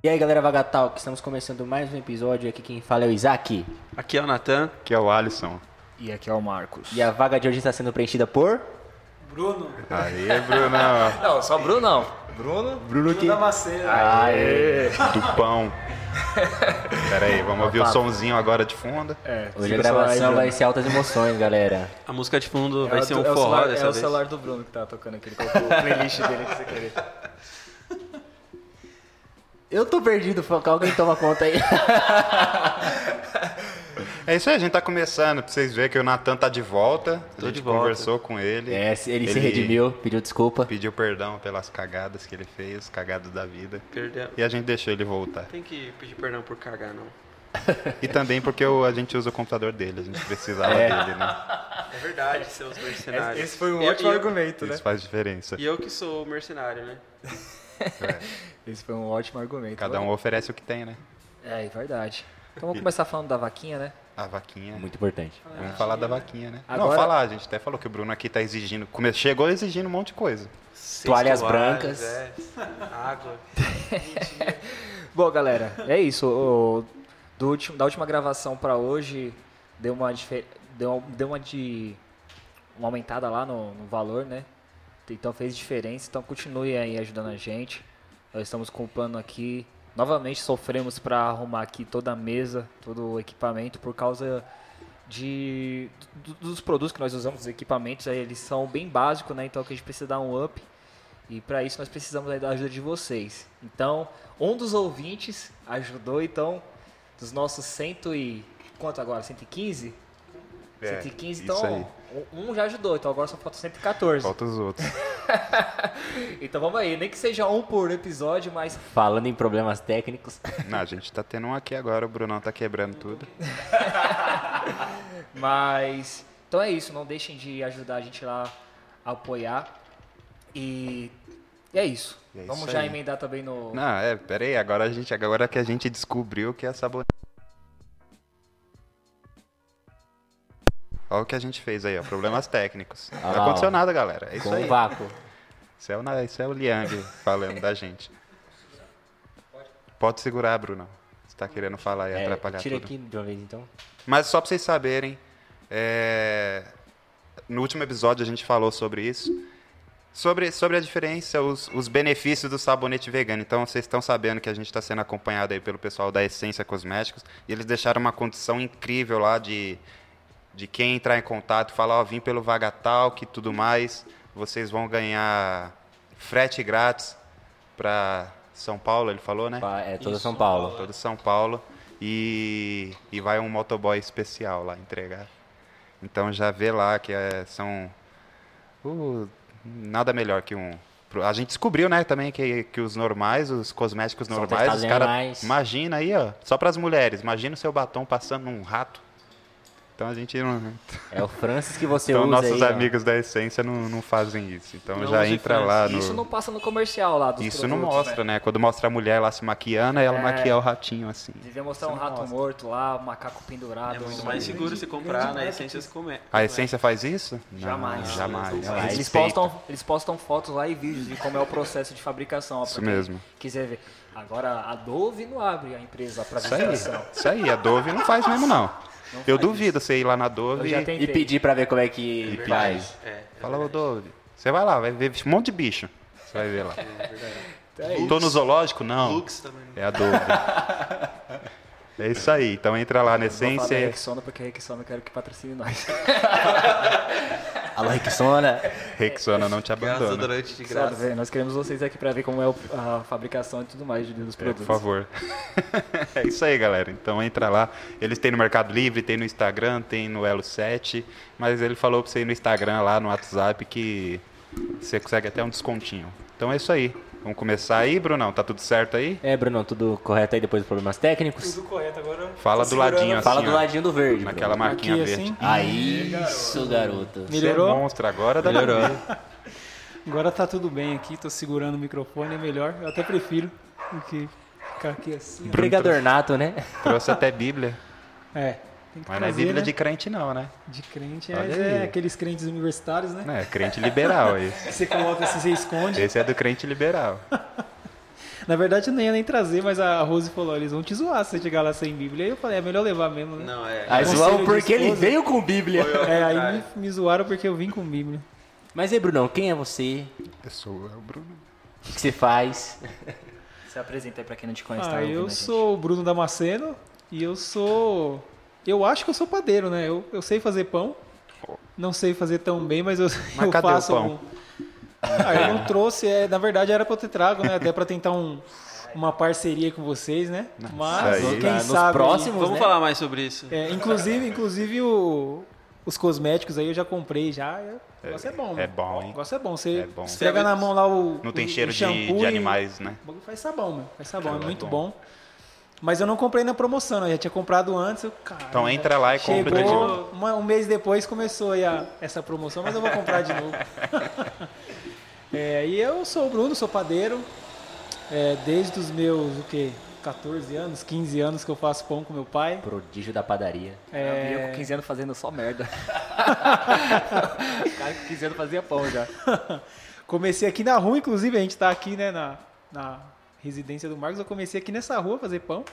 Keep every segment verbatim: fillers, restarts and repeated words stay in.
E aí galera Vagatal, que estamos começando mais um episódio. Aqui quem fala é o Isaac. Aqui é o Natan. Aqui é o Alisson. E aqui é o Marcos. E a vaga de hoje está sendo preenchida por... Bruno. Aí, Bruno. Não, só Bruno não. Bruno, Bruno que... Damasceno. Aê! Do pão. Pera aí, vamos ouvir o sonzinho agora de fundo. É, Hoje a gravação vai ser altas emoções, galera. A música de fundo é vai o, ser um é o forró celular, dessa É o vez. celular do Bruno que tá tocando aqui. Ele colocou o playlist dele que você querer. Eu tô perdido, Foca. Alguém toma conta aí. É isso aí, a gente tá começando, pra vocês verem que o Natan tá de volta. A Tô gente de volta. conversou com ele. É, ele, se redimiu, pediu desculpa. Pediu perdão pelas cagadas que ele fez, cagadas da vida. Perdeu. E a gente deixou ele voltar. Tem que pedir perdão por cagar, não. E também porque o- a gente usa o computador dele, a gente precisava É. dele, né? É verdade, seus mercenários. Esse foi um E eu- ótimo e eu- argumento, né? Isso faz diferença. E eu que sou o mercenário, né? Esse foi um ótimo argumento. Cada um oferece o que tem, né? É, é verdade. Então vamos começar falando da vaquinha, né? A vaquinha. Muito importante. Vamos falar da vaquinha, né? Não, Agora- falar, a gente até falou que o Bruno aqui tá exigindo. come- Chegou exigindo um monte de coisa. Seis Toalhas toalhas, brancas. É, água. Bom, galera, é isso. O- do último, da última gravação pra hoje, deu uma, difer- deu, deu uma, de, uma aumentada lá no, no valor, né? Então fez diferença. Então continue aí ajudando a gente. Nós estamos com o plano aqui. Novamente sofremos para arrumar aqui toda a mesa, todo o equipamento, por causa de, do- dos produtos que nós usamos, os equipamentos, aí eles são bem básicos, né? Então que a gente precisa dar um up. E para isso nós precisamos aí da ajuda de vocês. Então, um dos ouvintes ajudou, então, dos nossos cento e... Quanto agora? cento e quinze? É, cento e quinze, isso então, aí. um já ajudou, então agora só falta cento e quatorze. Falta os outros. Então vamos aí, nem que seja um por episódio, mas Falando em problemas técnicos. Não, a gente tá tendo um aqui agora, o Brunão tá quebrando tudo. Mas, então é isso, não deixem de ajudar a gente lá a apoiar. E, e é isso. E é Vamos isso já aí. emendar também no... Não, é, pera aí, agora, a gente, agora que a gente descobriu que é sabonete. Olha o que a gente fez aí, ó, problemas técnicos. Ah Não lá, aconteceu ó. nada, galera, é isso Com aí. um vácuo. Isso é, o, na- isso é o Liang falando da gente. Pode segurar, Bruno. Você tá querendo falar e É, atrapalhar tira tudo. aqui de uma vez então. Mas só pra vocês saberem, é, no último episódio a gente falou sobre isso. Sobre, sobre a diferença, os, os benefícios do sabonete vegano. Então, vocês estão sabendo que a gente está sendo acompanhado aí pelo pessoal da Essência Cosméticos. E eles deixaram uma condição incrível lá de, de quem entrar em contato, falar, ó, vim pelo Vagatalk e tudo mais. Vocês vão ganhar frete grátis para São Paulo, ele falou, né? Pa- É toda São Paulo. Todo São Paulo. E, e vai um motoboy especial lá entregar. Então já vê lá que é, são... uh, nada melhor que um... A gente descobriu, né, também que, que os normais, os cosméticos São normais, testados os em caras... animais. Imagina aí, ó, só para as mulheres. Imagina o seu batom passando num rato. Então a gente não... É o Francis que você Então usa nossos aí, ó. amigos da Essência não, não fazem isso. Então Não já use entra Francis. lá no... Isso não passa no comercial lá dos Isso não produtos, mostra, né? né? Quando mostra a mulher lá se maquiando, ela É. maquia o ratinho assim. Devia mostrar Isso um não rato mostra. morto lá, um macaco pendurado. É muito um- mais seguro se comprar na Essência Come. A Essência faz isso? Não, Jamais. jamais. Jamais. Eles Respeita. postam, eles postam fotos lá e vídeos de como é o processo de fabricação. Ó, Isso pra quem mesmo. quiser ver. Agora, a Dove não abre a empresa para Isso aí, visualização. isso aí. A Dove não faz mesmo, não. Não Eu faz duvido você ir lá na Dove Eu já e tenho- E pedir pra ver como é que faz. É, é fala, ô verdade. Dove, você vai lá, vai ver um monte de bicho. Você vai ver lá. É verdade. Então é isso. Tô no zoológico? Não. Lux também. É a Dove. É isso aí. Então entra lá na Vou falar da Essência. Rexona, porque a Rexona eu quero que patrocine nós. Alô, Rexona. Rexona não te Gás abandona. desodorante de Sério, graça. velho, nós queremos vocês aqui para ver como é o- a fabricação e tudo mais de- dos É, produtos. por favor. É isso aí, galera. Então entra lá. Eles têm no Mercado Livre, tem no Instagram, tem no Elo sete. Mas ele falou pra você ir no Instagram lá, no WhatsApp, que você consegue até um descontinho. Então é isso aí. Vamos começar aí, Brunão? Tá tudo certo aí? É, Bruno, tudo correto aí depois dos problemas técnicos? Tudo correto agora. Fala Tô do ladinho segurando- assim, Fala do ó, ladinho do verde, naquela Bruno. marquinha Aqui, verde. assim. Aí, isso, garoto. Você é Melhorou? monstro, agora dá Melhorou. pra ver. Agora tá tudo bem aqui, tô segurando o microfone, é melhor. Eu até prefiro do que ficar aqui assim. ó. Pregador nato, né? Trouxe até Bíblia. É, tem que Mas não é trazer, Bíblia né? de crente não, né? de crente, Olha mas aí. é aqueles crentes universitários, né? Não, é crente liberal esse. Você coloca assim, você esconde. Esse é do crente liberal. Na verdade, eu não ia nem trazer, mas a Rose falou, eles vão te zoar se você chegar lá sem Bíblia. Aí eu falei, é melhor levar mesmo, né? Não, é. Aí Conselho zoaram de porque ele esposa. veio com Bíblia. É, aí me, me zoaram porque eu vim com Bíblia. Mas aí, Brunão, quem é você? Eu sou o Bruno. O que você faz? Se apresenta aí pra quem não te conhece. tá Ah, ouvindo eu a gente. sou o Bruno Damasceno e eu sou... Eu acho que eu sou padeiro, né? Eu, eu sei fazer pão. Não sei fazer tão bem, mas eu, Mas eu cadê o faço pão? algum- Ah, eu não trouxe, é, na verdade era pra eu ter trago, né? Até pra tentar um, uma parceria com vocês, né? Mas isso aí. quem Nos sabe... próximos, Vamos né? falar mais sobre isso. É, inclusive, inclusive o, os cosméticos aí eu já comprei já. é- O negócio é bom, É né? bom, O hein? negócio é bom. Você É bom. esfrega na mão lá o Não tem o- cheiro o de, shampoo de e- animais, né? O bagulho faz sabão, meu. Faz sabão, é É muito bom. bom. Mas eu não comprei na promoção, né? Eu já tinha comprado antes. Eu, cara, Então entra lá e compra de chegou, novo. uma- um mês depois começou aí a, essa promoção, mas eu vou comprar de novo. É, e eu sou o Bruno, sou padeiro. É, desde os meus, o quê? catorze anos, quinze anos que eu faço pão com meu pai. Prodígio da padaria. É... Eu É, com quinze anos fazendo só merda. O cara com quinze anos fazia pão já. comecei aqui na rua, inclusive, a gente tá aqui, né, na, na residência do Marcos. Eu comecei aqui nessa rua a fazer pão.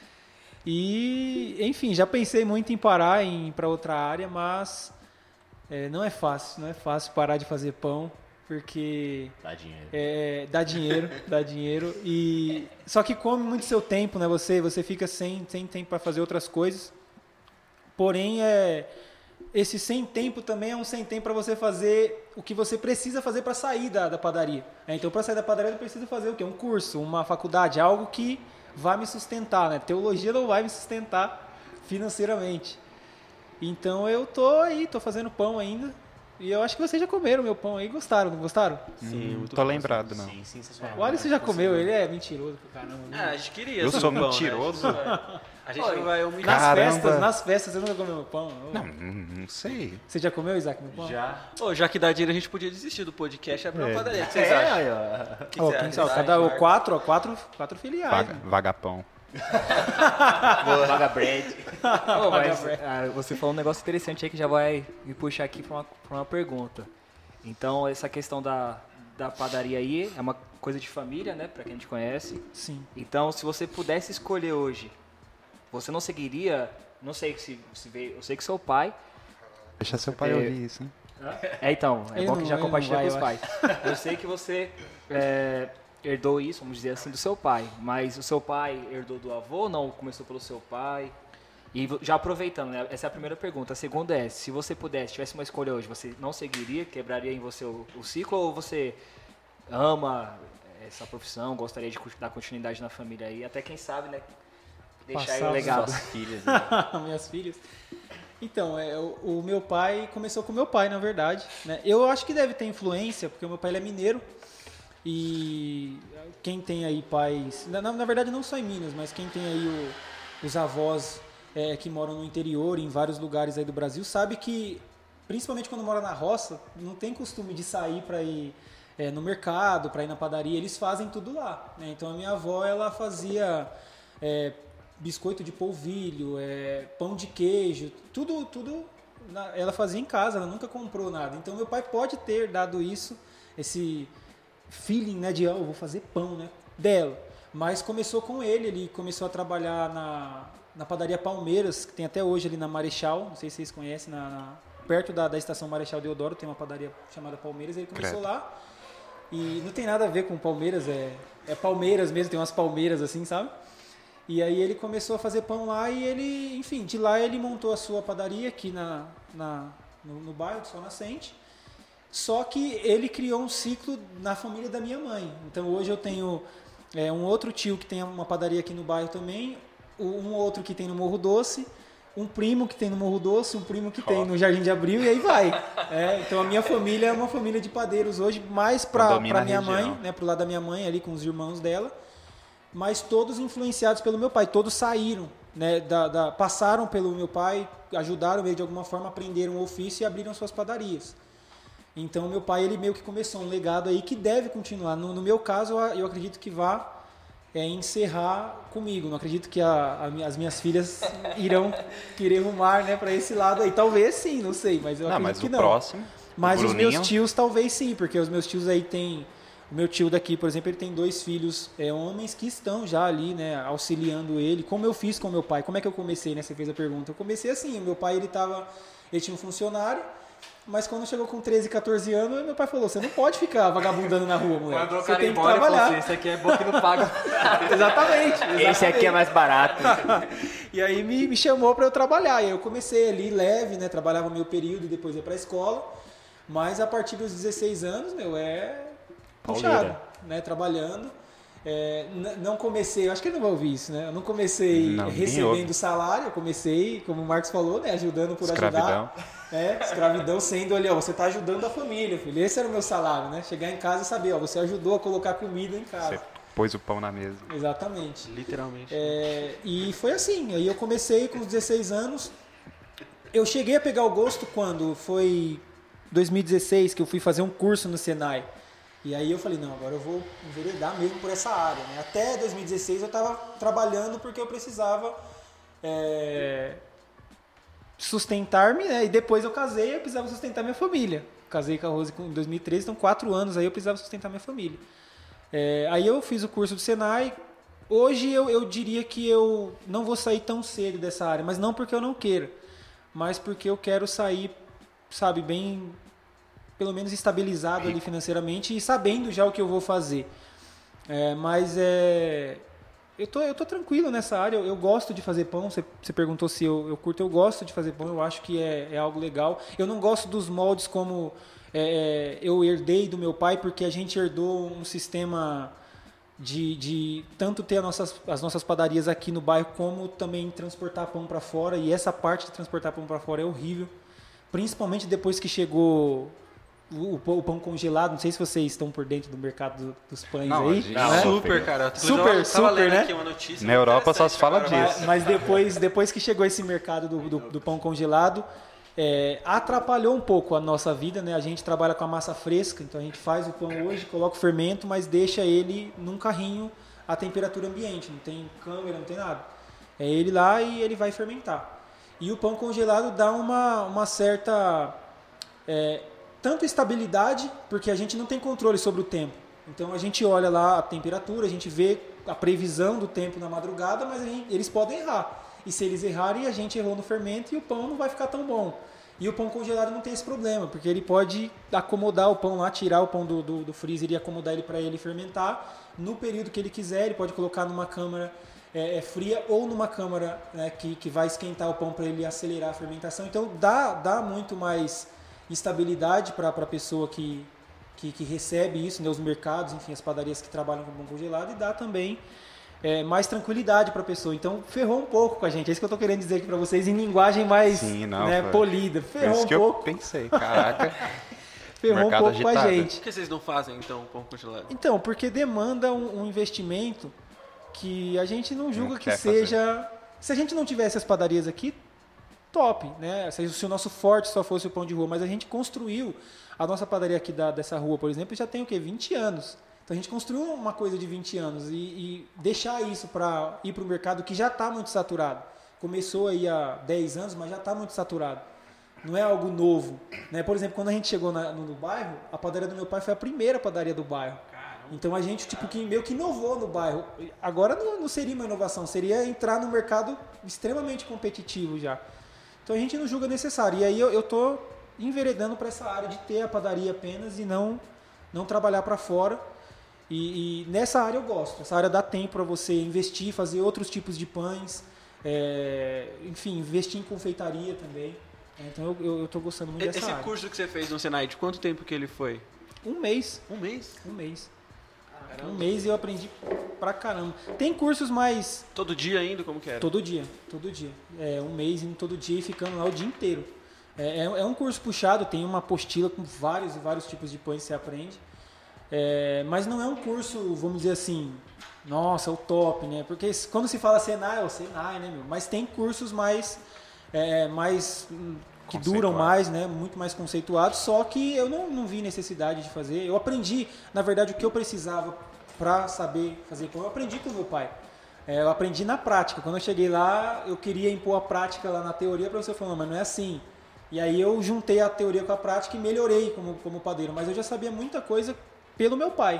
E, enfim, já pensei muito em parar, em ir para outra área, mas é, não é fácil, não é fácil parar de fazer pão, porque Dá dinheiro. é, dá dinheiro, dá dinheiro. E só que come muito seu tempo, né? Você, você fica sem, sem tempo para fazer outras coisas. Porém, é, esse sem tempo também é um sem tempo para você fazer o que você precisa fazer para sair da, da padaria. É, então, para sair da padaria, eu preciso fazer o quê? Um curso, uma faculdade, algo que vai me sustentar, né? Teologia não vai me sustentar financeiramente. Então, eu tô aí, tô fazendo pão ainda. E eu acho que vocês já comeram meu pão aí, gostaram, não gostaram? Sim, muito Tô bom. lembrado, não. Sim, sensacional. O Alisson já comeu, ele é mentiroso pro caramba. É, né? a gente queria. Eu esse sou pão, né? mentiroso? A gente não vai humilhar. Nas Caramba. festas, nas festas, você nunca comeu meu pão? Não, não, não sei. Você já comeu, Isaac, meu pão? Já. Ô, já que dá dinheiro, a gente podia desistir do podcast e abrir É. uma padaria. O que vocês É, acham? aí, ó. O que Ó, você quem acha? sabe, cada o quatro, ó, quatro, quatro filiais. Vaga, né? vagapão. Vaga bread. Ô, mas Vaga ah, você falou um negócio interessante aí que já vai me puxar aqui para uma, pra uma pergunta. Então, essa questão da, da padaria aí é uma coisa de família, né? Pra quem te conhece. Sim. Então, se você pudesse escolher hoje, você não seguiria... Não sei se, se veio... Eu sei que seu pai... Deixa seu pai É. ouvir isso, hein? É, então, é Ele bom não- que já ele não compartilha vai, com os eu pais. Eu sei que você é, herdou isso, vamos dizer assim, do seu pai. Mas o seu pai herdou do avô ou não? Começou pelo seu pai? E vo- já aproveitando, né? Essa é a primeira pergunta. A segunda é, se você pudesse, tivesse uma escolha hoje, você não seguiria, quebraria em você o, o ciclo, ou você ama essa profissão, gostaria de cu- dar continuidade na família aí, até quem sabe, né? Deixar aí Passar o os legado. Suas filhas. Né? Minhas filhas. Então, é, o, o meu pai começou com o meu pai, na verdade. Né? Eu acho que deve ter influência, porque o meu pai ele é mineiro. E quem tem aí pais... Na, na verdade, não só em Minas, mas quem tem aí o, os avós é, que moram no interior, em vários lugares aí do Brasil, sabe que, principalmente quando mora na roça, não tem costume de sair para ir é, no mercado, para ir na padaria. Eles fazem tudo lá. Né? Então, a minha avó, ela fazia... É, biscoito de polvilho, é, pão de queijo, tudo, tudo na, ela fazia em casa, ela nunca comprou nada. Então meu pai pode ter dado isso, esse feeling, né, de oh, eu vou fazer pão, né, dela. Mas começou com ele, ele começou a trabalhar na, na padaria Palmeiras, que tem até hoje ali na Marechal, não sei se vocês conhecem, na, na, perto da, da estação Marechal Deodoro tem uma padaria chamada Palmeiras, ele começou Credo. lá e não tem nada a ver com Palmeiras, é, é Palmeiras mesmo, tem umas palmeiras assim, sabe? E aí ele começou a fazer pão lá e ele, enfim, de lá ele montou a sua padaria aqui na, na, no, no bairro do Sol Nascente. Só que ele criou um ciclo na família da minha mãe. Então hoje eu tenho é, um outro tio que tem uma padaria aqui no bairro também, um outro que tem no Morro Doce, um primo que tem no Morro Doce, um primo que tem no Jardim de Abril e aí vai. É, então a minha família é uma família de padeiros hoje, mais para Domina a minha região. mãe, né, pro lado da minha mãe ali com os irmãos dela. Mas todos influenciados pelo meu pai, todos saíram, né, da, da, passaram pelo meu pai, ajudaram ele de alguma forma, aprenderam o ofício e abriram suas padarias. Então meu pai ele meio que começou um legado aí que deve continuar. No, no meu caso eu acredito que vá é, encerrar comigo. Não acredito que a, a, as minhas filhas irão querer rumar, né, para esse lado aí. Talvez sim, não sei, mas eu Não, acredito mas que o não. próximo. Mas o os meus Bruninho. tios talvez sim, porque os meus tios aí têm O meu tio daqui, por exemplo, ele tem dois filhos é, homens que estão já ali, né, auxiliando ele. Como eu fiz com meu pai? Como é que eu comecei, né? Você fez a pergunta. Eu comecei assim, o meu pai, ele tava, ele tinha um funcionário, mas quando chegou com treze, quatorze anos, meu pai falou, você não pode ficar vagabundando na rua, moleque. Mandou o Você cara tem que embora e falou trabalhar. assim, esse aqui é bom que não paga. Exatamente, exatamente. Esse aqui é mais barato. E aí me, me chamou para eu trabalhar. E aí eu comecei ali leve, né? Trabalhava meio período e depois ia para a escola. Mas a partir dos dezesseis anos, meu, é puxado, Pauleira. né? Trabalhando. É, n- não comecei, acho que ele não vai ouvir isso, né? Eu não comecei Não, ninguém recebendo ouve. salário, eu comecei, como o Marcos falou, né? Ajudando por Escravidão. ajudar. Né? Escravidão sendo ali, ó, você tá ajudando a família, filho. Esse era o meu salário, né? Chegar em casa e saber, ó, você ajudou a colocar comida em casa. Você pôs o pão na mesa. Exatamente. Literalmente. É, e foi assim, aí eu comecei com os dezesseis anos. Eu cheguei a pegar o gosto quando foi dois mil e dezesseis que eu fui fazer um curso no Senai. E aí eu falei, não, agora eu vou enveredar mesmo por essa área. Né? Até dois mil e dezesseis eu estava trabalhando porque eu precisava é, sustentar-me, né? E depois eu casei, eu precisava sustentar minha família. Casei com a Rose em dois mil e treze, então quatro anos aí eu precisava sustentar minha família. É, aí eu fiz o curso do Senai. Hoje eu, eu diria que eu não vou sair tão cedo dessa área, mas não porque eu não queira, mas porque eu quero sair, sabe, bem, pelo menos estabilizado ali financeiramente e sabendo já o que eu vou fazer. É, mas é, eu tô, eu tô tranquilo nessa área, eu, eu gosto de fazer pão, você, você perguntou se eu, eu curto, eu gosto de fazer pão, eu acho que é, é algo legal. Eu não gosto dos moldes como é, eu herdei do meu pai, porque a gente herdou um sistema de, de tanto ter as nossas, as nossas padarias aqui no bairro, como também transportar pão para fora, e essa parte de transportar pão para fora é horrível, principalmente depois que chegou o, o pão congelado. Não sei se vocês estão por dentro do mercado do- dos pães Não, a aí. gente- né? Não, Super, cara. Super, Eu tava super, lendo né? aqui uma notícia Na Europa só interessante se fala agora, disso. Mas, mas depois, depois que chegou esse mercado do, do, do pão congelado, é, atrapalhou um pouco a nossa vida, né? A gente trabalha com a massa fresca, então a gente faz o pão hoje, coloca o fermento, mas deixa ele num carrinho à temperatura ambiente, não tem câmera, não tem nada. É ele lá e ele vai fermentar. E o pão congelado dá uma, uma certa é, tanto estabilidade, porque a gente não tem controle sobre o tempo. Então a gente olha lá a temperatura, a gente vê a previsão do tempo na madrugada, mas a gente, eles podem errar. E se eles errarem, a gente errou no fermento e o pão não vai ficar tão bom. E o pão congelado não tem esse problema, porque ele pode acomodar o pão lá, tirar o pão do, do, do freezer e acomodar ele para ele fermentar no período que ele quiser. Ele pode colocar numa câmara é, é, fria ou numa câmara, né, que, que vai esquentar o pão para ele acelerar a fermentação. Então dá, dá muito mais estabilidade para a pessoa que, que, que recebe isso, né, os mercados, enfim, as padarias que trabalham com pão congelado, e dá também é, mais tranquilidade para a pessoa. Então ferrou um pouco com a gente. É isso que eu estou querendo dizer aqui para vocês em linguagem mais Sim, não, né, foi- polida. Por Ferrou isso um que pouco, eu pensei, caraca. ferrou um mercado pouco com a agitado. gente. Por que vocês não fazem, então, o pão congelado? Então, porque demanda um, um investimento que a gente não julga Não que quer fazer. seja... Se a gente não tivesse as padarias aqui, top, né? Se, se o nosso forte só fosse o pão de rua, mas a gente construiu a nossa padaria aqui da, dessa rua, por exemplo, já tem o quê? vinte anos. Então a gente construiu uma coisa de vinte anos e, e deixar isso para ir para o mercado que já está muito saturado. Começou aí há dez anos, mas já está muito saturado. Não é algo novo, né? Por exemplo, quando a gente chegou na, no, no bairro, a padaria do meu pai foi a primeira padaria do bairro. Então a gente tipo que meio que inovou no bairro. Agora não, não seria uma inovação, seria entrar no mercado extremamente competitivo já. Então a gente não julga necessário. E aí eu, eu tô enveredando para essa área de ter a padaria apenas e não não trabalhar para fora. E, e nessa área eu gosto. Essa área dá tempo para você investir, fazer outros tipos de pães, é, enfim, investir em confeitaria também. Então eu, eu, eu tô gostando muito dessa Esse área. curso que você fez no Senai, de quanto tempo que ele foi? Um mês, Um mês? um mês. Caramba. Um mês e eu aprendi pra caramba. Tem cursos mais Todo dia indo, como que era? todo dia, todo dia. É um mês indo todo dia e ficando lá o dia inteiro. É, é, é um curso puxado, tem uma apostila com vários e vários tipos de pães que você aprende. É, mas não é um curso, vamos dizer assim, nossa, o top, né? Porque quando se fala Senai, é o Senai, né, meu? Mas tem cursos mais, é, mais hum, que duram Conceituado. mais, né? Muito mais conceituados, só que eu não, não vi necessidade de fazer. Eu aprendi, na verdade, o que eu precisava para saber fazer pão, eu aprendi com o meu pai. É, eu aprendi na prática. Quando eu cheguei lá, eu queria impor a prática lá na teoria, para você falar, mas não é assim. E aí eu juntei a teoria com a prática e melhorei como, como padeiro. Mas eu já sabia muita coisa pelo meu pai.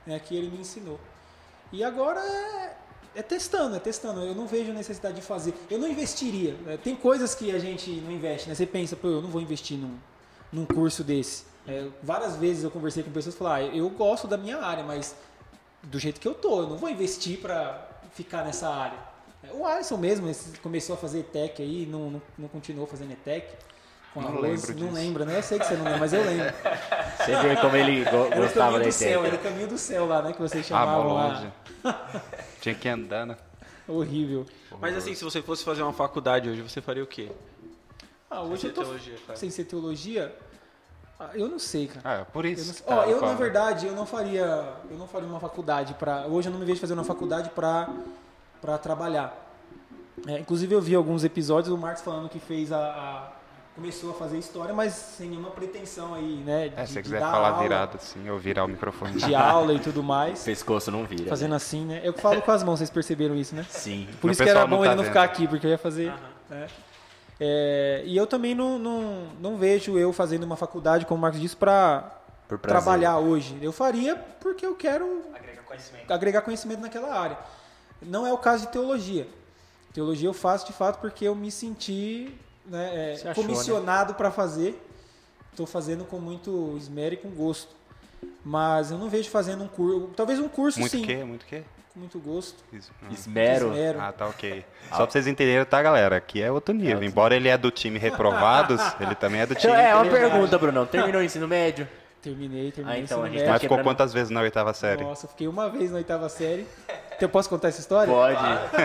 né, que ele me ensinou. E agora é, é testando, é testando. Eu não vejo necessidade de fazer. Eu não investiria. Né? Tem coisas que a gente não investe, né? Você pensa, pô, eu não vou investir num, num curso desse. É, várias vezes eu conversei com pessoas e falaram, ah, eu gosto da minha área, mas do jeito que eu tô, eu não vou investir para ficar nessa área. O Alisson mesmo começou a fazer E T E C aí, não, não, não continuou fazendo E T E C. Com não arroz, lembro não disso. lembra, né? Eu sei que você não lembra, mas eu lembro. Você vê como ele go- Era o gostava caminho da do céu, ideia. era o caminho do céu lá, né? Que vocês Ah, chamavam mó lá. longe. Tinha que ir andando. Horrível. Mas assim, se você fosse fazer uma faculdade hoje, você faria o quê? Ah, hoje Sem eu tô teologia, claro. sem ser teologia. Ah, eu não sei, cara. Ah, é por Eu, isso. não sei. tá, Ó, eu qual- na verdade, eu não faria, eu não faria uma faculdade para. Hoje eu não me vejo fazendo uma faculdade para para trabalhar. É, inclusive eu vi alguns episódios do Marcos falando que fez a, a- começou a fazer história, mas sem nenhuma pretensão aí, né? É, de- se você de quiser dar falar aula, virado assim, ou virar o microfone. de aula e tudo mais. Pescoço não vira. Fazendo assim, né? Eu falo com as mãos, vocês perceberam isso, né? Sim. Por O isso que era pessoal não bom tá ele não vendo. ficar aqui, porque eu ia fazer. Né? É, e eu também não, não, não vejo eu fazendo uma faculdade, como o Marcos disse, para Por prazer. trabalhar hoje. Eu faria porque eu quero Agrega conhecimento. agregar conhecimento naquela área. Não é o caso de teologia. Teologia eu faço de fato porque eu me senti né, é, Você achou, comissionado para fazer. Estou fazendo com muito esmero e com gosto. Mas eu não vejo fazendo um curso. Talvez um curso Muito sim. quê? Muito quê? Com muito gosto. Isso. Ah. Esmero. Esmero. Ah, tá ok. Só pra vocês entenderem, tá, galera? Aqui é outro nível. Embora ele é do time reprovados, ele também é do time... É uma Verdade. pergunta, Brunão. Terminou o ensino médio? Terminei, terminei. Ah, então, ensino a gente médio. tá Mas ficou quebrando- quantas vezes na oitava série? Nossa, eu fiquei uma vez na oitava série. Então, eu posso contar essa história? Pode.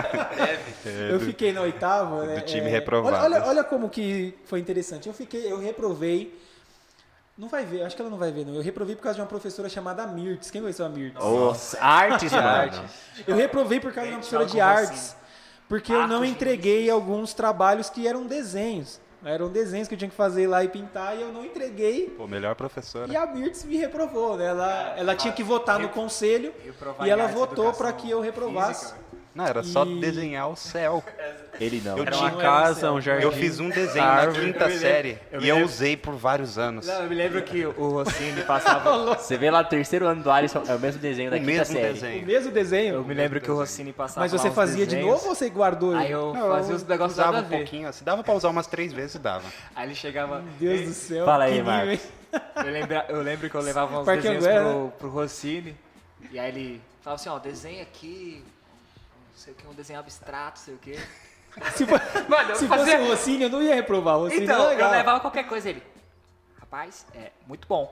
É, Eu do- fiquei na oitava, né? do time é, reprovado. Olha, olha, olha como que foi interessante. Eu fiquei, eu reprovei. Não vai ver, acho que ela não vai ver, não. Eu reprovei por causa de uma professora chamada Mirtz. Quem conheceu a Mirtz? Os artes, mano. Eu reprovei por causa de uma professora de Como artes. Porque eu não entreguei alguns trabalhos que eram desenhos. Eram desenhos que eu tinha que fazer lá e pintar e eu não entreguei. Pô, melhor professora. E a Mirtz me reprovou, né? Ela, ela tinha que votar no conselho Reprovar e em ela artes, votou educação para que eu reprovasse. física. Não, era só E- desenhar o céu. Ele não. Eu Era tinha- uma casa, um jardim. Eu fiz um desenho na quinta série e eu usei por vários anos. Não, eu me lembro que o Rossini passava. Você vê lá o terceiro ano do Alisson, é o mesmo desenho da O quinta mesmo série. O desenho. mesmo desenho. Eu me lembro que o Rossini passava. Mas você lá uns fazia de desenhos, novo ou você guardou? Aí eu Não, fazia os negócios nada usava a um ver. pouquinho, assim, dava pra usar umas três vezes, dava. Aí ele chegava. Meu Deus do céu. Fala aí, que nível, Marcos. hein? Eu lembro, eu lembro que eu levava uns Parque desenhos Anguera, pro, pro Rossini. E aí ele falava assim, ó, desenha aqui, não sei o que, um desenho abstrato, sei o quê. Se, for- Mano, eu se fazia- fosse o Rossini, eu não ia reprovar. O Rossini Então, é eu legal. levava qualquer coisa ele. Rapaz, é muito bom.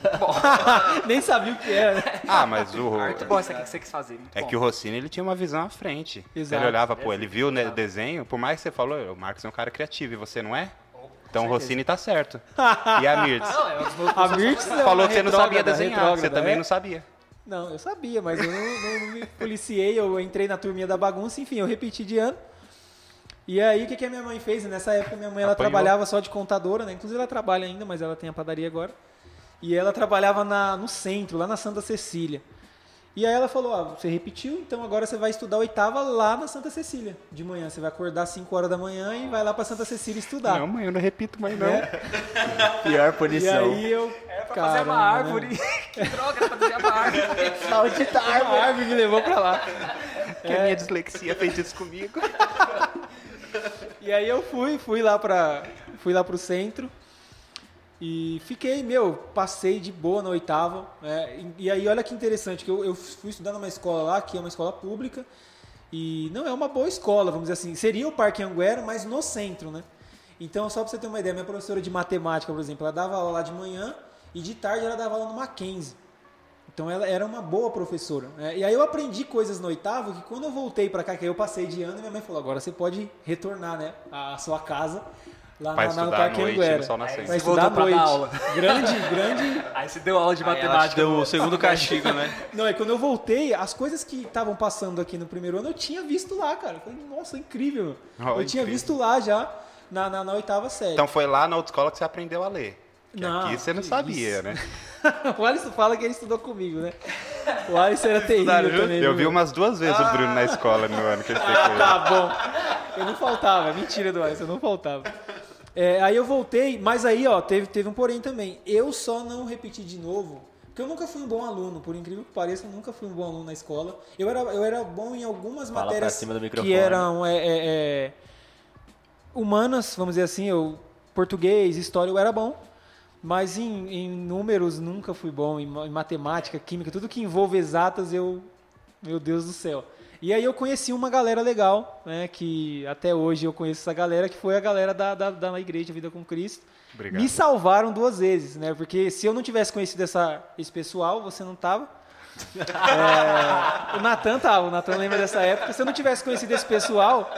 Nem sabia o que era. Ah, mas o... Muito bom isso aqui que você quis fazer. Muito É bom. que o Rossini, ele tinha uma visão à frente. Exato. Ele olhava, pô, ele viu né, o desenho, por mais que você falou, o Marcos é um cara criativo e você não é? Então o Rossini tá certo. E a Mirtz? Não, é um dos meus A Mirtz é Falou uma que você não sabia retrógrada, desenhar, retrógrada, você também é? não sabia. Não, eu sabia, mas eu não, não- não me policiei, eu entrei na turminha da bagunça, enfim, eu repeti de ano. E aí, o que, que a minha mãe fez? Nessa época, minha mãe ela Apanhou. trabalhava só de contadora, né? Inclusive, ela trabalha ainda, mas ela tem a padaria agora. E ela trabalhava na, no centro, lá na Santa Cecília. E aí ela falou, ah, você repetiu, então agora você vai estudar a oitava lá na Santa Cecília. De manhã, você vai acordar às cinco horas da manhã e vai lá pra Santa Cecília estudar. Não, mãe, eu não repito mais não. Pior E punição. aí eu... Era pra caramba, fazer uma né? árvore. Que droga, era pra fazer uma árvore. Maldita A árvore me levou pra lá. Que a minha dislexia fez isso comigo. E aí eu fui, fui lá para, fui lá pro centro e fiquei, meu, passei de boa na oitava. Né? E, e aí olha que interessante, que eu, eu fui estudar numa escola lá, que é uma escola pública, e não é uma boa escola, vamos dizer assim. Seria o Parque Anguera, mas no centro, né? Então, só para você ter uma ideia, minha professora de matemática, por exemplo, ela dava aula lá de manhã e de tarde ela dava aula no Mackenzie. Então ela era uma boa professora. Né? E aí eu aprendi coisas no oitavo que quando eu voltei para cá, que aí eu passei de ano, minha mãe falou, agora você pode retornar, né, à sua casa lá Vai na, na, no estudar à Parque noite, Anguera. no sol nascente. Vai Você estudar à voltou pra noite. dar aula. Grande, grande... Aí você deu aula de Aí ela te matemática. deu o segundo castigo, né? Não, é quando eu voltei, as coisas que estavam passando aqui no primeiro ano, eu tinha visto lá, cara. Eu falei, nossa, incrível. Oh, eu tinha incrível. visto lá já, na, na, na oitava série. Então foi lá na outra escola que você aprendeu a ler. Que Não, aqui você não que sabia, isso. né? O Alisson fala que ele estudou comigo, né? O Alisson era terrível Estudaram também. Eu viu? vi umas duas vezes o Bruno na escola no ano que eu fiquei com ele. Tá bom. Eu não faltava, mentira do Alisson, eu não faltava. É, aí eu voltei, mas aí, ó, teve, teve um porém também. Eu só não repeti de novo Porque eu nunca fui um bom aluno, por incrível que pareça, eu nunca fui um bom aluno na escola. Eu era, eu era bom em algumas Fala matérias pra cima do microfone. que eram é, é, é, humanas, vamos dizer assim, eu, português, história, eu era bom. Mas em, em números nunca fui bom, em, em matemática, química, tudo que envolve exatas, eu, meu Deus do céu. E aí eu conheci uma galera legal, né, que até hoje eu conheço essa galera, que foi a galera da, da, da Igreja Vida com Cristo. Obrigado. Me salvaram duas vezes, né? Porque se eu não tivesse conhecido essa, esse pessoal, você não tava. É, o Natan tava, o Natan lembra dessa época. Se eu não tivesse conhecido esse pessoal...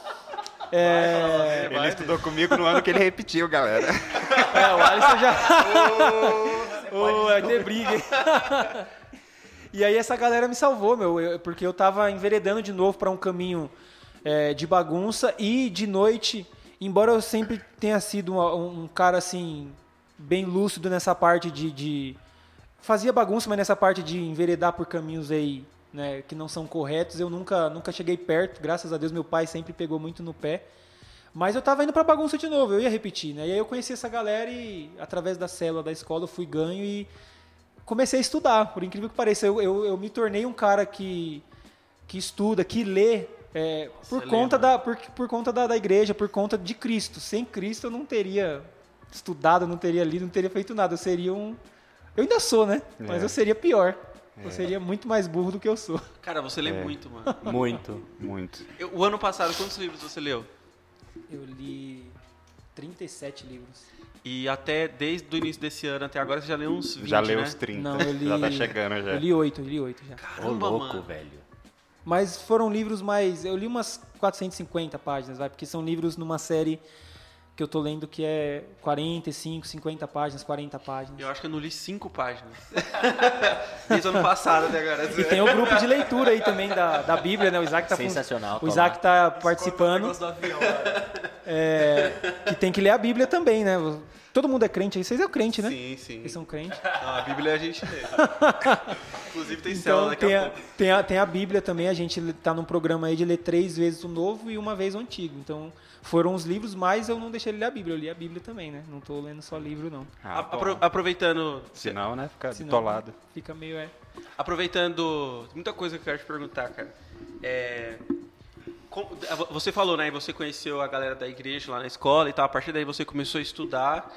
É, Ele estudou comigo no ano que ele repetiu, galera. é o Alisson já... Ô, vai ter briga, hein? E aí essa galera me salvou, meu, eu- porque eu tava enveredando de novo para um caminho é, de bagunça e de noite, embora eu sempre tenha sido um, um cara assim bem lúcido nessa parte de, de fazia bagunça, mas nessa parte de enveredar por caminhos aí, né, que não são corretos, eu nunca nunca cheguei perto, graças a Deus meu pai sempre pegou muito no pé. Mas eu tava indo pra bagunça de novo, eu ia repetir, né? E aí eu conheci essa galera e através da célula da escola eu fui ganho e comecei a estudar, por incrível que pareça. Eu, eu, eu me tornei um cara que, que estuda, que lê, é, por, Você conta lê, né? da, por, por conta da, da igreja, por conta de Cristo. Sem Cristo eu não teria estudado, não teria lido, não teria feito nada. Eu seria um... Eu ainda sou, né? Mas É. eu seria pior. Eu seria muito mais burro do que eu sou. Cara, você lê É. muito, mano. Muito. Muito. Eu- o ano passado, quantos livros você leu? Eu li trinta e sete livros. E até, desde o início desse ano até agora, você já leu uns vinte, Já leu né? os trinta. Não, eu li... Já tá chegando já. Eu li oito, eu li oito já. Ô, Caramba, louco, mano. velho. Mas foram livros mais... Eu li umas quatrocentas e cinquenta páginas, vai, porque são livros numa série que eu tô lendo que é quarenta e cinco, cinquenta páginas, quarenta páginas. Eu acho que eu não li cinco páginas. Desde o ano passado até agora. E tem o grupo de leitura aí também da, da Bíblia, né? O Isaac tá, fun- Sensacional, o Isaac tá participando. É, que tem que ler a Bíblia também, né? Todo mundo é crente aí. Vocês é o crente, né? Sim, sim. Vocês são crentes. Não, a Bíblia a gente lê. Inclusive tem Então célula daqui tem a a, pouco. tem, a, tem a Bíblia também. A gente tá num programa aí de ler três vezes o novo e uma vez o antigo. Então foram os livros, mas eu não deixei ele ler a Bíblia. Eu li a Bíblia também, né? Não tô lendo só livro, não. Ah, A- bom. apro- aproveitando, Senão, né? Fica Senão, bitolado. Fica meio... É... aproveitando, muita coisa que eu quero te perguntar, cara. É, como- você falou, né? Você conheceu a galera da igreja lá na escola e tal. A partir daí você começou a estudar.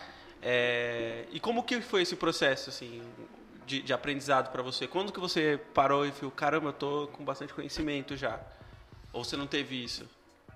É, e como que foi esse processo, assim, de, de aprendizado para você? Quando que você parou e falou, caramba, eu tô com bastante conhecimento já? Ou você não teve isso?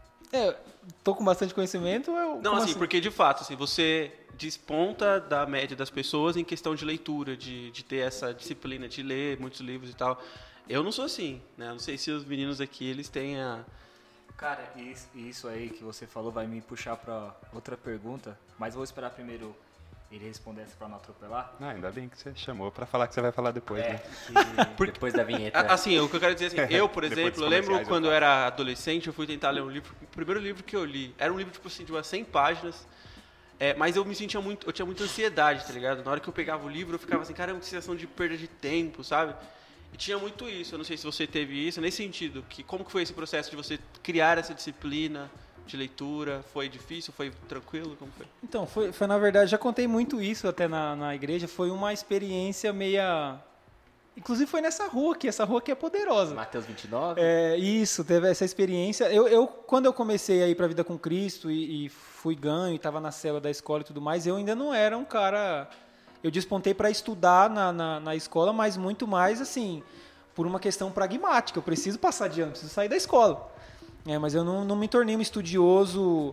É, tô com bastante conhecimento. Eu, Não, como assim, porque de fato, assim, você desponta da média das pessoas em questão de leitura, de, de ter essa disciplina de ler muitos livros e tal. Eu não sou assim, né? Eu não sei se os meninos aqui, eles têm a... Cara, isso, isso aí que você falou vai me puxar pra outra pergunta, mas vou esperar primeiro ele responder essa pra não atropelar. Não, ainda bem que você chamou pra falar que você vai falar depois, É, né? que depois da vinheta. A- Assim, o que eu quero dizer assim, eu, por Depois exemplo, dos eu lembro comerciais eu quando eu falo. era adolescente, eu fui tentar ler um livro, o primeiro livro que eu li, era um livro, tipo assim, de umas cem páginas, é, mas eu me sentia muito, eu tinha muita ansiedade, tá ligado? Na hora que eu pegava o livro, eu ficava assim, caramba, que sensação de perda de tempo, sabe? E tinha muito isso, eu não sei se você teve isso, nesse sentido, que como que foi esse processo de você criar essa disciplina de leitura? Foi difícil, foi tranquilo, como foi? Então, foi, foi na verdade, já contei muito isso até na, na igreja, foi uma experiência meia... Inclusive foi nessa rua aqui, essa rua aqui é poderosa. Mateus vinte e nove. É, isso, teve essa experiência. Eu, eu quando eu comecei a ir para a vida com Cristo e, e fui ganho, e estava na célula da escola e tudo mais, eu ainda não era um cara... Eu despontei para estudar na, na, na escola, mas muito mais, assim, por uma questão pragmática. Eu preciso passar de ano, preciso sair da escola. É, mas eu não, não me tornei um estudioso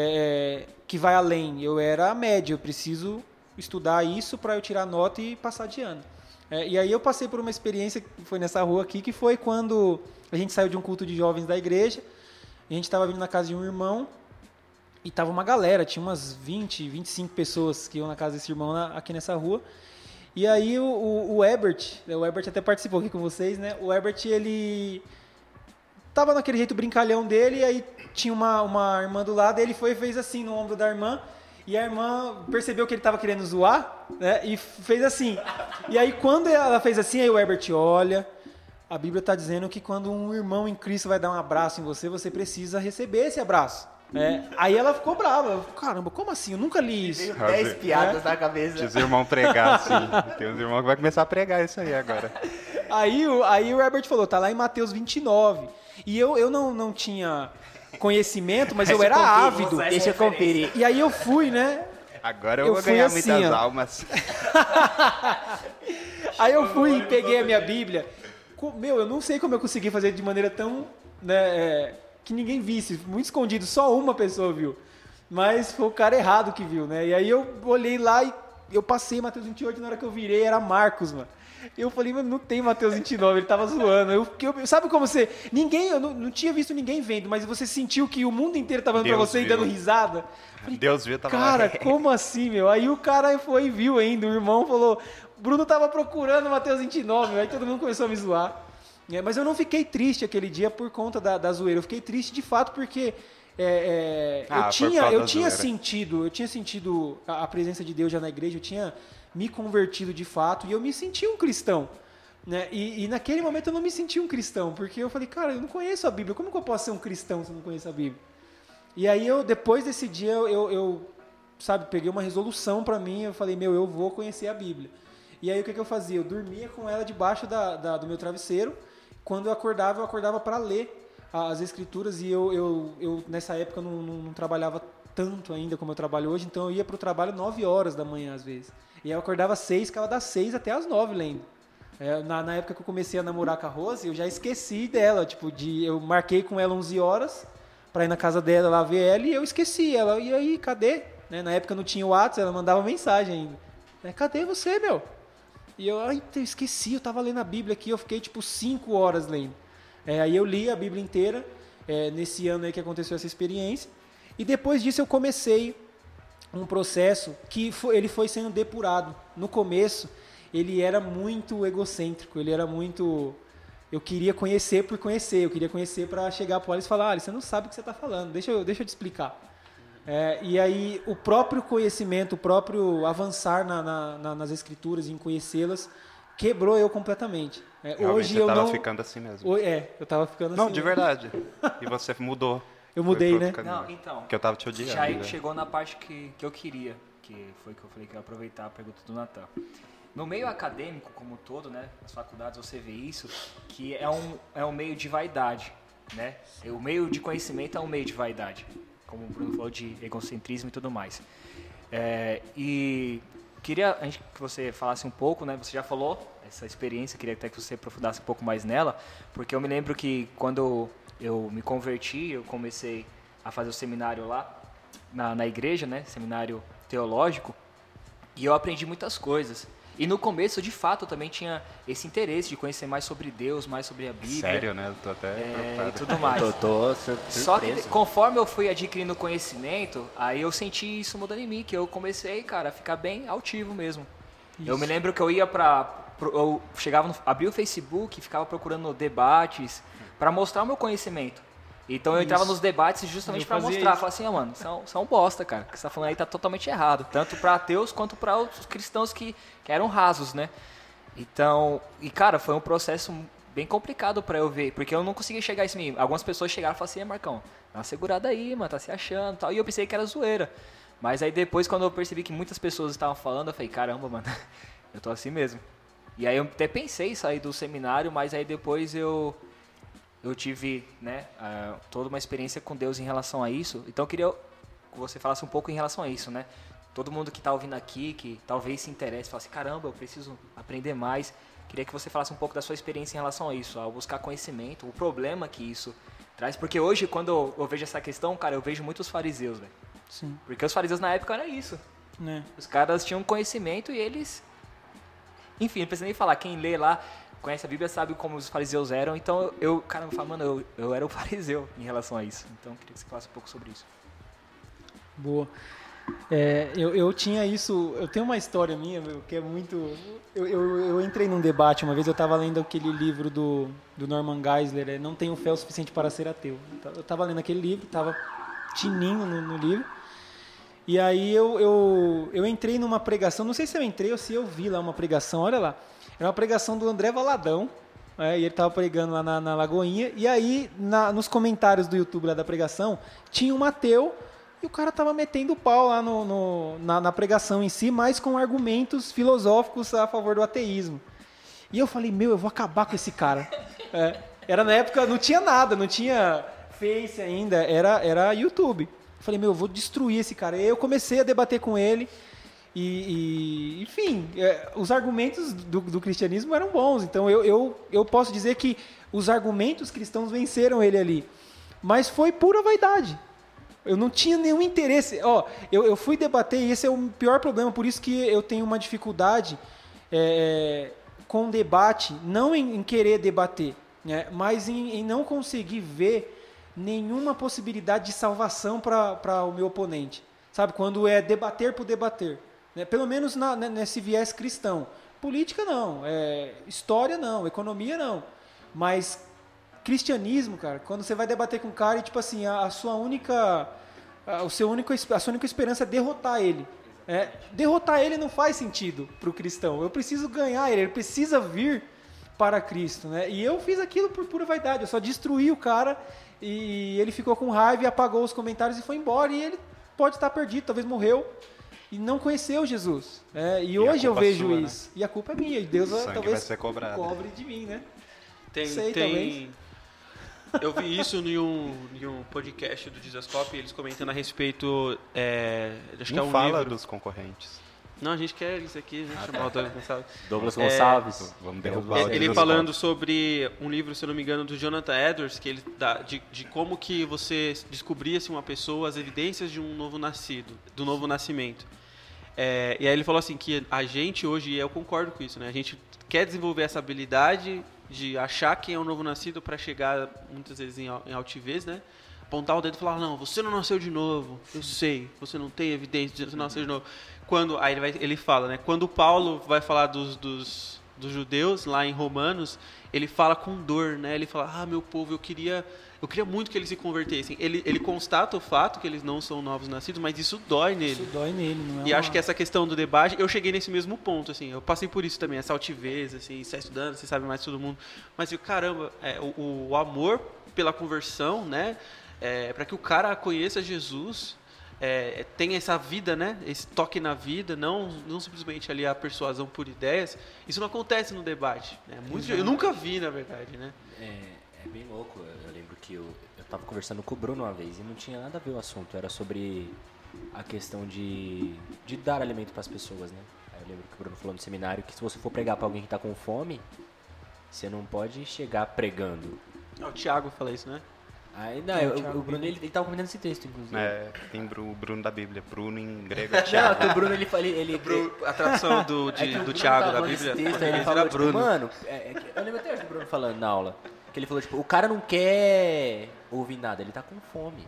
é, que vai além. Eu era a média, eu preciso estudar isso para eu tirar nota e passar de ano. É, e aí eu passei por uma experiência que foi nessa rua aqui, que foi quando a gente saiu de um culto de jovens da igreja, e a gente estava vindo na casa de um irmão, e tava uma galera, tinha umas vinte, vinte e cinco pessoas que iam na casa desse irmão na, aqui nessa rua. E aí o, o, o Herbert, o Herbert até participou aqui com vocês, né? O Herbert, ele tava naquele jeito brincalhão dele, e aí tinha uma, uma irmã do lado, ele foi e fez assim no ombro da irmã, e a irmã percebeu que ele tava querendo zoar, né? E fez assim. E aí quando ela fez assim, aí o Herbert, olha, a Bíblia está dizendo que quando um irmão em Cristo vai dar um abraço em você, você precisa receber esse abraço. É, aí ela ficou brava. Eu, Caramba, como assim? Eu nunca li isso. dez piadas na cabeça. Se os irmãos pregar, assim. Tem uns irmãos que vai começar a pregar isso aí agora. Aí, o- aí o Herbert falou, tá lá em Mateus vinte e nove. E eu, eu não, não tinha conhecimento, mas eu era ávido. Deixa eu conferir. E aí eu fui, né? Agora eu, Eu vou fui ganhar assim, muitas ó. almas. Aí eu fui e peguei a minha Bíblia. Co- Meu, eu não sei como eu consegui fazer de maneira tão, né, é, que ninguém visse, muito escondido, só uma pessoa viu. Mas foi o cara errado que viu, né? E aí eu olhei lá e eu passei Mateus vinte e oito, na hora que eu virei era Marcos, mano. Eu falei, mano, não tem Mateus vinte e nove, ele tava zoando. Eu, eu- sabe como você... Ninguém, eu não, não tinha visto ninguém vendo, mas você sentiu que o mundo inteiro tava olhando pra Deus você e viu. dando risada. Deus viu, tava Cara, lá. como assim, meu? Aí o cara foi e viu ainda, o irmão falou, Bruno tava procurando Mateus vinte e nove, aí todo mundo começou a me zoar. É, mas eu não fiquei triste aquele dia por conta da, da zoeira, eu fiquei triste de fato porque é, é, Ah, eu foi por tinha, causa eu da tinha zoeira. sentido, eu tinha sentido a, a presença de Deus já na igreja, eu tinha me convertido de fato e eu me senti um cristão. Né? E, e naquele momento eu não me senti um cristão, porque eu falei, cara, eu não conheço a Bíblia, como que eu posso ser um cristão se eu não conheço a Bíblia? E aí eu, depois desse dia, eu, eu sabe, peguei uma resolução pra mim, eu falei, meu, eu vou conhecer a Bíblia. E aí o que, que eu fazia? Eu dormia com ela debaixo da, da- do meu travesseiro, quando eu acordava, eu acordava para ler as escrituras, e eu, eu, eu nessa época não, não, não trabalhava tanto ainda como eu trabalho hoje, então eu ia pro trabalho nove horas da manhã às vezes. E aí eu acordava às seis, ficava das seis até às nove lendo. É, na, na época que eu comecei a namorar com a Rose, eu já esqueci dela, tipo, de, eu marquei com ela onze horas pra ir na casa dela lá ver ela e eu esqueci ela. E aí, cadê? Né, na época não tinha o WhatsApp, ela mandava mensagem ainda. Né, cadê você, meu? E eu, ai, eu esqueci, eu tava lendo a Bíblia aqui, eu fiquei tipo cinco horas lendo. É, aí eu li a Bíblia inteira, é, nesse ano aí que aconteceu essa experiência. E depois disso eu comecei um processo que foi, ele foi sendo depurado. No começo, ele era muito egocêntrico, ele era muito... Eu queria conhecer por conhecer, eu queria conhecer para chegar para o Alisson e falar, ah, você não sabe o que você está falando, deixa eu, deixa eu te explicar. É, e aí o próprio conhecimento, o próprio avançar na, na, na, nas escrituras, em conhecê-las, quebrou eu completamente. É, Realmente hoje você eu tava não... ficando assim mesmo. Ho- É, eu tava ficando Não, assim. de verdade. E você mudou. Eu Foi mudei, pro né? outro caminho. Não, então. Que eu tava te odiando. Já né? chegou na parte que, que eu queria, que foi que eu falei que eu ia aproveitar a pergunta do Natan. No meio acadêmico, como um todo, né, nas faculdades você vê isso, que é um, é um meio de vaidade, né? O meio de conhecimento é um meio de vaidade, como o Bruno falou de egocentrismo e tudo mais. É, e queria a gente, que você falasse um pouco, né? Você já falou essa experiência, queria até que você aprofundasse um pouco mais nela, porque eu me lembro que quando eu me converti, eu comecei a fazer o seminário lá na, na igreja, né? Seminário teológico, e eu aprendi muitas coisas. E no começo, de fato, eu também tinha esse interesse de conhecer mais sobre Deus, mais sobre a Bíblia. Sério, né? Eu tô até É, e preocupado. tudo mais. Tô, tô sur- Só que surpreso. conforme eu fui adquirindo conhecimento, aí eu senti isso mudando em mim, que eu comecei, cara, a ficar bem altivo mesmo. Eu me lembro que eu ia pra... pro- Eu chegava, no, abria o Facebook e ficava procurando debates pra mostrar o meu conhecimento. Então eu entrava Isso. nos debates justamente Eu pra fazia mostrar. isso. Falar assim, ah, mano, são, são bosta, cara. O que você tá falando aí tá totalmente errado. Tanto pra ateus quanto pra outros cristãos que, que eram rasos, né? Então, e cara, foi um processo bem complicado pra eu ver, porque eu não conseguia chegar a isso em mim. Algumas pessoas chegaram e falaram assim, é, Marcão, dá uma segurada aí, mano, tá se achando e tal. E eu pensei que era zoeira. Mas aí depois, quando eu percebi que muitas pessoas estavam falando, eu falei, caramba, mano, eu tô assim mesmo. E aí eu até pensei em sair do seminário, mas aí depois eu... eu tive, né, uh, toda uma experiência com Deus em relação a isso. Então eu queria que você falasse um pouco em relação a isso, né? Todo mundo que está ouvindo aqui, que talvez se interesse, fala assim, caramba, eu preciso aprender mais. Queria que você falasse um pouco da sua experiência em relação a isso, ao buscar conhecimento, o problema que isso traz. Porque hoje, quando eu, eu vejo essa questão, cara, eu vejo muitos fariseus, velho. Sim, Porque os fariseus na época era isso. né? Os caras tinham conhecimento e eles... Enfim, não precisa nem falar, quem lê lá, conhece a Bíblia, sabe como os fariseus eram. Então, eu, cara, eu falo, mano, eu, eu era o fariseu em relação a isso. Então, eu queria que você falasse um pouco sobre isso. Boa. É, eu, eu tinha isso, eu tenho uma história minha, meu, que é muito... Eu, eu, eu entrei num debate uma vez, eu estava lendo aquele livro do, do Norman Geisler, é, Não Tenho Fé o Suficiente para Ser Ateu. Eu estava lendo aquele livro, estava tininho no, no livro, e aí eu, eu, eu entrei numa pregação, não sei se eu entrei ou se eu vi lá uma pregação, olha lá, era uma pregação do André Valadão, é, e ele tava pregando lá na, na Lagoinha, e aí na, nos comentários do YouTube lá da pregação, tinha um ateu, e o cara tava metendo o pau lá no, no, na, na pregação em si, mas com argumentos filosóficos a favor do ateísmo. E eu falei, meu, eu vou acabar com esse cara. É, era na época, não tinha nada, não tinha Face ainda, era, era YouTube. Eu falei, meu, eu vou destruir esse cara. E aí eu comecei a debater com ele, e, e enfim, é, os argumentos do, do cristianismo eram bons. Então eu, eu, eu posso dizer que os argumentos cristãos venceram ele ali. Mas foi pura vaidade. Eu não tinha nenhum interesse. Ó, eu, eu fui debater, e esse é o pior problema, por isso que eu tenho uma dificuldade é, com debate, não em, em querer debater, né, mas em, em não conseguir ver nenhuma possibilidade de salvação para o meu oponente. Sabe, quando é debater por debater. Né, pelo menos na, nesse viés cristão. Política não, é, história não, economia não. Mas cristianismo, cara, quando você vai debater com o cara e, tipo assim, a, a sua única... A, o seu único, a sua única esperança é derrotar ele. É, derrotar ele não faz sentido para o cristão. Eu preciso ganhar ele, ele precisa vir para Cristo. Né? E eu fiz aquilo por pura vaidade. Eu só destruí o cara e ele ficou com raiva e apagou os comentários e foi embora. E ele pode estar perdido, talvez morreu e não conheceu Jesus. É, e, e hoje eu vejo sua, isso. Né? E a culpa é minha. E Deus talvez vai ser cobrado. cobre de mim, né? Tem, Sei, tem... talvez. Eu vi isso em um, em um podcast do Dizascope, eles comentando a respeito. É, acho não que é um fala livro. dos concorrentes. Não, a gente quer isso aqui, a gente ah, chamar o Douglas Gonçalves. Douglas Gonçalves. É, vamos derrubar é, o Ele falando sobre um livro, se eu não me engano, do Jonathan Edwards, que ele dá, de, de como que você descobria se uma pessoa, as evidências de um novo nascido, do novo nascimento. É, e aí ele falou assim que a gente hoje, e eu concordo com isso, né? A gente quer desenvolver essa habilidade de achar quem é o novo nascido para chegar muitas vezes em, em altivez, né? Apontar o dedo e falar, não, você não nasceu de novo, eu sei, você não tem evidência de que você não nasceu de novo. Quando, aí ele, vai, ele fala, né? Quando Paulo vai falar dos, dos, dos judeus lá em Romanos, ele fala com dor, né? Ele fala, ah, meu povo, eu queria, eu queria muito que eles se convertessem. Ele, ele constata o fato que eles não são novos nascidos, mas isso dói nele. Isso dói nele, não é? E uma... acho que essa questão do debate, eu cheguei nesse mesmo ponto, assim, eu passei por isso também, essa altivez, assim, você está estudando, você sabe mais de todo mundo, mas eu, caramba, é, o, o amor pela conversão, né, é, para que o cara conheça Jesus, é, tenha essa vida, né, esse toque na vida, não, não simplesmente ali a persuasão por ideias, isso não acontece no debate, né, muito, eu nunca vi, na verdade, né. É, é bem louco, eu lembro que eu, eu tava conversando com o Bruno uma vez e não tinha nada a ver o assunto, era sobre a questão de, de dar alimento para as pessoas, né? Aí eu lembro que o Bruno falou no seminário que se você for pregar para alguém que está com fome, você não pode chegar pregando. Ah, o Thiago fala isso, né? Aí, não, eu, o, o Bruno, ele, ele tava comentando esse texto, inclusive. É, tem o Bruno da Bíblia, Bruno em grego é Não, Thiago. que o Bruno, ele fala, ele... ele Bruno, a tradução do, de, é que o do Bruno Thiago tava da falando Bíblia, esse texto, aí ele ele falou, tipo, Bruno. mano, é, é que, eu lembro até hoje do Bruno falando na aula, que ele falou, tipo, o cara não quer ouvir nada, ele tá com fome.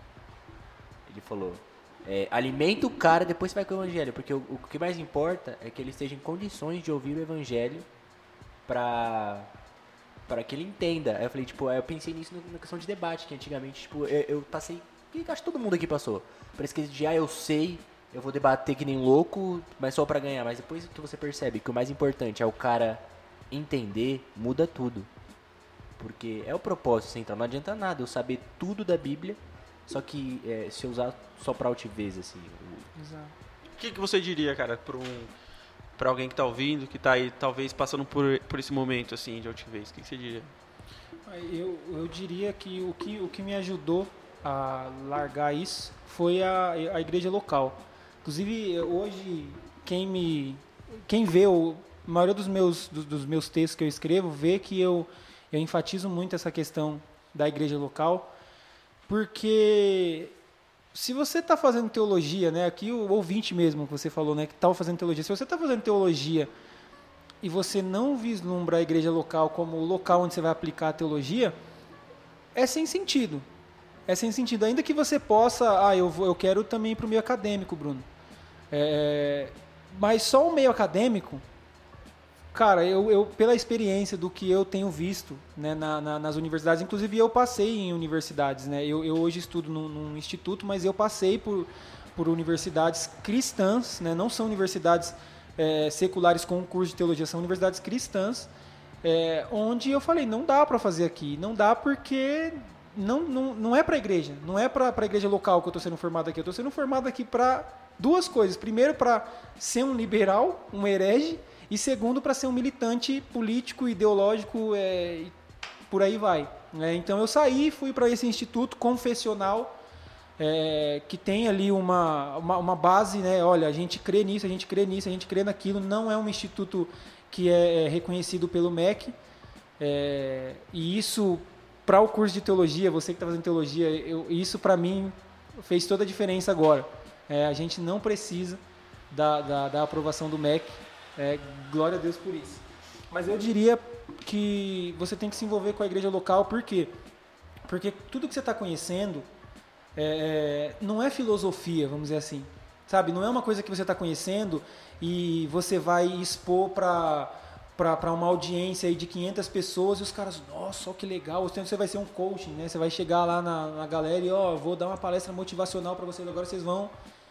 Ele falou, é, alimenta o cara, depois você vai com o evangelho, porque o, o que mais importa é que ele esteja em condições de ouvir o evangelho pra, pra que ele entenda. Aí eu falei, tipo, aí eu pensei nisso na questão de debate, que antigamente, tipo, eu, eu passei, que acho que todo mundo aqui passou, por esse quesito de, ah, eu sei, eu vou debater que nem louco, mas só pra ganhar, mas depois que você percebe que o mais importante é o cara entender, muda tudo. Porque é o propósito central, não adianta nada eu saber tudo da Bíblia, só que é, se eu usar só pra altivez, assim. O... Exato. O que, que você diria, cara, para um, para alguém que tá ouvindo, que tá aí talvez passando por, por esse momento assim de altivez? O que, que você diria? Eu, eu diria que o, que o que me ajudou a largar isso foi a, a igreja local. Inclusive, hoje, quem me quem vê, o, a maioria dos meus, dos, dos meus textos que eu escrevo, vê que eu, eu enfatizo muito essa questão da igreja local, porque se você está fazendo teologia, né, aqui o ouvinte mesmo que você falou, né, que estava fazendo teologia, se você está fazendo teologia e você não vislumbra a igreja local como o local onde você vai aplicar a teologia, é sem sentido. É sem sentido. Ainda que você possa, ah, eu, vou, eu quero também ir para o meio acadêmico, Bruno. É, mas só o meio acadêmico, cara, eu, eu, pela experiência do que eu tenho visto, né, na, na, nas universidades, inclusive eu passei em universidades, né, eu, eu hoje estudo num, num instituto, mas eu passei por, por universidades cristãs, né, não são universidades é, seculares com um curso de teologia, são universidades cristãs, é, onde eu falei, não dá para fazer aqui, não dá porque não, não, não é para a igreja, não é para a igreja local que eu estou sendo formado aqui, eu estou sendo formado aqui para duas coisas. Primeiro, para ser um liberal, um herege, e segundo, para ser um militante político, ideológico, é, e por aí vai. Né? Então eu saí, fui para esse instituto confessional, é, que tem ali uma, uma, uma base, né? Olha, a gente crê nisso, a gente crê nisso, a gente crê naquilo, não é um instituto que é, é reconhecido pelo M E C, é, e isso, para o curso de teologia, você que está fazendo teologia, eu, isso para mim fez toda a diferença agora. É, a gente não precisa da, da, da aprovação do M E C, é, glória a Deus por isso. Mas eu diria que você tem que se envolver com a igreja local, por quê? Porque tudo que você está conhecendo é, não é filosofia, vamos dizer assim, sabe? Não é uma coisa que você está conhecendo e você vai expor para para uma audiência aí de quinhentas pessoas e os caras, nossa, ó, que legal, você vai ser um coaching, né? Você vai chegar lá na, na galera e, ó, vou dar uma palestra motivacional para vocês, agora vocês vão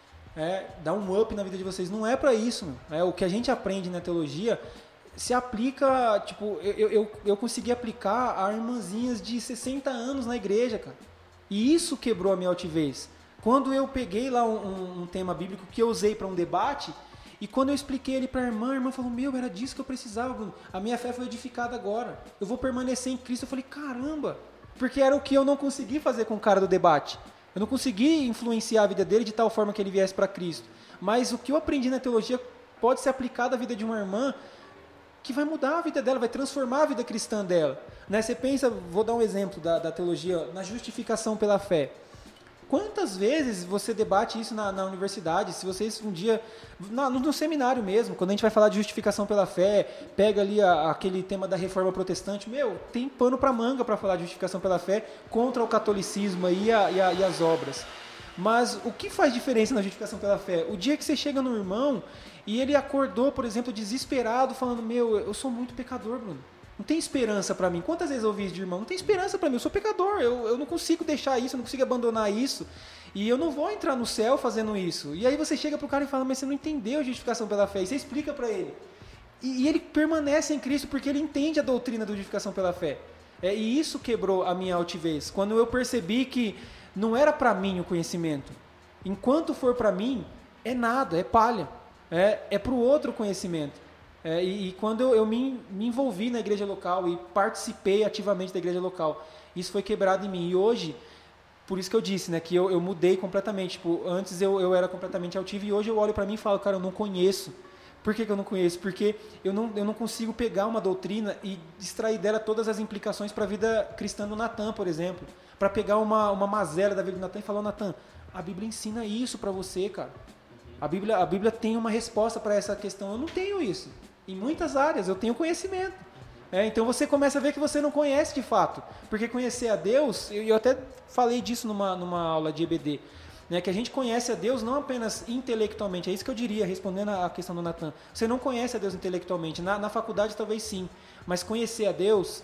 é, dar um up na vida de vocês. Não é para isso, meu. É, o que a gente aprende na teologia se aplica, tipo, eu, eu, eu consegui aplicar a irmãzinhas de sessenta anos na igreja, cara. E isso quebrou a minha altivez. Quando eu peguei lá um, um, um tema bíblico que eu usei para um debate, e quando eu expliquei ele para a irmã, a irmã falou, meu, era disso que eu precisava, Bruno. A minha fé foi edificada agora. Eu vou permanecer em Cristo. Eu falei, caramba, porque era o que eu não consegui fazer com o cara do debate. Eu não consegui influenciar a vida dele de tal forma que ele viesse para Cristo. Mas o que eu aprendi na teologia pode ser aplicado à vida de uma irmã que vai mudar a vida dela, vai transformar a vida cristã dela. Né? Você pensa, vou dar um exemplo da, da teologia, na justificação pela fé. Quantas vezes você debate isso na, na universidade? Se vocês um dia, na, no, no seminário mesmo, quando a gente vai falar de justificação pela fé, pega ali a, aquele tema da reforma protestante, meu, tem pano para manga para falar de justificação pela fé contra o catolicismo e, a, e, a, e as obras. Mas o que faz diferença na justificação pela fé? O dia que você chega no irmão e ele acordou, por exemplo, desesperado, falando, meu, eu sou muito pecador, Bruno. Não tem esperança para mim. Quantas vezes eu ouvi isso de irmão? Não tem esperança para mim, eu sou pecador, eu, eu não consigo deixar isso, eu não consigo abandonar isso, e eu não vou entrar no céu fazendo isso. E aí você chega pro cara e fala, mas você não entendeu a justificação pela fé, e você explica para ele. E, e ele permanece em Cristo porque ele entende a doutrina da justificação pela fé. É, e isso quebrou a minha altivez. Quando eu percebi que não era para mim o conhecimento. Enquanto for para mim, é nada, é palha. É, é para o outro o conhecimento. É, e, e quando eu, eu me, me envolvi na igreja local e participei ativamente da igreja local, isso foi quebrado em mim. E hoje, por isso que eu disse, né, que eu, eu mudei completamente. Tipo, antes eu, eu era completamente altivo e hoje eu olho para mim e falo, cara, eu não conheço. Por que, que eu não conheço? Porque eu não, eu não consigo pegar uma doutrina e extrair dela todas as implicações para a vida cristã do Natan, por exemplo. Para pegar uma, uma mazela da vida do Natan e falar, Natan, a Bíblia ensina isso para você, cara. A Bíblia, a Bíblia tem uma resposta para essa questão. Eu não tenho isso. Em muitas áreas, eu tenho conhecimento. É, então você começa a ver que você não conhece de fato. Porque conhecer a Deus, eu, eu até falei disso numa, numa aula de E B D, né, que a gente conhece a Deus não apenas intelectualmente, é isso que eu diria, respondendo à questão do Natan. Você não conhece a Deus intelectualmente, na, na faculdade talvez sim, mas conhecer a Deus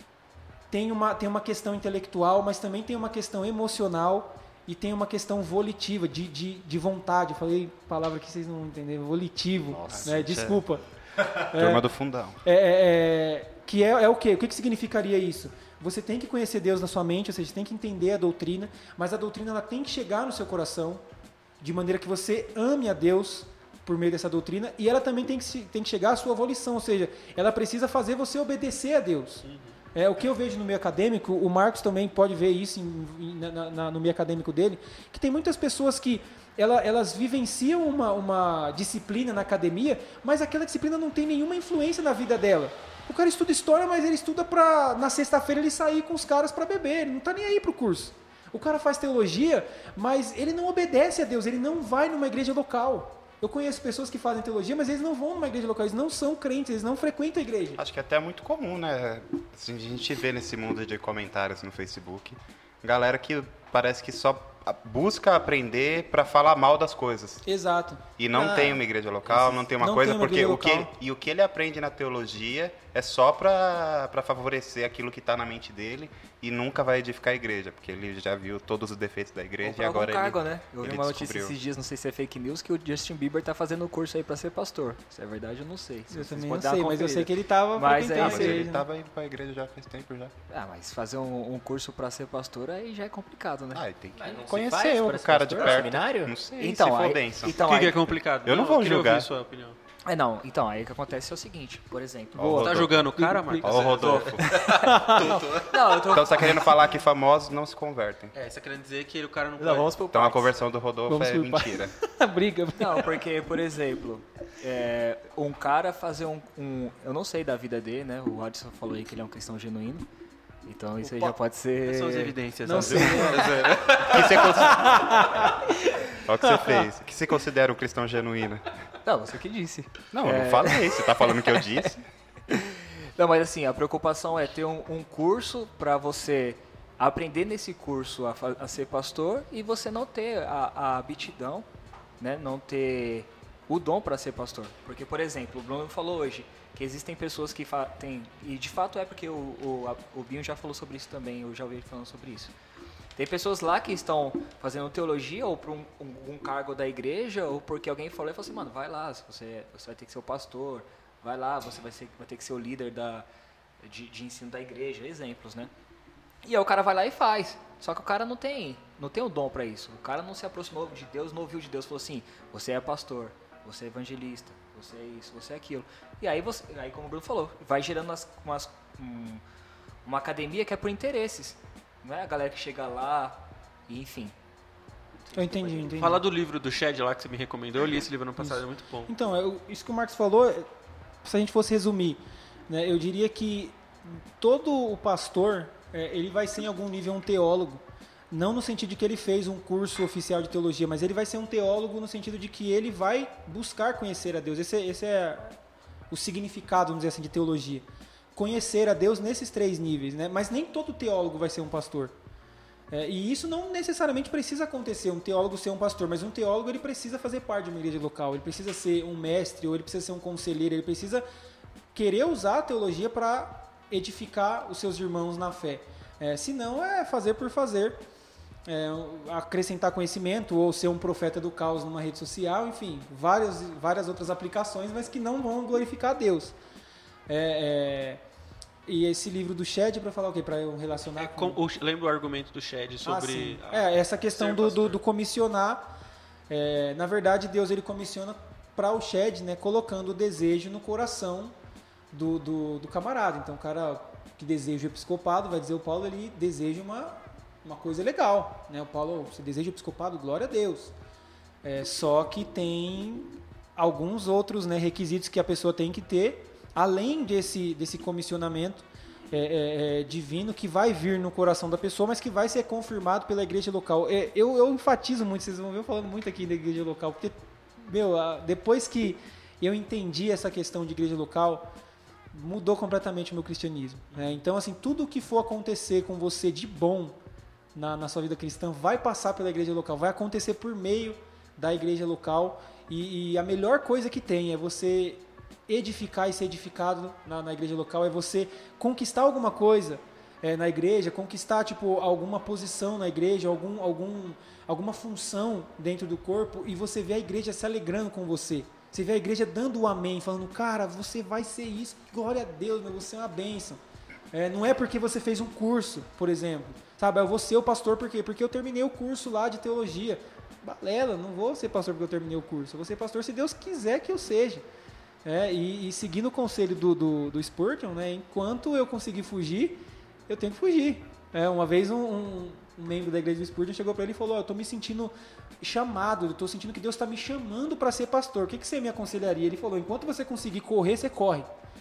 tem uma, tem uma questão intelectual, mas também tem uma questão emocional e tem uma questão volitiva, de, de, de vontade. Eu falei palavra que vocês não entenderam, volitivo, Nossa, né, desculpa. É, turma do fundão. É, é, é, que é, é o quê? O que, que significaria isso? Você tem que conhecer Deus na sua mente, ou seja, tem que entender a doutrina, mas a doutrina ela tem que chegar no seu coração, de maneira que você ame a Deus por meio dessa doutrina, e ela também tem que, tem que chegar à sua volição, ou seja, ela precisa fazer você obedecer a Deus. Uhum. É, o que eu vejo no meio acadêmico, o Marcos também pode ver isso em, em, na, na, no meio acadêmico dele, que tem muitas pessoas que ela, elas vivenciam uma, uma disciplina na academia, mas aquela disciplina não tem nenhuma influência na vida dela. O cara estuda história, mas ele estuda para na sexta-feira ele sair com os caras para beber, ele não está nem aí para o curso. O cara faz teologia, mas ele não obedece a Deus, ele não vai numa igreja local. Eu conheço pessoas que fazem teologia, mas eles não vão numa igreja local, eles não são crentes, eles não frequentam a igreja. Acho que até é muito comum, né? Assim, a gente vê nesse mundo de comentários no Facebook, galera que parece que só busca aprender para falar mal das coisas. Exato. E não ah, tem uma igreja local, não tem uma não coisa, tem uma porque o que, e o que ele aprende na teologia é só para favorecer aquilo que está na mente dele e nunca vai edificar a igreja, porque ele já viu todos os defeitos da igreja Ou pra e agora algum cargo, ele, né? Eu vi ele uma notícia descobriu. esses dias, não sei se é fake news, que o Justin Bieber tá fazendo um curso aí pra ser pastor. Se é verdade, eu não sei. Se Eu vocês também não podem dar uma sei, mas eu conferida. sei que ele tava Mas frequentando é Ah, a mas isso igreja. ele né? tava indo pra igreja já faz tempo já. Ah, mas fazer um, um curso pra ser pastor aí já é complicado, né? Ah, tem que Mas não se conhecer faz o pra ser cara de pastor? perto. Seminário? Não sei, Então, se for aí- bênção. então, O que, que aí- é complicado? Eu não vou eu queria julgar. ouvir sua opinião. É, não, então, aí o que acontece é o seguinte, por exemplo. Ó, Você tá Rodolfo. julgando o cara, Marcos? Ó o Rodolfo. Não, eu tô. Então você tá querendo falar que famosos não se convertem. É, você tá querendo dizer que ele, o cara não Não, pode. vamos pro Então a partes. conversão do Rodolfo Vamos é por par- mentira. Briga. Não, porque, por exemplo, é, um cara fazer um, um- Eu não sei da vida dele, né? O Adson falou aí que ele é um cristão genuíno. Então isso aí já pode ser. Quais são as evidências? Não né? sei. O que você considera... Olha o que você fez. O que você considera um cristão genuíno? Não, você que disse. Não, eu É. não falei. Você tá falando que eu disse. Não, mas assim, a preocupação é ter um, um curso para você aprender nesse curso a, fa- a ser pastor e você não ter a, a aptidão, né? Não ter o dom para ser pastor. Porque, por exemplo, o Bruno falou hoje que existem pessoas que fa- têm... E de fato é porque o, o, a- o Binho já falou sobre isso também, eu já ouvi ele falando sobre isso. Tem pessoas lá que estão fazendo teologia ou para um, um, um cargo da igreja ou porque alguém falou e falou assim, mano, vai lá, você, você vai ter que ser o pastor, vai lá, você vai, ser, vai ter que ser o líder da, de, de ensino da igreja, exemplos, né? E aí o cara vai lá e faz. Só que o cara não tem, não tem o dom para isso. O cara não se aproximou de Deus, não ouviu de Deus, falou assim, você é pastor, você é evangelista, você é isso, você é aquilo. E aí, você, aí como o Bruno falou, vai gerando umas, umas, um, uma academia que é por interesses. Não é a galera que chega lá e enfim. Eu entendi, eu entendi. Fala do livro do Shed lá que você me recomendou. Eu li esse livro ano passado, é muito bom. Então, eu- isso que o Marcos falou, é, se a gente fosse resumir, né, eu diria que todo o pastor, é, ele vai ser em algum nível um teólogo, não no sentido de que ele fez um curso oficial de teologia, mas ele vai ser um teólogo no sentido de que ele vai buscar conhecer a Deus. Esse, é- esse é o significado, vamos dizer assim, de teologia. Conhecer a Deus nesses três níveis, né? Mas nem todo teólogo vai ser um pastor. É, e isso não necessariamente precisa acontecer, um teólogo ser um pastor, mas um teólogo ele precisa fazer parte de uma igreja local, ele precisa ser um mestre, ou ele precisa ser um conselheiro, ele precisa querer usar a teologia para edificar os seus irmãos na fé. É, se não, é fazer por fazer, é, acrescentar conhecimento, ou ser um profeta do caos numa rede social, enfim, várias, várias outras aplicações, mas que não vão glorificar a Deus. É, é, e esse livro do Shed, para falar o quê? Para eu relacionar É, com... com, o, lembra o argumento do Shed sobre... Ah, sim. É, essa questão ser do, do, pastor. do comissionar. É, na verdade, Deus ele comissiona para o Shed, né, colocando o desejo no coração do, do, do camarada. Então, o cara que deseja o episcopado, vai dizer o Paulo, ele deseja uma, uma coisa legal. Né? O Paulo, você deseja o episcopado, glória a Deus. É, só que tem alguns outros, né, requisitos que a pessoa tem que ter, além desse, desse comissionamento é, é, é, divino que vai vir no coração da pessoa, mas que vai ser confirmado pela igreja local. É, eu, eu enfatizo muito, vocês vão ver eu falando muito aqui da igreja local, porque, meu, a- depois que eu entendi essa questão de igreja local, mudou completamente o meu cristianismo. Né? Então, assim, tudo que for acontecer com você de bom na, na sua vida cristã vai passar pela igreja local, vai acontecer por meio da igreja local, e, e a melhor coisa que tem é você edificar e ser edificado na, na igreja local, é você conquistar alguma coisa é, na igreja, conquistar tipo alguma posição na igreja, algum, algum, alguma função dentro do corpo, e você vê a igreja se alegrando com você. Você vê a igreja dando o amém, falando, cara, você vai ser isso, glória a Deus, meu, você é uma bênção. É, não é porque você fez um curso, por exemplo, sabe? Eu vou ser o pastor por quê? Porque eu terminei o curso lá de teologia. Balela, não vou ser pastor porque eu terminei o curso, eu vou ser pastor se Deus quiser que eu seja. É, e, e seguindo o conselho do, do, do Spurgeon, né, enquanto eu conseguir fugir, eu tenho que fugir. É, uma vez um, um, um membro da igreja do Spurgeon chegou para ele e falou, oh, eu estou me sentindo chamado, eu estou sentindo que Deus está me chamando para ser pastor, o que, que você me aconselharia? Ele falou, enquanto você conseguir correr, você corre.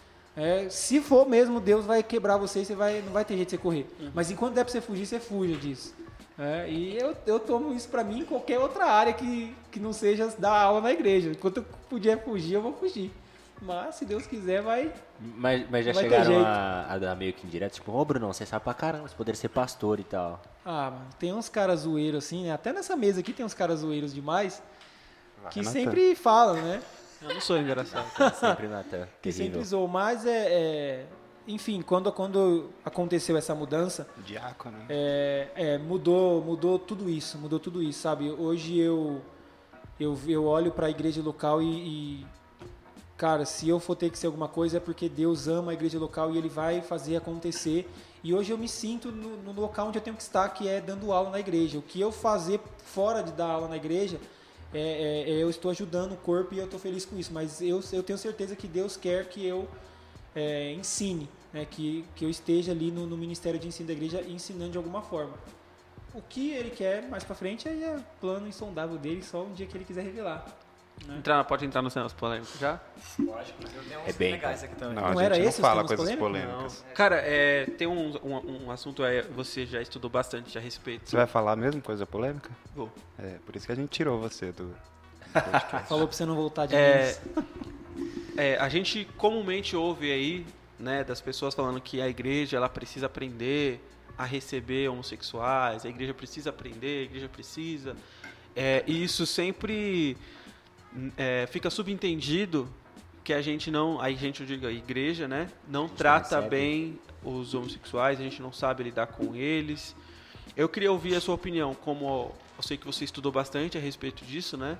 É, se for mesmo, Deus vai quebrar você e você vai, não vai ter jeito de você correr. Uhum. Mas enquanto der para você fugir, você fuja disso. É, e eu, eu tomo isso para mim em qualquer outra área que, que não seja dar aula na igreja. Enquanto eu puder fugir, eu vou fugir. Mas, se Deus quiser, vai... Mas, mas já Vai ter chegaram jeito. a, a dar meio que indireto, tipo, ô Bruno, você sabe pra caramba, você poderia ser pastor e tal. Ah, mano, tem uns caras zoeiros assim, né? Até nessa mesa aqui tem uns caras zoeiros demais que Renata. sempre falam, né? Eu não sou engraçado. Sempre Natan. Que terrível. sempre zoam. Mas é, é... enfim, quando, quando aconteceu essa mudança, Diácono, né? é, é, mudou, mudou tudo isso, mudou tudo isso, sabe? Hoje eu, eu, eu olho para a igreja local e, e, cara, se eu for ter que ser alguma coisa é porque Deus ama a igreja local e Ele vai fazer acontecer. E hoje eu me sinto no, no local onde eu tenho que estar, que é dando aula na igreja. O que eu fazer fora de dar aula na igreja, é, é, é eu estou ajudando o corpo e eu estou feliz com isso. Mas eu, eu tenho certeza que Deus quer que eu é, ensine, né, que, que eu esteja ali no, no Ministério de Ensino da Igreja ensinando de alguma forma. O que Ele quer mais pra frente aí é plano insondável dele, só um dia que Ele quiser revelar. Né? Entrar, pode entrar no cenário polêmico já? Lógico, mas eu tenho uns É bem, legais aqui também. Não, Não a gente era não esse os fala temas coisas polêmicos? polêmicas. Cara, é, tem um, um, um assunto aí, você já estudou bastante a respeito. Você vai falar mesmo coisa polêmica? Vou. É, por isso que a gente tirou você do podcast. Falou pra você não voltar de É, vez. é, a gente comumente ouve aí, né, das pessoas falando que a igreja ela precisa aprender a receber homossexuais, a igreja precisa aprender, a igreja precisa. É, e isso sempre é, fica subentendido que a gente não, a gente, eu digo, a igreja, né, não trata recebe. bem os homossexuais, a gente não sabe lidar com eles. Eu queria ouvir a sua opinião, como eu sei que você estudou bastante a respeito disso, né?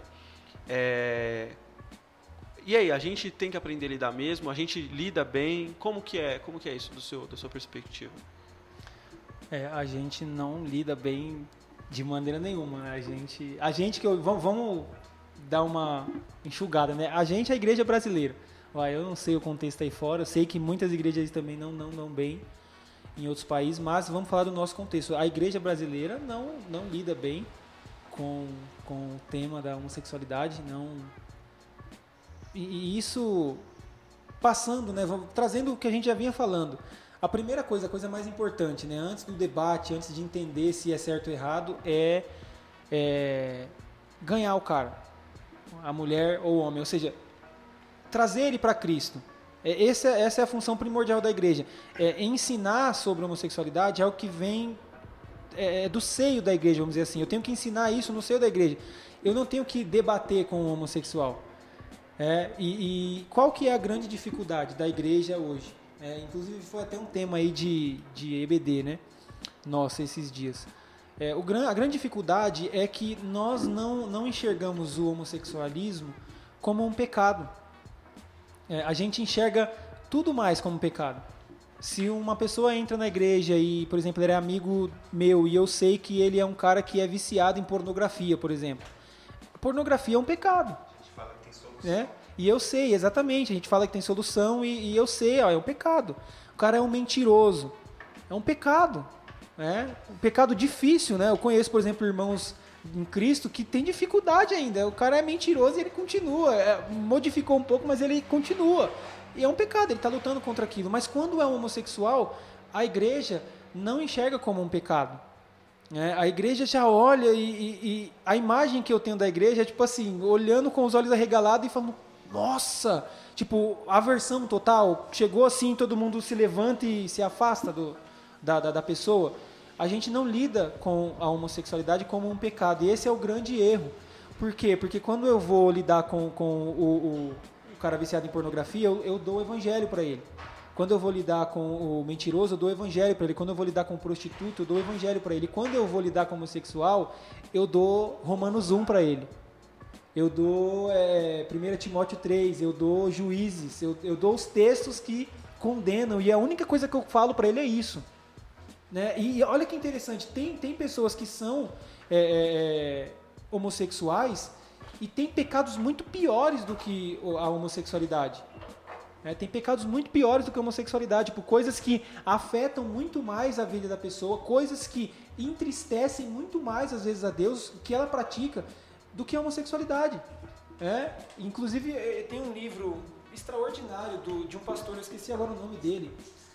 É, e aí, a gente tem que aprender a lidar mesmo? A gente lida bem? Como que é, como que é isso do seu, da sua perspectiva? É, a gente não lida bem de maneira nenhuma, né? A gente, a gente que eu, vamos, vamos dar uma enxugada, né? A gente é a igreja brasileira. Vai, eu não sei o contexto aí fora, eu sei que muitas igrejas também não não não bem em outros países, mas vamos falar do nosso contexto. A igreja brasileira não não lida bem com com o tema da homossexualidade, não. E, e isso passando, né? Vamos, trazendo o que a gente já vinha falando. A primeira coisa, a coisa mais importante, né, antes do debate, antes de entender se é certo ou errado, é, é ganhar o cara, a mulher ou o homem, ou seja, trazer ele para Cristo. É, essa, essa é a função primordial da igreja. É, ensinar sobre a homossexualidade é o que vem é, do seio da igreja, vamos dizer assim. Eu tenho que ensinar isso no seio da igreja. Eu não tenho que debater com o homossexual. É, e, e qual que é a grande dificuldade da igreja hoje? É, inclusive foi até um tema aí de, de E B D, né? Nossa, esses dias. É, o gran, a grande dificuldade é que nós não, não enxergamos o homossexualismo como um pecado. É, a gente enxerga tudo mais como um pecado. Se uma pessoa entra na igreja e, por exemplo, ele é amigo meu e eu sei que ele é um cara que é viciado em pornografia, por exemplo. Pornografia é um pecado. A gente fala que tem solução. Né? E eu sei, exatamente, a gente fala que tem solução e, e eu sei, ó, é um pecado. O cara é um mentiroso, é um pecado, né? Um pecado difícil, né? Eu conheço, por exemplo, irmãos em Cristo que tem dificuldade ainda. O cara é mentiroso e ele continua, é, modificou um pouco, mas ele continua. E é um pecado, ele está lutando contra aquilo. Mas quando é um homossexual, a igreja não enxerga como um pecado. É, a igreja já olha e, e, e a imagem que eu tenho da igreja é tipo assim, olhando com os olhos arregalados e falando, nossa, tipo, aversão total, chegou assim, todo mundo se levanta e se afasta do, da, da, da pessoa. A gente não lida com a homossexualidade como um pecado, e esse é o grande erro. Por quê? Porque quando eu vou lidar com, com o, o, o cara viciado em pornografia, eu, eu dou o evangelho para ele. Quando eu vou lidar com o mentiroso, eu dou o evangelho para ele. Quando eu vou lidar com o prostituto, eu dou o evangelho para ele. Quando eu vou lidar com o homossexual, eu dou Romanos um para ele. Eu dou é, primeiro Timóteo três, eu dou Juízes, eu, eu dou os textos que condenam. E a única coisa que eu falo para ele é isso. Né? E olha que interessante, tem, tem pessoas que são é, é, homossexuais e tem pecados muito piores do que a homossexualidade. É, tem pecados muito piores do que a homossexualidade, tipo, coisas que afetam muito mais a vida da pessoa, coisas que entristecem muito mais, às vezes, a Deus, que ela pratica, do que a homossexualidade. É, inclusive, tem um livro extraordinário do, de um pastor, eu esqueci agora o nome dele.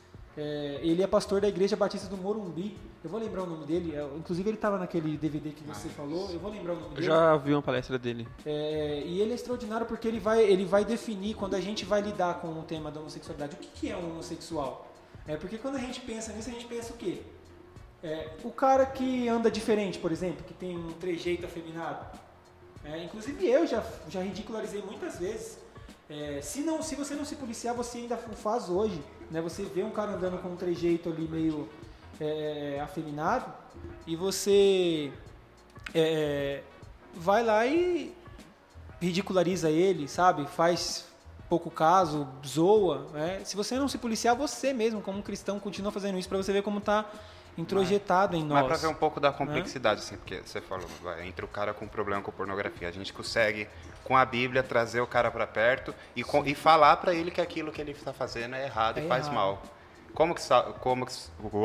É, ele é pastor da Igreja Batista do Morumbi. Eu vou lembrar o nome dele. É, inclusive, ele estava naquele D V D que você falou. Eu vou lembrar o nome Eu dele. já vi uma palestra dele. É, e ele é extraordinário porque ele vai, ele vai definir, quando a gente vai lidar com o tema da homossexualidade, o que, que é um homossexual. É, porque quando a gente pensa nisso, a gente pensa o quê? É, o cara que anda diferente, por exemplo, que tem um trejeito afeminado. É, inclusive eu já, já ridicularizei muitas vezes É, se, não, se você não se policiar, você ainda faz hoje, né? Você vê um cara andando com um trejeito ali meio é, afeminado e você é, vai lá e ridiculariza ele, sabe? Faz pouco caso, zoa, né? Se você não se policiar, você mesmo, como um cristão, continua fazendo isso para você ver como tá introjetado em nós. Mas para ver um pouco da complexidade, assim, porque você falou, vai, entre o cara com problema com pornografia, a gente consegue, com a Bíblia, trazer o cara para perto e, com, e falar para ele que aquilo que ele está fazendo é errado É e faz errado. mal. Como que... sa- Como que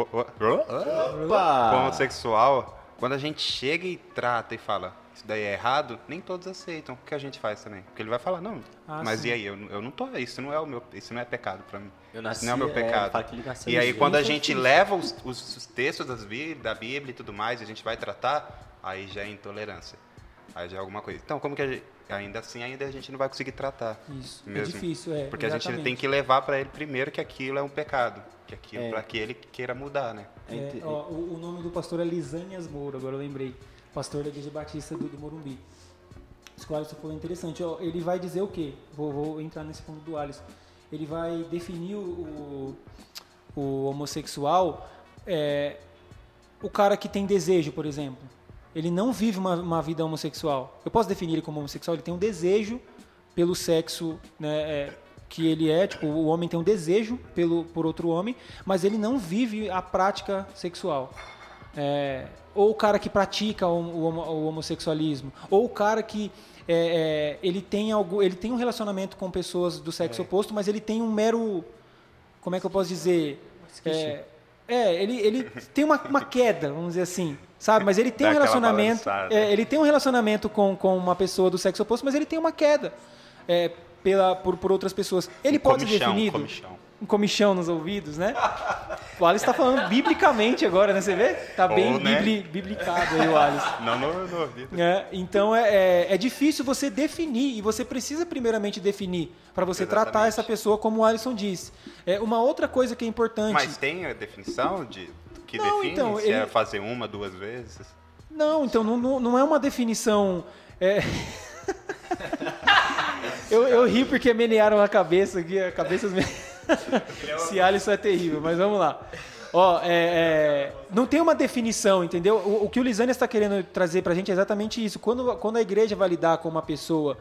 Opa! como homossexual, quando a gente chega e trata e fala, isso daí é errado, nem todos aceitam. O que a gente faz também? Porque ele vai falar, não, Ah, mas sim. e aí? Eu, eu não tô, isso não é o meu, isso não é pecado para mim. Eu Isso nasci, não é o meu é, pecado. fala que ele nasceu E aí, virgem. quando a Isso é gente difícil. leva os, os- os textos das Bí- da Bíblia e tudo mais, e a gente vai tratar, aí já é intolerância. Aí já é alguma coisa. Então, como que a gente, ainda assim, ainda a gente não vai conseguir tratar. Isso, é mesmo. difícil, é. Porque a gente exatamente. tem que levar para ele primeiro que aquilo é um pecado. Que aquilo, É. para que ele queira mudar, né? É, É, inte- ó, o, o nome do pastor é Lisânias Moura, agora eu lembrei. Pastor da Igreja Batista do, do Morumbi. Isso que o Alisson falou é interessante. Ó, ele vai dizer o quê? Vou, vou entrar nesse ponto do Alisson. Ele vai definir o, o, o homossexual, é, o cara que tem desejo, por exemplo. Ele não vive uma, uma vida homossexual. Eu posso definir ele como homossexual? Ele tem um desejo pelo sexo, né, é, que ele é, tipo, o homem tem um desejo pelo, por outro homem, mas ele não vive a prática sexual. É, ou o cara que pratica o, o homo- o homossexualismo, ou o cara que é, é, ele, tem algo, ele tem um relacionamento com pessoas do sexo oposto, mas ele tem um mero, como é que eu posso dizer? É, é, ele, ele tem uma, uma queda, vamos dizer assim, sabe? Mas ele tem Dá um aquela relacionamento, balançada. é, ele tem um relacionamento com, com uma pessoa do sexo oposto, mas ele tem uma queda é, pela, por, por outras pessoas. Ele Um pode ser comichão, definido comichão. um comichão nos ouvidos, né? O Alisson está falando biblicamente agora, né? Você vê? Tá bem Ou, né? bibli, biblicado aí o Alisson. Não no, no ouvido. É, então é, é, é difícil você definir, e você precisa primeiramente definir para você Exatamente. tratar essa pessoa como o Alisson disse. É, uma outra coisa que é importante. Mas tem a definição de que Não, define então, se ele- é fazer uma, duas vezes? Não, então não, não, não é uma definição. é- eu, eu ri porque menearam a cabeça aqui, a cabeça. Esse Alisson é terrível, mas vamos lá. Ó, é, é, não tem uma definição, entendeu? O, o que o Lisânias está querendo trazer pra gente é exatamente isso. Quando, quando a igreja vai lidar com uma pessoa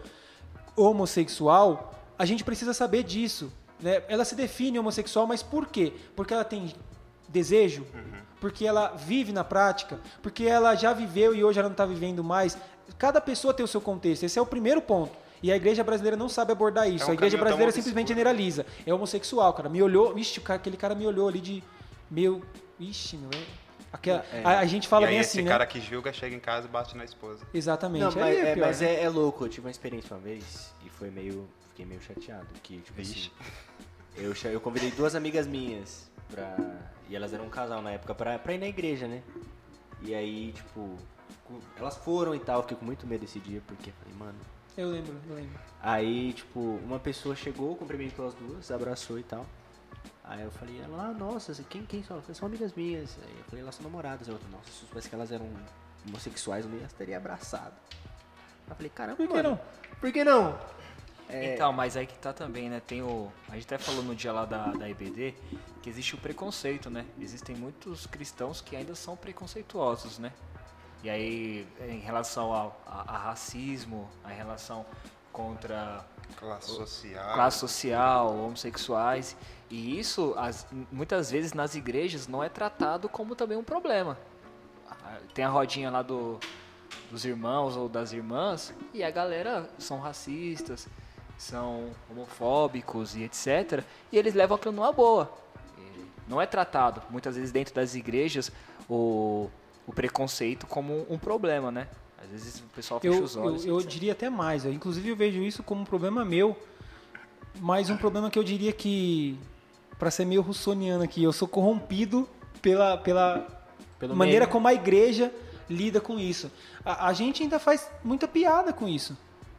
homossexual, a gente precisa saber disso. Né? Ela se define homossexual, mas por quê? Porque ela tem desejo? Porque ela vive na prática? Porque ela já viveu e hoje ela não está vivendo mais? Cada pessoa tem o seu contexto. Esse é o primeiro ponto. E a igreja brasileira não sabe abordar isso. É um a igreja caminho tão brasileira obscuro. simplesmente generaliza. É homossexual, cara. Me olhou... Ixi, o cara- aquele cara me olhou ali de... Meu... Ixi, meu... é- Aquela, É. a, a gente fala e aí bem esse assim, cara né? que julga chega em casa e bate na esposa. Exatamente. Não, mas, Aí é é, pior, mas né? é, é louco. Eu tive uma experiência uma vez e foi meio... Fiquei meio chateado. Que, tipo Vixe. assim... Eu, cha- eu convidei duas amigas minhas pra... E elas eram um casal na época pra, pra ir na igreja, né? E aí, tipo... cu- Elas foram e tal. Eu fiquei com muito medo esse dia porque eu falei, mano... Eu lembro, eu lembro. Aí, tipo, uma pessoa chegou, cumprimentou as duas, abraçou e tal. Aí eu falei, ela, ah, nossa, quem, quem são? Ela falou, são amigas minhas. Aí eu falei, elas são namoradas. Eu falei, nossa, se eu soubesse que elas eram homossexuais, eu não ia teria abraçado. Aí eu falei, caramba, Por que mano, não? Por que não? É, Então, mas aí que tá também, né? Tem o. A gente até falou no dia lá da, da I B D que existe o preconceito, né? Existem muitos cristãos que ainda são preconceituosos, né? E aí, em relação ao a, a racismo, a relação contra Classe social. classe social, homossexuais, e isso as- muitas vezes nas igrejas não é tratado como também um problema. Ah, Tem a rodinha lá do, dos irmãos ou das irmãs e a galera são racistas, são homofóbicos e etcétera. E eles levam aquilo numa boa. E não é tratado muitas vezes dentro das igrejas o, o preconceito como um problema, né? Às vezes o pessoal fecha Eu, os olhos. eu, eu etcétera. diria até mais. Eu, inclusive eu vejo isso como um problema meu, mas um problema que eu diria que, para ser meio russoniano aqui, eu sou corrompido pela, pela Pelo maneira meio. como a igreja lida com isso. A, a gente ainda faz muita piada com isso.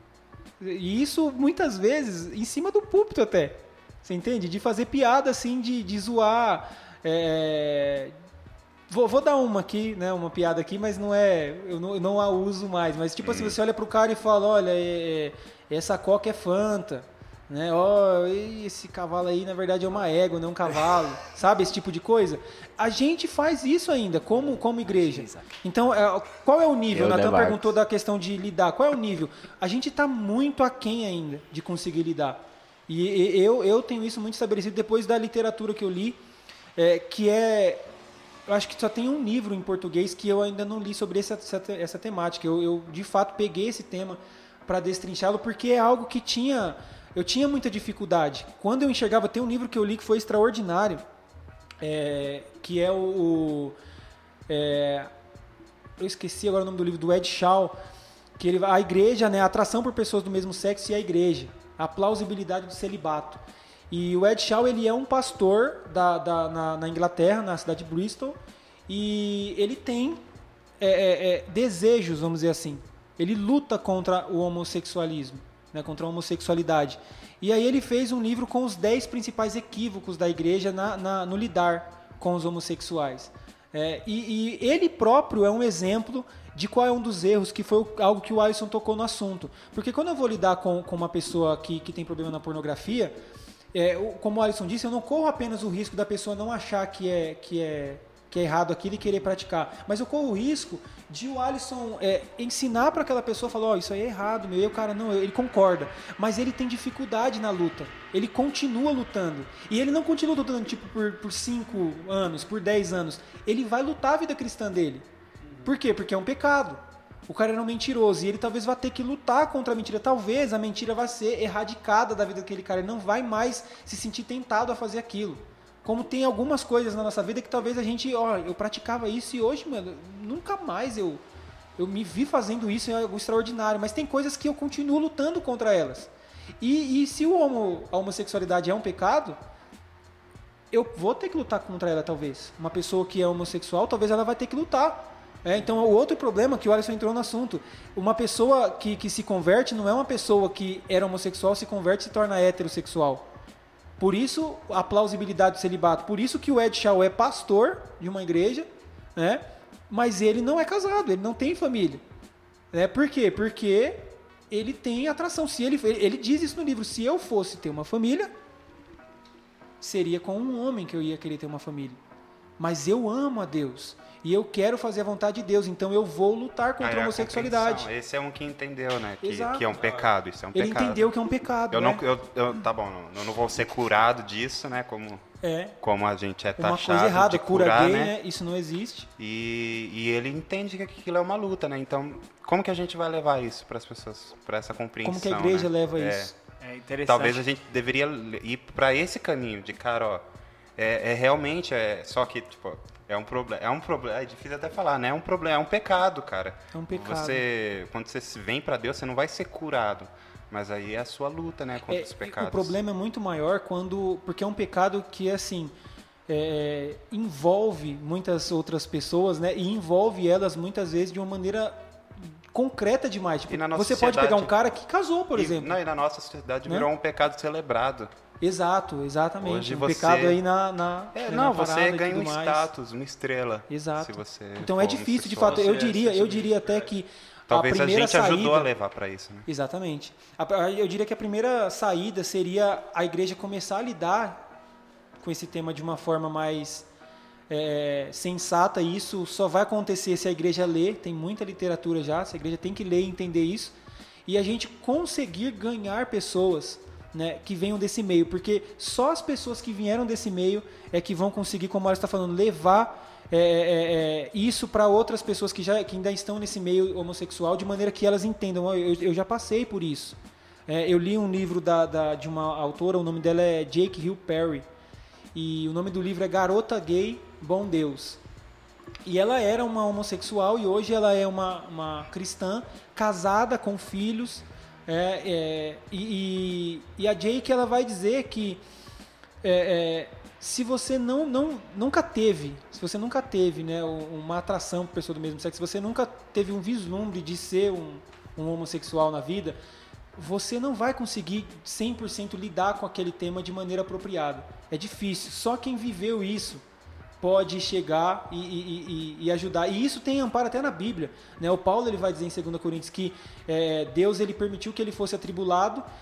E isso, muitas vezes, em cima do púlpito até. Você entende? De fazer piada, assim, de, de zoar. é, Vou, vou dar uma aqui, né? Uma piada aqui, mas não é. Eu não, eu não a uso mais. Mas tipo assim, você olha pro cara e fala, olha, é, é, essa coca é Fanta. né? Ó, e esse cavalo aí, na verdade, é uma égua, não um cavalo, sabe? Esse tipo de coisa. A gente faz isso ainda, como, como igreja. Então, é, qual é o nível? O Eu, né, Natan Marcos? perguntou da questão de lidar. Qual é o nível? A gente está muito aquém ainda de conseguir lidar. E, e eu, eu tenho isso muito estabelecido depois da literatura que eu li, é, que é... Eu acho que só tem um livro em português que eu ainda não li sobre essa, essa, essa temática. Eu, eu, de fato, peguei esse tema para destrinchá-lo, porque é algo que tinha... Eu tinha muita dificuldade. Quando eu enxergava, tem um livro que eu li que foi extraordinário, é, que é o... o é, eu esqueci agora o nome do livro, do Ed Shaw, que ele, a igreja, né, a atração por pessoas do mesmo sexo e a igreja, a plausibilidade do celibato. E o Ed Shaw, ele é um pastor da, da, na, na Inglaterra, na cidade de Bristol, e ele tem é, é, é, desejos, vamos dizer assim. Ele luta contra o homossexualismo, né, contra a homossexualidade. E aí ele fez um livro com os dez principais equívocos da igreja na, na, no lidar com os homossexuais. É, e, e ele próprio é um exemplo de qual é um dos erros, que foi algo que o Alisson tocou no assunto. Porque quando eu vou lidar com, com uma pessoa que, que tem problema na pornografia, é, como o Alisson disse, eu não corro apenas o risco da pessoa não achar que é, que é, que é errado aquilo e querer praticar, mas eu corro o risco de o Alisson é, ensinar para aquela pessoa, falar, ó, oh, isso aí é errado, meu, e o cara, não, ele concorda, mas ele tem dificuldade na luta, ele continua lutando, e ele não continua lutando tipo por, por cinco anos, por dez anos, ele vai lutar a vida cristã dele. Por quê? Porque é um pecado. O cara era um mentiroso e ele talvez vá ter que lutar contra a mentira. Talvez a mentira vá ser erradicada da vida daquele cara. Ele não vai mais se sentir tentado a fazer aquilo. Como tem algumas coisas na nossa vida que talvez a gente... Ó, eu praticava isso e hoje, mano, nunca mais eu, eu me vi fazendo isso, é algo extraordinário. Mas tem coisas que eu continuo lutando contra elas. E, e se o homo, a homossexualidade é um pecado, eu vou ter que lutar contra ela, talvez. Uma pessoa que é homossexual, talvez ela vai ter que lutar. É, então, o outro problema que o Alisson entrou no assunto, uma pessoa que, que se converte não é uma pessoa que era homossexual, se converte e se torna heterossexual. Por isso, a plausibilidade do celibato. Por isso que o Ed Shaw é pastor de uma igreja, né? Mas ele não é casado, ele não tem família. Né? Por quê? Porque ele tem atração. Se ele, ele diz isso no livro, se eu fosse ter uma família, seria com um homem que eu ia querer ter uma família. Mas eu amo a Deus. E eu quero fazer a vontade de Deus, então eu vou lutar contra Aí a homossexualidade. Esse é um que entendeu, né? Que, Exato. que é um pecado, isso é um Ele pecado. entendeu que é um pecado, Eu né? não, eu, eu, tá bom, não, eu não vou ser curado disso, né? Como, É. como a gente é Uma taxado coisa errada, de cura curar, gay, né? né? Isso não existe. E, e ele entende que aquilo é uma luta, né? Então, como que a gente vai levar isso para as pessoas, para essa compreensão? Como que a igreja né? leva É. isso? É interessante. Talvez a gente deveria ir para esse caminho de, cara, ó, é, é realmente, é só que, tipo, é um problema, é um problema, é difícil até falar, né? É um problema, é um pecado, cara. É um pecado. Você, quando você vem para Deus, você não vai ser curado, mas aí é a sua luta, né, contra É, os pecados. o problema é muito maior quando, porque é um pecado que, assim, é, envolve muitas outras pessoas, né? E envolve elas muitas vezes de uma maneira concreta demais. Tipo, E na nossa você pode sociedade- pegar um cara que casou, por e, exemplo. Não, e na nossa sociedade Né? virou um pecado celebrado. Exato, exatamente. Hoje um você- pecado aí na, na, É, na não, parada você e ganha um tudo mais. status, uma estrela. Exato. Se você Então for é difícil, de homossexual. fato. Eu Você é diria, eu sensibilidade. diria até que Talvez a a, primeira gente saída... ajudou a levar para isso, né? Exatamente. A- Eu diria que a primeira saída seria a igreja começar a lidar com esse tema de uma forma mais é, sensata. E isso só vai acontecer se a igreja ler. Tem muita literatura já, se a igreja tem que ler e entender isso. E a gente conseguir ganhar pessoas, né, que venham desse meio. Porque só as pessoas que vieram desse meio é que vão conseguir, como a Mara está falando, levar é, é, é, isso para outras pessoas que, já, que ainda estão nesse meio homossexual, de maneira que elas entendam. "Ó, eu, eu já passei por isso. É, eu li um livro da, da, de uma autora, o nome dela é Jake Hill Perry, e o nome do livro é Garota Gay, Bom Deus. E ela era uma homossexual e hoje ela é uma, uma cristã, casada com filhos. É, é, e, e, e a Jake, ela vai dizer que é, é, se você não, não, nunca teve, se você nunca teve, né, uma atração por pessoa do mesmo sexo, se você nunca teve um vislumbre de ser um, um homossexual na vida, você não vai conseguir cem por cento lidar com aquele tema de maneira apropriada. É difícil. Só quem viveu isso pode chegar e, e, e, e ajudar. E isso tem amparo até na Bíblia, né? O Paulo, ele vai dizer em segunda Coríntios que é, Deus, ele permitiu que ele fosse atribulado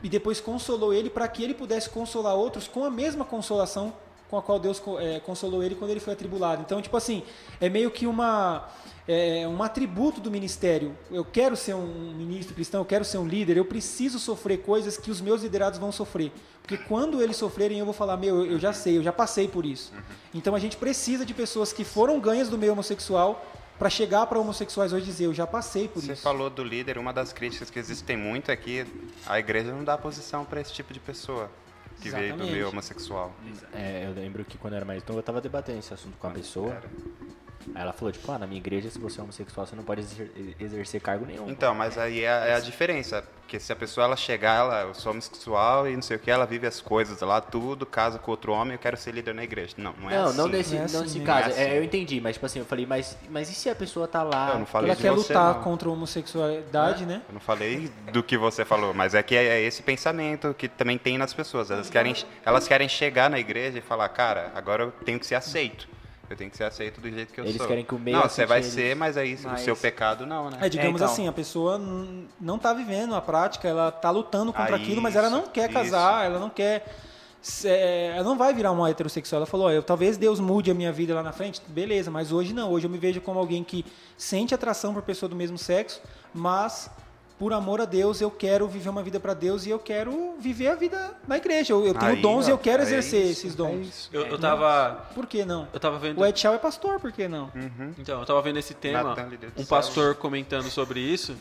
e depois consolou ele para que ele pudesse consolar outros com a mesma consolação com a qual Deus é, consolou ele quando ele foi atribulado. Então, tipo assim, é meio que uma, é, um atributo do ministério. Eu quero ser um ministro cristão, eu quero ser um líder, eu preciso sofrer coisas que os meus liderados vão sofrer. Porque quando eles sofrerem, eu vou falar, meu, eu já sei, eu já passei por isso. Uhum. Então, a gente precisa de pessoas que foram ganhas do meio homossexual para chegar para homossexuais hoje e dizer, eu já passei por Você isso. Você falou do líder, uma das críticas que existem muito é que a igreja não dá posição para esse tipo de pessoa. Que Exatamente. veio do meio homossexual. É, eu lembro que quando eu era mais novo, eu tava debatendo esse assunto com a pessoa. Era. Aí ela falou, tipo, ah, na minha igreja, se você é homossexual, você não pode exer exercer cargo nenhum. Então, mas aí é, é a diferença. Porque se a pessoa ela chegar, ela, eu sou homossexual e não sei o que, ela vive as coisas lá, tudo, casa com outro homem, eu quero ser líder na igreja. Não, não é não, assim. Não, nesse, Não é não assim, nesse né? caso. Não é assim. É, eu entendi, mas tipo assim, eu falei, mas, mas e se a pessoa tá lá? Eu não falei Ela de quer você, lutar não. contra a homossexualidade, né? Eu não falei do que você falou, mas é que é esse pensamento que também tem nas pessoas. Elas querem, elas querem chegar na igreja e falar, cara, agora eu tenho que ser aceito. Eu tenho que ser aceito do jeito que eu Eles sou. querem que o meio Não, você aceite vai eles. ser, mas aí Mas- o seu pecado não, né? É, digamos É, então. assim, a pessoa n- não está vivendo a prática, ela está lutando contra Ah, aquilo, mas ela não isso, quer isso. casar, ela não quer... se- Ela não vai virar uma heterossexual. Ela falou, ó, eu, talvez Deus mude a minha vida lá na frente, beleza, mas hoje não. Hoje eu me vejo como alguém que sente atração por pessoa do mesmo sexo, mas por amor a Deus eu quero viver uma vida para Deus e eu quero viver a vida na igreja. Eu, eu tenho Aí, dons e eu ó, quero é exercer isso, esses é dons. isso. Eu, eu tava. Por que não? Eu tava vendo. O Ed Shaw é pastor, por que não? Então, eu tava vendo esse tema, Nathan, líder do um céu. pastor comentando sobre isso.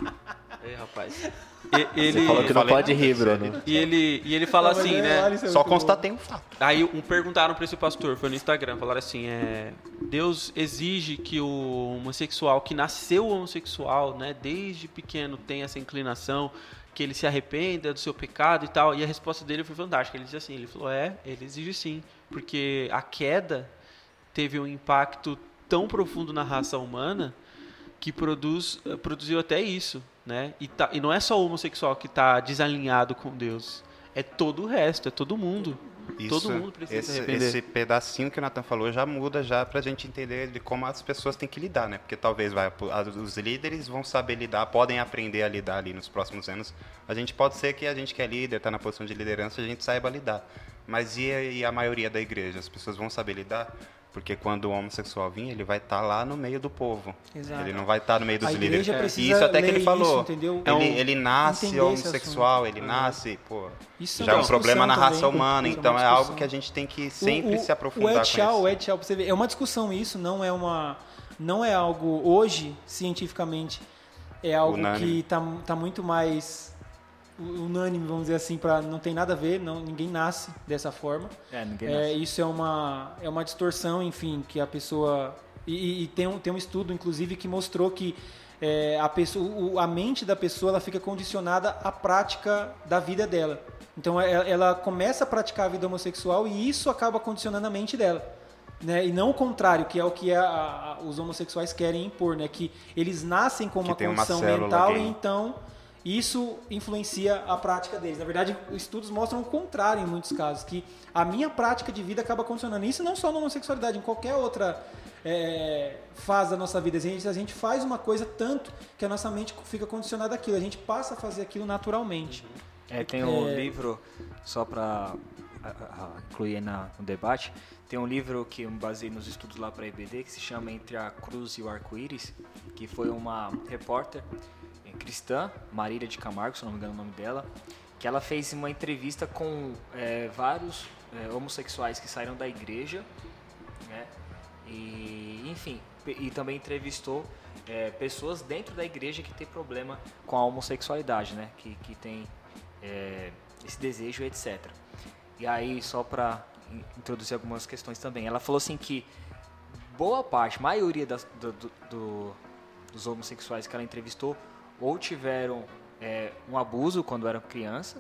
Ei, rapaz. E, ele, Você falou que não falei pode nada, rir, você Bruno. e ele, e ele fala Não, mas assim, é, né? olha, isso é Só muito bom. constatei um fato. Aí um perguntaram pra esse pastor, foi no Instagram, falaram assim, é, Deus exige que o homossexual que nasceu homossexual, né, desde pequeno tem essa inclinação, que ele se arrependa do seu pecado e tal. E a resposta dele foi fantástica. Ele disse assim, ele falou, é, ele exige sim, porque a queda teve um impacto tão profundo na raça humana que produz, produziu até isso, né? E, tá, e não é só o homossexual que está desalinhado com Deus, é todo o resto, é todo mundo. Todo mundo precisa se esse, arrepender. esse pedacinho que o Nathan falou já muda já pra gente entender de como as pessoas têm que lidar, né? Porque talvez vai, as- os líderes vão saber lidar, podem aprender a lidar ali nos próximos anos. A gente pode ser que a gente que é líder, tá na posição de liderança, a gente saiba lidar. Mas e a, e a maioria da igreja? As pessoas vão saber lidar? Porque quando o homossexual vir, ele vai estar lá no meio do povo. Exato. Ele não vai estar no meio dos A líderes. igreja E precisa isso até que ler ele falou. isso, entendeu? Ele, É um- ele nasce entender esse homossexual, ele Uhum. nasce, pô. Isso é já é uma um problema na discussão raça também, humana, isso é uma então é algo discussão. que a gente tem que sempre O- o- se aprofundar o Ed Shaw, com o isso. Ed Shaw, pra você ver, é uma discussão isso, não é uma, não é algo hoje cientificamente é algo Unânime. que tá, tá muito mais unânime, vamos dizer assim, para não tem nada a ver, não, ninguém nasce dessa forma. É, ninguém É, nasce. isso é uma, é uma distorção, enfim, que a pessoa... E, e- e tem, um, tem um estudo, inclusive, que mostrou que é, a, pessoa, o- a mente da pessoa ela fica condicionada à prática da vida dela. Então, ela, ela começa a praticar a vida homossexual e isso acaba condicionando a mente dela. Né? E não o contrário, que é o que a- a- os homossexuais querem impor, né? Que eles nascem com Que uma tem uma condição célula mental gay. e então isso influencia a prática deles. Na verdade, os estudos mostram o contrário em muitos casos, que a minha prática de vida acaba condicionando. Isso não só na homossexualidade, em qualquer outra é, fase da nossa vida. A gente, a gente faz uma coisa tanto que a nossa mente fica condicionada àquilo. A gente passa a fazer aquilo naturalmente. É, tem um É. livro, só para incluir na, no debate, tem um livro que eu me baseei nos estudos lá para a I B D, que se chama Entre a Cruz e o Arco-Íris, que foi uma repórter eh, cristã, Marília de Camargo, se eu não me engano o nome dela, que ela fez uma entrevista com eh, vários eh, homossexuais que saíram da igreja, né? E, enfim, pe- e também entrevistou eh, pessoas dentro da igreja que tem problema com a homossexualidade, né? Que, que tem eh, esse desejo, etcétera. E aí, só para introduzir algumas questões também, ela falou assim que boa parte, maioria das, do, do- do- dos homossexuais que ela entrevistou ou tiveram eh, um abuso quando eram criança,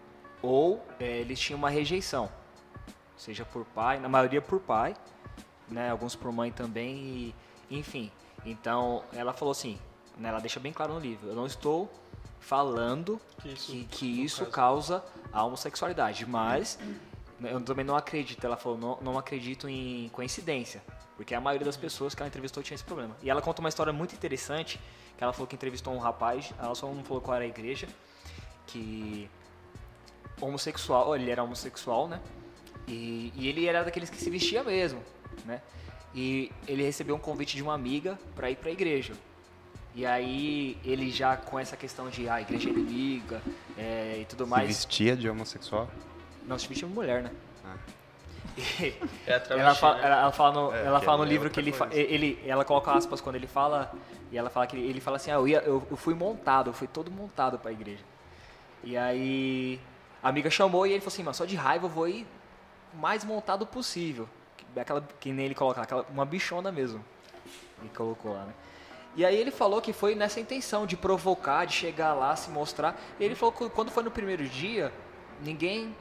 ou eh, eles tinham uma rejeição, seja por pai, na maioria por pai, né, alguns por mãe também, e, enfim. Então, ela falou assim, né, ela deixa bem claro no livro, eu não estou falando Que isso, que, que no isso caso. causa a homossexualidade, mas eu também não acredito, ela falou, não, não acredito em coincidência, porque a maioria das pessoas que ela entrevistou tinha esse problema. E ela conta uma história muito interessante, que ela falou que entrevistou um rapaz, ela só não falou qual era a igreja, que homossexual, ele era homossexual, né? E, e ele era daqueles que se vestia mesmo, né? E ele recebeu um convite de uma amiga para ir para a igreja. E aí ele já com essa questão de ah, a igreja é inimiga é, e tudo mais. Se vestia de homossexual? Não, se vestia de mulher, né? Ah. E É a travesti, ela fala, né? ela, ela fala no, É, ela que fala no é livro outra que ele, fa, coisa. ele, ela coloca aspas quando ele fala, e ela fala que ele, ele fala assim, ah, eu, ia, eu, eu fui montado, eu fui todo montado para a igreja. E aí a amiga chamou e ele falou assim, mano, só de raiva eu vou ir o mais montado possível. Aquela, que nem ele coloca, aquela, uma bichona mesmo. E colocou lá, né? E aí ele falou que foi nessa intenção de provocar, de chegar lá, se mostrar. E ele falou que quando foi no primeiro dia, ninguém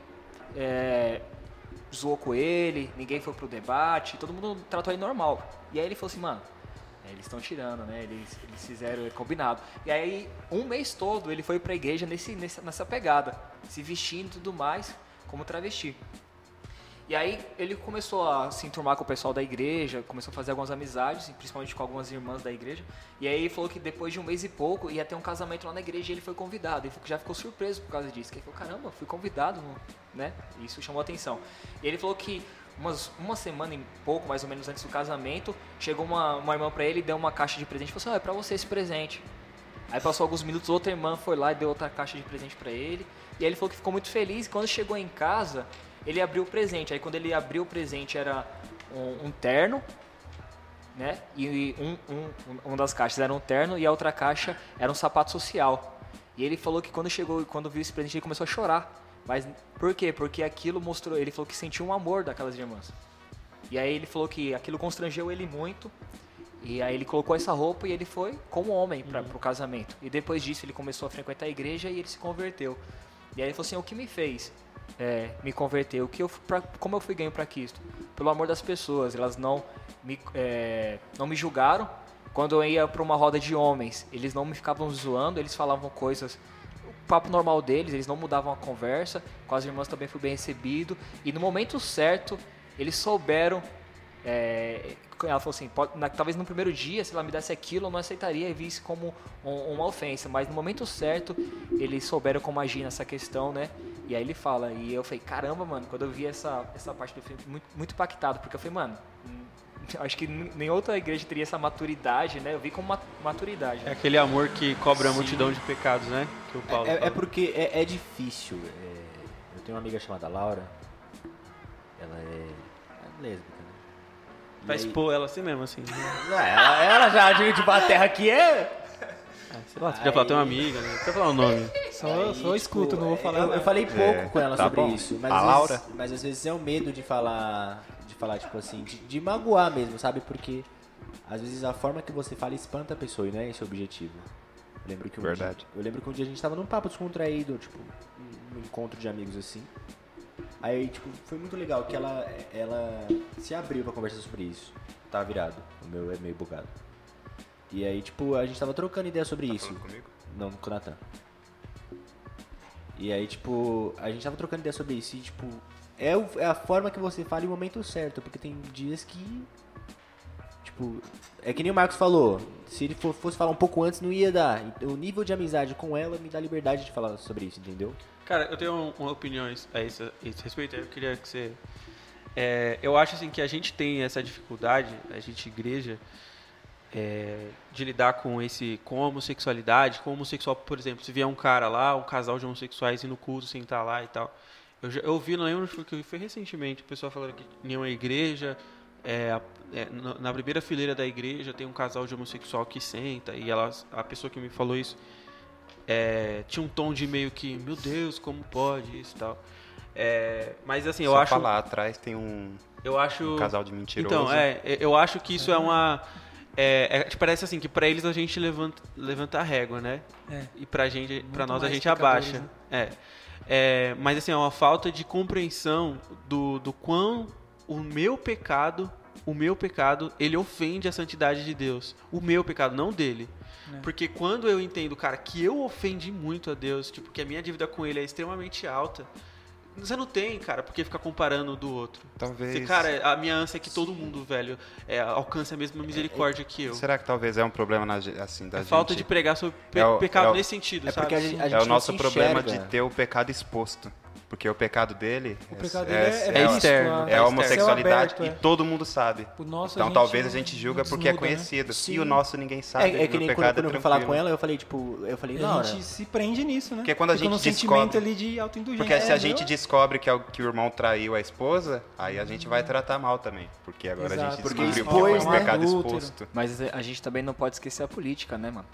é, zoou com ele, ninguém foi pro debate, todo mundo tratou ele normal. E aí ele falou assim, mano, é, eles estão tirando, né? Eles, eles fizeram é, combinado. E aí, um mês todo, ele foi pra igreja nesse, nessa, nessa pegada, se vestindo e tudo mais, como travesti. E aí ele começou a se enturmar com o pessoal da igreja, começou a fazer algumas amizades, principalmente com algumas irmãs da igreja. E aí ele falou que depois de um mês e pouco ia ter um casamento lá na igreja e ele foi convidado. Ele falou que já ficou surpreso por causa disso. Que ele falou, caramba, fui convidado, né? E isso chamou a atenção. E ele falou que umas, uma semana e pouco, mais ou menos antes do casamento, chegou uma, uma irmã pra ele e deu uma caixa de presente. Falou assim, ah, é pra você esse presente. Aí passou alguns minutos, outra irmã foi lá e deu outra caixa de presente pra ele. E aí ele falou que ficou muito feliz. Quando chegou em casa, ele abriu o presente. Aí quando ele abriu o presente era um, um terno, né? E um, um, uma das caixas era um terno e a outra caixa era um sapato social. E ele falou que quando chegou, quando viu esse presente, ele começou a chorar. Mas por quê? Porque aquilo mostrou, ele falou que sentiu um amor daquelas irmãs. E aí ele falou que aquilo constrangeu ele muito. E aí ele colocou essa roupa e ele foi como homem para o casamento. E depois disso ele começou a frequentar a igreja e ele se converteu. E aí ele falou assim, o que me fez é, me converter? O que eu, pra, como eu fui ganho para Cristo? Pelo amor das pessoas. Elas não me, é, não me julgaram. Quando eu ia para uma roda de homens, eles não me ficavam zoando, eles falavam coisas, o papo normal deles, eles não mudavam a conversa. Com as irmãs também fui bem recebido. E no momento certo, eles souberam... É, ela falou assim, pode, na, talvez no primeiro dia, se ela me desse aquilo, eu não aceitaria e visse como um, uma ofensa, mas no momento certo, eles souberam como agir nessa questão, né? E aí ele fala, e eu falei, caramba, mano, quando eu vi essa, essa parte do filme, muito, muito impactado, porque eu falei, mano, acho que nem outra igreja teria essa maturidade, né? Eu vi como uma maturidade. É Né? aquele amor que cobra a Sim. multidão de pecados, né? Que o Paulo É, fala. é porque é, é difícil. é, eu tenho uma amiga chamada Laura. Ela é, é lésbica, né? E Vai aí- expor ela assim mesmo, assim. Não, ela, ela já dividiu a terra aqui é. Ah, sei lá, você já falou, tem uma amiga, né? Não precisa falar o nome. Só, só escuto, não vou falar Eu, nada. eu falei pouco É, com ela tá sobre bom. isso, mas A às Laura? vezes, mas às vezes é um medo de falar, de falar tipo assim, de, de magoar mesmo, sabe? Porque às vezes a forma que você fala espanta a pessoa e não é esse o objetivo. Eu lembro que um Verdade. Dia, eu lembro que um dia a gente tava num papo descontraído, tipo, um encontro de amigos assim. Aí, tipo, foi muito legal que ela, ela se abriu pra conversar sobre isso. Tá virado, o meu é meio bugado. E aí, tipo, a gente tava trocando ideia sobre isso. Falando comigo? Não, com o Natan. E aí, tipo, a gente tava trocando ideia sobre isso e, tipo, é, o- é a forma que você fala em momento certo, porque tem dias que, tipo, é que nem o Marcos falou, se ele for- fosse falar um pouco antes, não ia dar. O nível de amizade com ela me dá liberdade de falar sobre isso, entendeu? Cara, eu tenho um- uma opinião a esse, a esse respeito. Eu queria que você... é, eu acho assim que a gente tem essa dificuldade, a gente igreja, é, de lidar com esse, com a homossexualidade, com o homossexual, por exemplo, se vier um cara lá, um casal de homossexuais ir no culto, sentar lá e tal. Eu, já, eu vi, não lembro porque foi recentemente, o pessoal falando que em uma igreja, é, a- é, na, na primeira fileira da igreja tem um casal de homossexual que senta e ela, a pessoa que me falou isso é, tinha um tom de meio que, meu Deus, como pode isso e tal. É, mas assim, eu Só acho... falar, atrás tem um, Eu acho... um casal de mentiroso. Então, é, eu acho que isso é uma... É, é, parece assim, que pra eles a gente levanta, levanta a régua, né? É. E pra, gente, pra Muito nós a mais gente pecadores, abaixa. né? É. É, mas assim, é uma falta de compreensão do, do quão o meu pecado, o meu pecado, ele ofende a santidade de Deus. O meu pecado, não dele. É. Porque quando eu entendo, cara, que eu ofendi muito a Deus, tipo, que a minha dívida com ele é extremamente alta, você não tem, cara, por que ficar comparando do outro. Talvez. Você, cara, a minha ânsia é que todo mundo, velho, é, alcance a mesma misericórdia que eu. Será que talvez é um problema na, ge- assim, da É gente? falta de pregar sobre pe- É o- pecado é o- nesse sentido, É sabe? porque a gente, a É gente o nosso não se problema enxerga. de ter o pecado exposto. Porque o pecado dele O pecado é, dele é, é visto, externo, a- é a é homossexualidade céu aberto, e é. todo mundo sabe. O nosso, Então a gente talvez a não- gente julga não porque é desnuda, né? conhecido. Sim. E o nosso ninguém sabe. É, é que o nem meu quando, pecado quando eu é fui falar com tranquilo. ela, eu falei, tipo, eu falei, E não, a gente se prende nisso, né? Porque quando a Fica gente no sentimento descobre- ali de autoindulgência. Porque se a É, gente meu- descobre que, é o- que o irmão traiu a esposa, aí a gente vai tratar mal também. Porque agora a Exato. gente Porque descobriu expôs, que é um né? pecado Adúltero. exposto. Mas a gente também não pode esquecer a política, né, mano?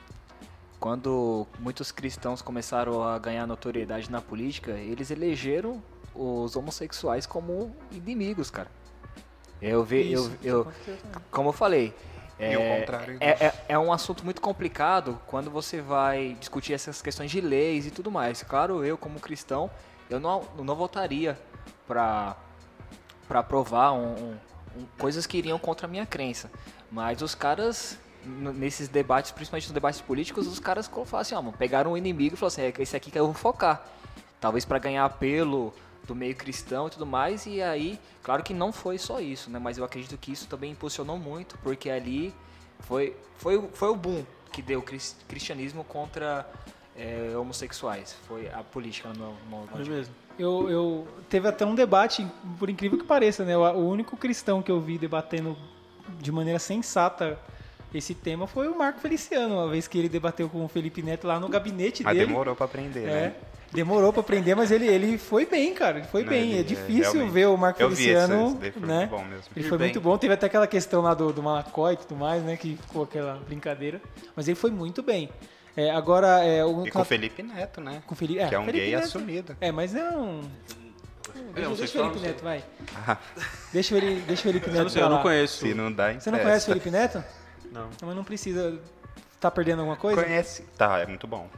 Quando muitos cristãos começaram a ganhar notoriedade na política, eles elegeram os homossexuais como inimigos, cara. Eu vi, eu, Isso, eu, aconteceu também. como eu falei, E é, o contrário é, disso. é, é um assunto muito complicado quando você vai discutir essas questões de leis e tudo mais. Claro, eu como cristão, eu não, não votaria para para aprovar um, um- um- coisas que iriam contra a minha crença. Mas os caras, n- nesses debates, principalmente nos debates políticos, os caras falaram assim, ó, mano, pegaram um inimigo e falaram assim, é esse aqui que eu vou focar. Talvez para ganhar apelo do meio cristão e tudo mais, e aí, claro que não foi só isso, né? Mas eu acredito que isso também impulsionou muito, porque ali foi, foi, o- foi o boom que deu o cris- cristianismo contra é, homossexuais. Foi a política no meu modo Foi de- mesmo. Eu, eu teve até um debate, por incrível que pareça, né? O, o único cristão que eu vi debatendo de maneira sensata esse tema foi o Marco Feliciano, uma vez que ele debateu com o Felipe Neto lá no gabinete Mas dele. demorou pra aprender, É, né? demorou pra aprender, mas ele, ele foi bem, cara. Ele foi Não, bem. ele- É é, difícil realmente. ver o Marco Eu vi Feliciano, esse, esse daí foi né? muito bom mesmo. Ele Ir foi bem. muito bom. Teve até aquela questão lá do, do Malacói e tudo mais, né? Que ficou aquela brincadeira. Mas ele foi muito bem. É, agora, é, o, E com o Felipe Neto, né? com o Felipe, é, que é um Felipe gay Neto. assumido. É, mas não. Deixa, não sei deixa o falar, Felipe não sei. Neto, vai. Deixa, ele, deixa o Felipe Eu Neto não sei, pra eu não lá. conheço. Se não dá, Você não conhece o empresta. Felipe Neto? Não. Não, mas não precisa. Tá perdendo alguma coisa? Conhece. Tá, é muito bom.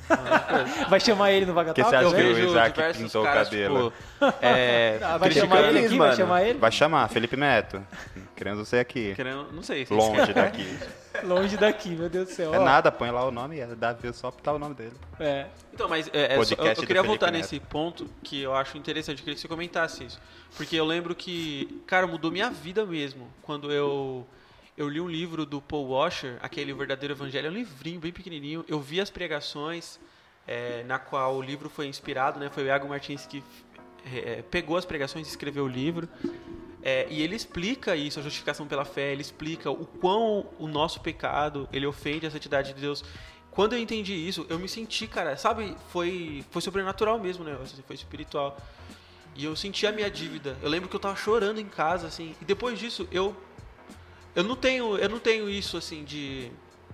Vai chamar ele no Que Vagatal? você acha Eu que o vejo Isaac diversos pintou o caras, cabelo? tipo, é, Ah, vai Cristiano chamar ele Feliz, aqui? Vai mano. chamar ele? Vai chamar, Felipe Neto. Querendo você aqui. querendo, não sei. se Longe daqui. Longe daqui, meu Deus do céu. É Ó, nada, põe lá o nome e dá view só botar o nome dele. É. Então, mas é, é, Podcast só- eu, eu do queria Felipe voltar Neto. nesse ponto que eu acho interessante, eu queria que você comentasse isso. Porque eu lembro que, cara, mudou minha vida mesmo. Quando eu, eu li um livro do Paul Washer, aquele Verdadeiro Evangelho, é um livrinho bem pequenininho. Eu vi as pregações, é, na qual o livro foi inspirado, né? Foi o Iago Martins que é, pegou as pregações e escreveu o livro. É, e ele explica isso, a justificação pela fé, ele explica o quão o nosso pecado, ele ofende a santidade de Deus. Quando eu entendi isso, eu me senti, cara, sabe, foi, foi sobrenatural mesmo, né? Assim, foi espiritual. E eu senti a minha dívida. Eu lembro que eu tava chorando em casa, assim. E depois disso, eu eu não tenho, eu não tenho isso, assim, de...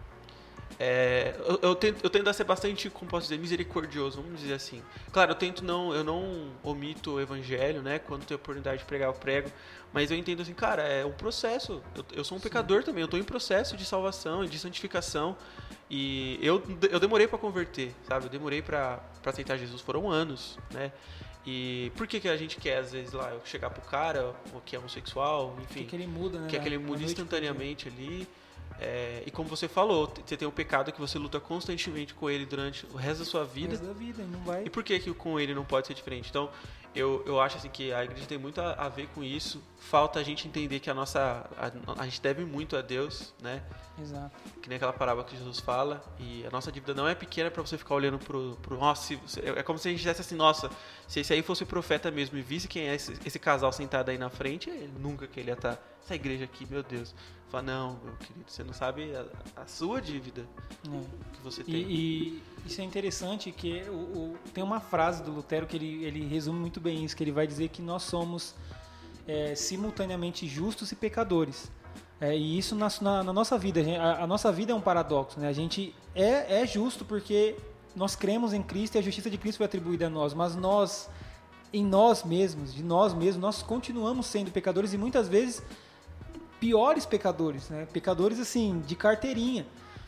É, eu, eu, tento, eu tento ser bastante, como posso dizer, misericordioso, vamos dizer assim. Claro, eu tento não, eu não omito o evangelho, né? Quando tenho a oportunidade de pregar, eu prego. Mas eu entendo assim, cara, é um processo. Eu, eu sou um pecador também, eu estou em processo de salvação e de santificação. E eu, eu demorei para converter, sabe? Eu demorei para aceitar Jesus, foram anos, né? E por que, que a gente quer, às vezes, lá, eu chegar pro cara, ou que é homossexual, enfim, Que, que ele muda, né? quer que ele da- da mude noite pro instantaneamente ali. É, e como você falou, t- você tem um pecado que você luta constantemente com ele durante o resto da sua dia. vida. Resto da vida, não vai. E por que, que com ele não pode ser diferente? Então, eu, eu acho assim que a igreja tem muito a, a ver com isso. Falta a gente entender que a nossa. A, a gente deve muito a Deus, né? Exato. Que nem aquela parábola que Jesus fala. E a nossa dívida não é pequena para você ficar olhando pro. pro nossa, se você- é como se a gente dissesse assim: nossa, se esse aí fosse o profeta mesmo e visse quem é esse, esse casal sentado aí na frente, ele, nunca que ele ia estar. Essa igreja aqui, meu Deus. Fala, não, meu querido, você não sabe a, a sua dívida É. que você tem. E, e isso é interessante que o, o- tem uma frase do Lutero que ele, ele resume muito bem isso, que ele vai dizer que nós somos é, simultaneamente justos e pecadores. É, e isso na, na- na nossa vida, a, gente- a- a nossa vida é um paradoxo, né? A gente é, é justo porque nós cremos em Cristo e a justiça de Cristo foi atribuída a nós, mas nós, em nós mesmos, de nós mesmos, nós continuamos sendo pecadores e muitas vezes piores pecadores, né? Pecadores assim, de carteirinha.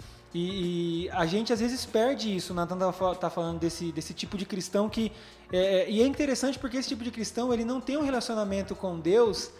E, e a gente às vezes perde isso. O Nathan tá, tá falando desse, desse tipo de cristão que... É, e é interessante porque esse tipo de cristão ele não tem um relacionamento com Deus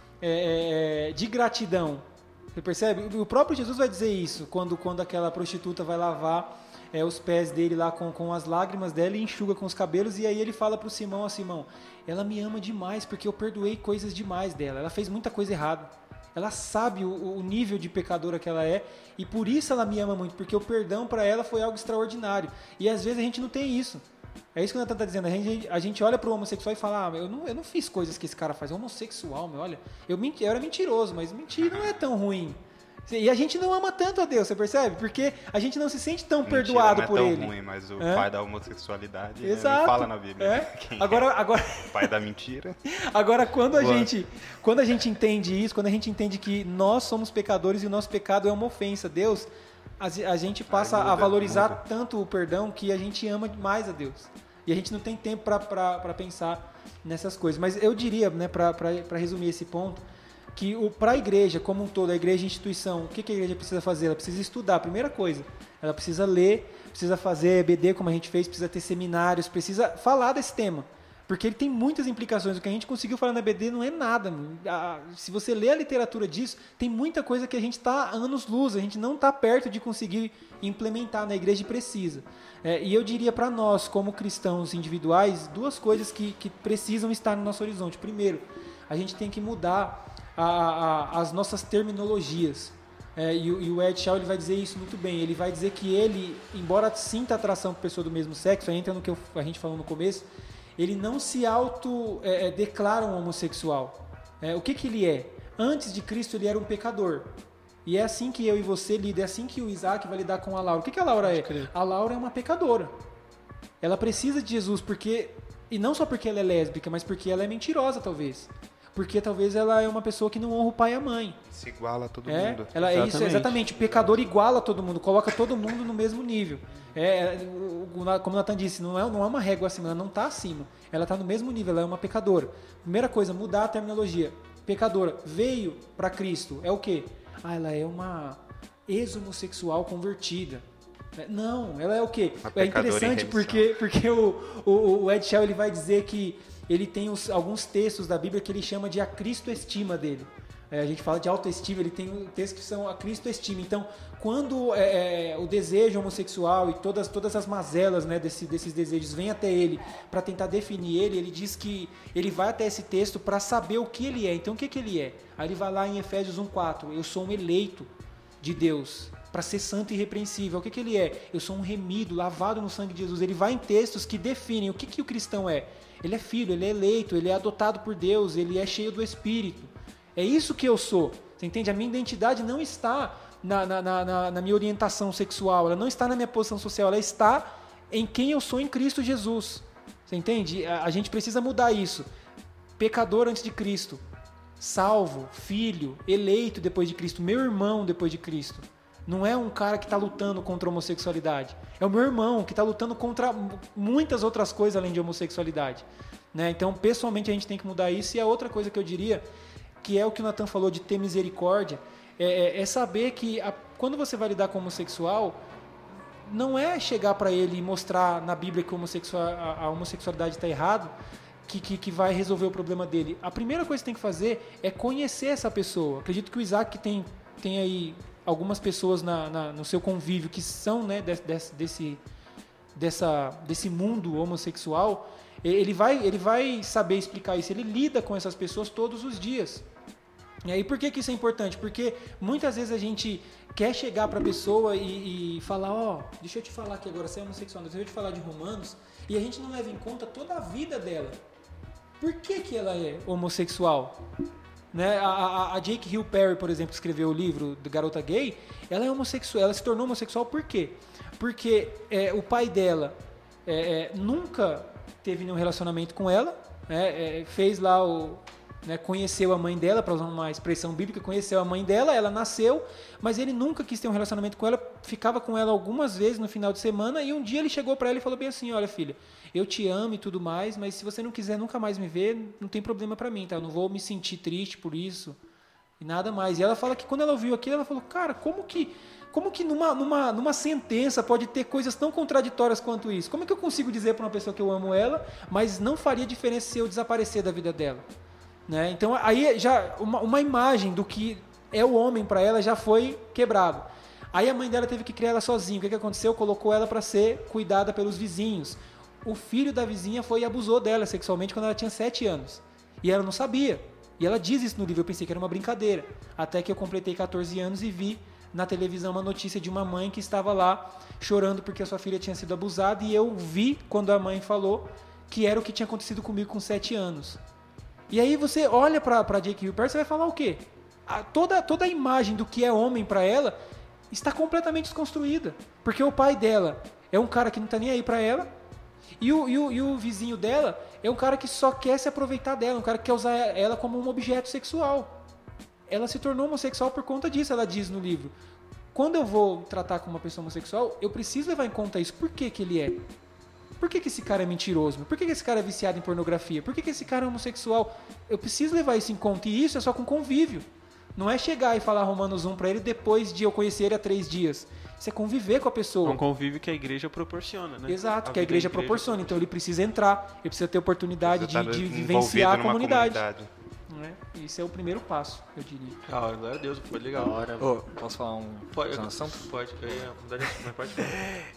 é, de gratidão. Você percebe? O próprio Jesus vai dizer isso quando, quando aquela prostituta vai lavar é, os pés dele lá com, com as lágrimas dela e enxuga com os cabelos. E aí ele fala para o Simão, ó Simão, ela me ama demais porque eu perdoei coisas demais dela. Ela fez muita coisa errada. Ela sabe o, o nível de pecadora que ela é e por isso ela me ama muito, porque o perdão para ela foi algo extraordinário. E às vezes a gente não tem isso. É isso que o Nathan tá dizendo. A gente, a gente olha pro homossexual e fala, ah, eu não, eu não fiz coisas que esse cara faz. Homossexual, meu, olha, eu, menti, eu era mentiroso, mas mentir não é tão ruim. E a gente não ama tanto a Deus, você percebe? Porque a gente não se sente tão Mentira, perdoado não é por tão ele. ruim, mas o É? pai da homossexualidade né, Exato. não fala na Bíblia. É? Quem Agora, é agora, o pai da mentira. agora quando, a Boa. gente, quando a gente entende isso, quando a gente entende que nós somos pecadores e o nosso pecado é uma ofensa a Deus, a, a gente passa Ai, muda, a valorizar muda. tanto o perdão que a gente ama mais a Deus. E a gente não tem tempo para pensar nessas coisas. Mas eu diria, né, para resumir esse ponto, que para a igreja como um todo, a igreja instituição, o que, que a igreja precisa fazer? Ela precisa estudar, primeira coisa. Ela precisa ler, precisa fazer E B D como a gente fez, precisa ter seminários, precisa falar desse tema. Porque ele tem muitas implicações. O que a gente conseguiu falar na E B D não é nada. Se você lê a literatura disso, tem muita coisa que a gente está anos-luz, a gente não está perto de conseguir implementar na igreja e precisa. É, e eu diria para nós, como cristãos individuais, duas coisas que, que precisam estar no nosso horizonte. Primeiro, a gente tem que mudar a, a, as nossas terminologias. É, e, e o Ed Shaw ele vai dizer isso muito bem. Ele vai dizer que ele, embora sinta atração por pessoa do mesmo sexo, aí entra no que eu, a gente falou no começo, ele não se auto-declara é, um homossexual. É, o que, que ele é? Antes de Cristo ele era um pecador. E é assim que eu e você lidam, é assim que o Isaac vai lidar com a Laura. O que, que a Laura é? A Laura é uma pecadora. Ela precisa de Jesus porque, e não só porque ela é lésbica, mas porque ela é mentirosa talvez. Porque talvez ela é uma pessoa que não honra o pai e a mãe. Se iguala a todo é, mundo. Ela é isso, exatamente. O pecador iguala todo mundo, coloca todo mundo no mesmo nível. É, como o Nathan disse, não é, não é uma régua acima, ela não está acima. Ela está no mesmo nível, ela é uma pecadora. Primeira coisa, mudar a terminologia. Pecadora, veio para Cristo, é o quê? Ah, ela é uma ex-homossexual convertida. Não, ela é o quê? Uma É interessante porque, porque o, o, o Ed Shaw ele vai dizer que ele tem os, alguns textos da Bíblia que ele chama de a Cristo estima dele. É, a gente fala de autoestima, ele tem textos que são a Cristo estima. Então, quando é, é, o desejo homossexual e todas, todas as mazelas né, desse, desses desejos vêm até ele para tentar definir ele, ele diz que ele vai até esse texto para saber o que ele é. Então, o que, que ele é? Aí ele vai lá em Efésios um quatro, eu sou um eleito de Deus para ser santo e irrepreensível. O que, que ele é? Eu sou um remido, lavado no sangue de Jesus. Ele vai em textos que definem o que, que o cristão é. Ele é filho, ele é eleito, ele é adotado por Deus, ele é cheio do Espírito. É isso que eu sou. Você entende? A minha identidade não está na, na, na, na minha orientação sexual, ela não está na minha posição social, ela está em quem eu sou em Cristo Jesus. Você entende? A, a gente precisa mudar isso. Pecador antes de Cristo, salvo, filho, eleito depois de Cristo, meu irmão depois de Cristo. Não é um cara que está lutando contra a homossexualidade. É o meu irmão que está lutando contra muitas outras coisas além de homossexualidade. Né? Então, pessoalmente, a gente tem que mudar isso. E a outra coisa que eu diria, que é o que o Nathan falou de ter misericórdia, é, é saber que a, quando você vai lidar com o homossexual, não é chegar para ele e mostrar na Bíblia que homossexual, a, a homossexualidade está errado, que, que, que vai resolver o problema dele. A primeira coisa que você tem que fazer é conhecer essa pessoa. Acredito que o Isaac tem, tem aí algumas pessoas na, na, no seu convívio que são né, desse, desse, dessa, desse mundo homossexual. Ele vai, ele vai saber explicar isso. Ele lida com essas pessoas todos os dias. E aí, por que, que isso é importante? Porque muitas vezes a gente quer chegar para a pessoa e, e falar, ó, oh, deixa eu te falar aqui agora, você é homossexual, deixa eu te falar de Romanos, e a gente não leva em conta toda a vida dela. Por que, que ela é homossexual? Né? A, a, a Jake Hill Perry, por exemplo, que escreveu o livro do Garota Gay, ela é homossexual, ela se tornou homossexual por quê? Porque é, o pai dela é, é, nunca teve nenhum relacionamento com ela, né? é, fez lá o... Né, conheceu a mãe dela, para usar uma expressão bíblica, conheceu a mãe dela, ela nasceu, mas ele nunca quis ter um relacionamento com ela, ficava com ela algumas vezes no final de semana, e um dia ele chegou para ela e falou bem assim, olha filha, eu te amo e tudo mais, mas se você não quiser nunca mais me ver, não tem problema para mim, tá? Eu não vou me sentir triste por isso, e nada mais. E ela fala que quando ela ouviu aquilo, ela falou, cara, como que, como que numa, numa, numa sentença pode ter coisas tão contraditórias quanto isso? Como é que eu consigo dizer para uma pessoa que eu amo ela, mas não faria diferença se eu desaparecer da vida dela? Né? Então aí já uma, uma imagem do que é o homem para ela já foi quebrado. Aí a mãe dela teve que criar ela sozinha. O que, que aconteceu? Colocou ela para ser cuidada pelos vizinhos. O filho da vizinha foi e abusou dela sexualmente quando ela tinha sete anos. E ela não sabia. E ela diz isso no livro. Eu pensei que era uma brincadeira. Até que eu completei catorze anos e vi na televisão uma notícia de uma mãe que estava lá chorando porque a sua filha tinha sido abusada, e eu vi quando a mãe falou que era o que tinha acontecido comigo com sete anos. E aí você olha pra, pra Jake Hill Perry, você vai falar o quê? A, toda, toda a imagem do que é homem pra ela está completamente desconstruída. Porque o pai dela é um cara que não tá nem aí pra ela, e o, e o, e o vizinho dela é um cara que só quer se aproveitar dela, um cara que quer usar ela como um objeto sexual. Ela se tornou homossexual por conta disso, ela diz no livro. Quando eu vou tratar com uma pessoa homossexual, eu preciso levar em conta isso. Por que que ele é? Por que que esse cara é mentiroso? Por que que esse cara é viciado em pornografia? Por que que esse cara é homossexual? Eu preciso levar isso em conta, e isso é só com convívio. Não é chegar e falar Romanos um pra ele depois de eu conhecer ele há três dias. Isso é conviver com a pessoa. É um convívio que a igreja proporciona, né? Exato, que a igreja, proporciona. Então ele precisa entrar, ele precisa ter oportunidade de, de vivenciar a comunidade. comunidade. Né? Isso é o primeiro passo, eu diria. Ah, glória a Deus, foi legal. Oh, posso falar um, Pode, um assunto? Pode, é, mas pode falar.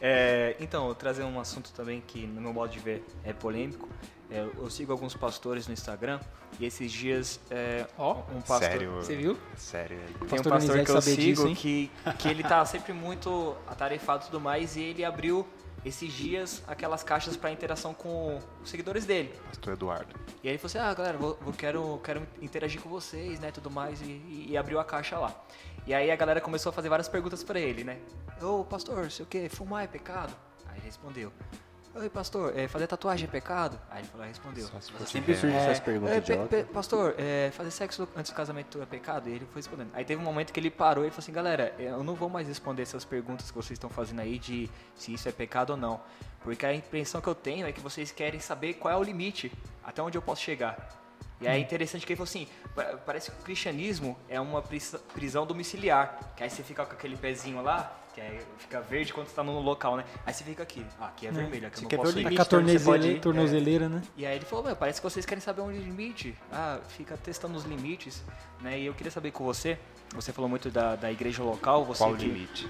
É, então, eu trazer um assunto também que, no meu modo de ver, é polêmico. É, eu sigo alguns pastores no Instagram, e esses dias é, Ó, um pastor... Sério? Você viu? Sério. Tem um Pastor pastor Donizete que eu saber sigo disso, hein? que, que ele tá sempre muito atarefado e tudo mais, e ele abriu esses dias aquelas caixas para interação com os seguidores dele. Pastor Eduardo. E aí ele falou assim, ah, galera, vou, vou, quero, quero interagir com vocês, né, tudo mais, e, e abriu a caixa lá. E aí a galera começou a fazer várias perguntas para ele, né? Ô, pastor, sei o quê, fumar é pecado? Aí ele respondeu. Oi, pastor, é, fazer tatuagem é pecado? Aí ele falou, respondeu. Só se for Sempre tiver. surge É, essas perguntas é, pe- idiotas. pe- pastor, é, fazer sexo antes do casamento é pecado? E ele foi respondendo. Aí teve um momento que ele parou e falou assim, galera, eu não vou mais responder essas perguntas que vocês estão fazendo aí de se isso é pecado ou não. Porque a impressão que eu tenho é que vocês querem saber qual é o limite, até onde eu posso chegar. E aí é interessante que ele falou assim, pa- parece que o cristianismo é uma pris- prisão domiciliar, que aí você fica com aquele pezinho lá, que aí fica verde quando você tá no local, né? Aí você fica aqui, ah, aqui é vermelho, aqui eu Você não quer ver posso o ir. limite Tá com a de onde você pode tornozeleira, ir. tornozeleira, né? E aí ele falou, meu, parece que vocês querem saber onde é o limite. Ah, fica testando os limites, né? E eu queria saber com você, você falou muito da, da igreja local, você Qual o que- limite?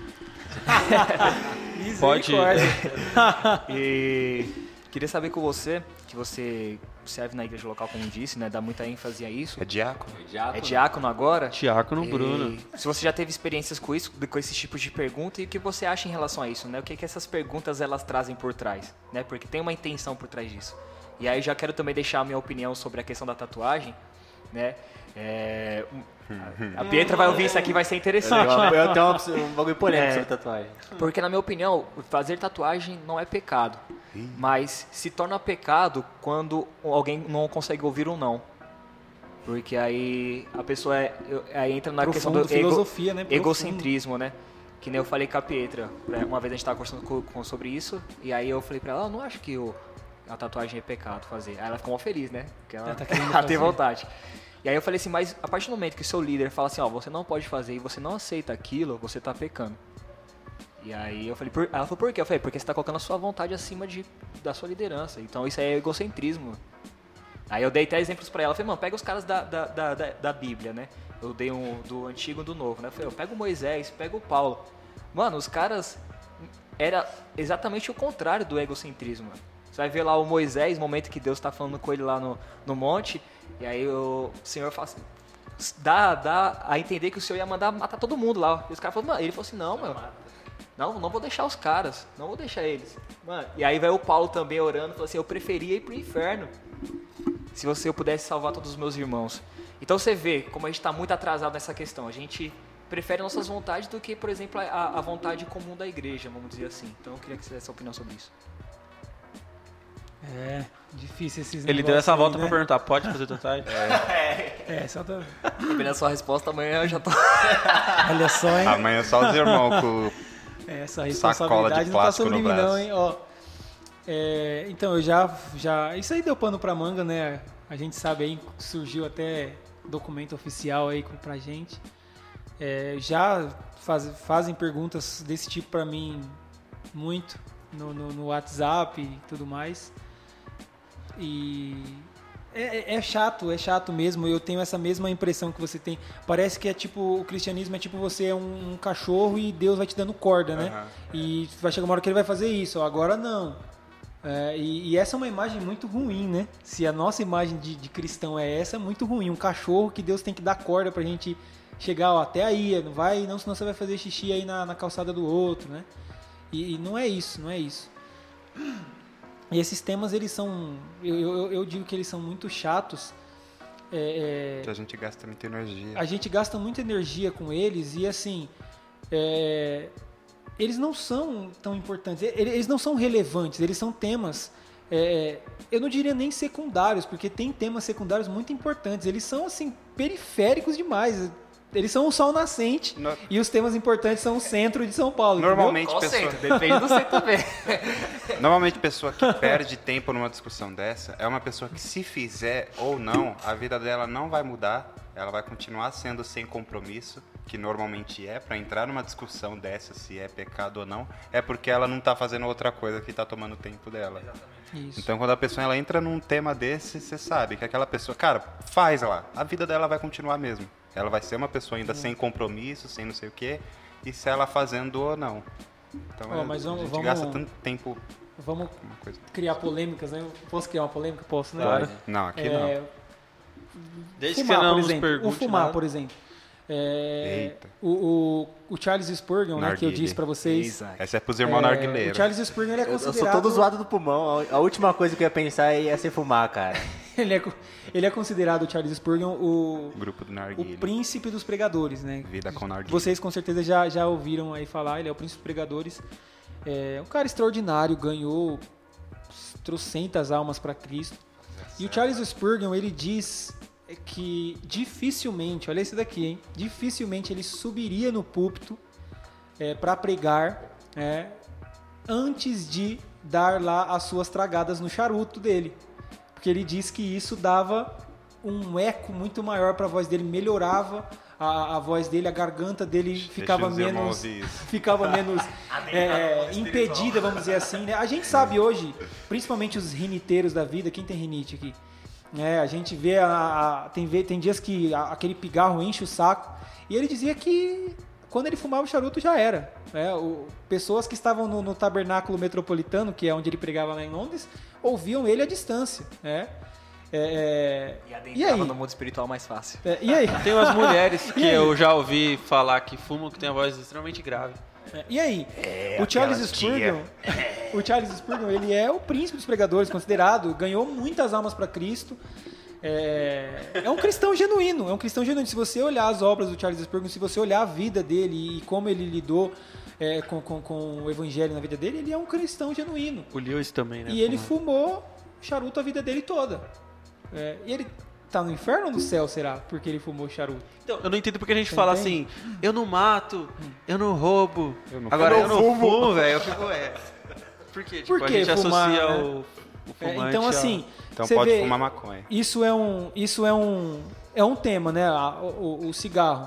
Pode. E queria saber com você, que você serve na igreja local, como disse, né? Dá muita ênfase a isso. É diácono? É diácono agora. Diácono E Bruno. se você já teve experiências com isso, com esses tipos de pergunta, e o que você acha em relação a isso, né? O que que essas perguntas elas trazem por trás, né? Porque tem uma intenção por trás disso. E aí já quero também deixar a minha opinião sobre a questão da tatuagem, né? É, a Pietra vai ouvir isso aqui, vai ser interessante. Eu tenho uma- um bagulho polêmico É. sobre tatuagem. Porque, na minha opinião, fazer tatuagem não é pecado. Mas se torna pecado quando alguém não consegue ouvir um não. Porque aí a pessoa é, eu- aí entra na questão do Profundo, ego, filosofia, né? Profundo. egocentrismo, né? Que nem eu falei com a Pietra. né? Uma vez a gente estava conversando com, com- sobre isso, e aí eu falei pra ela, eu não acho que o, a tatuagem é pecado fazer. Aí ela ficou mó feliz, né? Porque ela, Ela tá querendo ela tem fazer. vontade. E aí eu falei assim, mas a partir do momento que o seu líder fala assim, ó, você não pode fazer e você não aceita aquilo, você tá pecando. E aí eu falei, por... ela falou, por quê? Eu falei, porque você tá colocando a sua vontade acima de, da sua liderança. Então isso aí é egocentrismo. Aí eu dei até exemplos pra ela. Eu falei, mano, pega os caras da, da, da, da, da Bíblia, né? Eu dei um do Antigo e do Novo, né? Eu falei, eu pego o Moisés, pego o Paulo. Mano, os caras... Era exatamente o contrário do egocentrismo, mano. Você vai ver lá o Moisés, no momento que Deus tá falando com ele lá no, no monte, e aí o Senhor fala assim... Dá, dá a entender que o Senhor ia mandar matar todo mundo lá. E os caras falaram, mano, ele falou assim, não, mano. Não, não vou deixar os caras, não vou deixar eles. Mano, e aí vai o Paulo também orando, falou assim, eu preferia ir pro inferno se você eu pudesse salvar todos os meus irmãos. Então você vê como a gente está muito atrasado nessa questão. A gente prefere nossas vontades do que, por exemplo, a, a vontade comum da igreja, vamos dizer assim. Então eu queria que você desse a opinião sobre isso. É, difícil esses Ele deu negócios essa aí, volta né? pra perguntar, pode fazer tatuagem? É, só tá... Dependendo da sua resposta, amanhã eu já tô... Olha só, hein? Amanhã só os irmãos com É, essa Sacola de responsabilidade não tá plástico sobre no mim não, braço. hein? Ó, é, então, eu já, já... Isso aí deu pano pra manga, né? A gente sabe aí, surgiu até documento oficial aí com- pra gente. É, já faz- fazem perguntas desse tipo pra mim muito no, no, no WhatsApp e tudo mais. E... É, é- é chato, é chato mesmo. Eu tenho essa mesma impressão que você tem. Parece que é tipo, o cristianismo é tipo você é um, um cachorro e Deus vai te dando corda, né? Aham. E vai chegar uma hora que ele vai fazer isso, ó, agora não. É, e, e essa é uma imagem muito ruim, né? Se a nossa imagem de, de cristão é essa, é muito ruim. Um cachorro que Deus tem que dar corda pra gente chegar ó, até aí, não vai, não, senão você vai fazer xixi aí na, na calçada do outro, né? E, e não é isso, não é isso. E esses temas, eles são, eu, eu, eu digo que eles são muito chatos. É, é, Que a gente gasta muita energia. a gente gasta muita energia com eles e assim, é, eles não são tão importantes, eles não são relevantes, eles são temas, é, eu não diria nem secundários, porque tem temas secundários muito importantes, eles são assim, periféricos demais, eles são o sol nascente No- e os temas importantes são o centro de São Paulo. Normalmente, Qual pessoa, centro? Depende do centro também. normalmente pessoa que perde tempo numa discussão dessa é uma pessoa que, se fizer ou não, a vida dela não vai mudar, ela vai continuar sendo sem compromisso, que normalmente é, para entrar numa discussão dessa, se é pecado ou não, é porque ela não está fazendo outra coisa que está tomando tempo dela. Isso. Então, quando a pessoa ela entra num tema desse, você sabe que aquela pessoa, cara, faz lá, a vida dela vai continuar mesmo. Ela vai ser uma pessoa ainda sem compromisso, sem não sei o quê, e se ela fazendo ou não. Então, Ó, é- mas a vamos- gente vamos- gasta tanto tempo Vamos com uma coisa. criar polêmicas, né? Posso criar uma polêmica? Posso, né? Claro. Não, aqui É, Desde fumar, que você não por nos exemplo. O pergunte fumar, nada. por exemplo. É, Eita. o, o, o Charles Spurgeon, né, que eu Narguile. disse pra vocês. Exato. não. Essa é pros irmãos é, narguileiros. o Charles Spurgeon ele é Eu, eu sou considerado. todo zoado do pulmão. A, a última coisa que eu ia pensar ia ser fumar, cara. ele, é, co- ele é considerado, o Charles Spurgeon, o, Grupo do o narguile. príncipe dos pregadores, né? Vida com narguile. Vocês com certeza já, já ouviram aí falar, ele é o príncipe dos pregadores. É um cara extraordinário, ganhou trocentas almas para Cristo. E o Charles Spurgeon, ele diz que dificilmente, olha esse daqui, hein? Dificilmente ele subiria no púlpito é, para pregar é, antes de dar lá as suas tragadas no charuto dele. Porque ele diz que isso dava um eco muito maior para a voz dele, melhorava a, a voz dele, a garganta dele ficava os irmãos menos ouvir isso. ficava menos é, impedida, vamos dizer assim, né? A gente sabe hoje, principalmente os riniteiros da vida, quem tem rinite aqui? É, a gente vê, a, a- tem, vê- tem dias que a- aquele pigarro enche o saco, e ele dizia que quando ele fumava o charuto já era. Né? O- pessoas que estavam no, no tabernáculo metropolitano, que é onde ele pregava lá em Londres, ouviam ele à distância. Né? É, E é, e adentrava aí? no mundo espiritual mais fácil. É, e aí? Tem umas mulheres que E aí? eu já ouvi falar que fumam que tem a voz extremamente grave. É, E aí, o Charles aquela Spurgeon, o Charles Spurgeon, ele é o príncipe dos pregadores, considerado, ganhou muitas almas para Cristo. É, é um cristão genuíno, é um cristão genuíno. Se você olhar as obras do Charles Spurgeon, se você olhar a vida dele e como ele lidou é, com, com, com o evangelho na vida dele, ele é um cristão genuíno. O Lewis também, né? E ele fumando. fumou charuto a vida dele toda. É, e ele tá no inferno ou no céu, será? Porque ele fumou charuto. Então, eu não entendo porque a gente Você fala entende? assim, eu não mato, eu não roubo, Eu não agora fumo. eu não fumo, velho. Eu fico, é. Por quê? Tipo, Por que a gente fumar, associa né? o, o É, fumante então, a- assim, Então você pode vê, fumar maconha. Isso é um, isso é um, é um tema, né? A- O, o- o cigarro.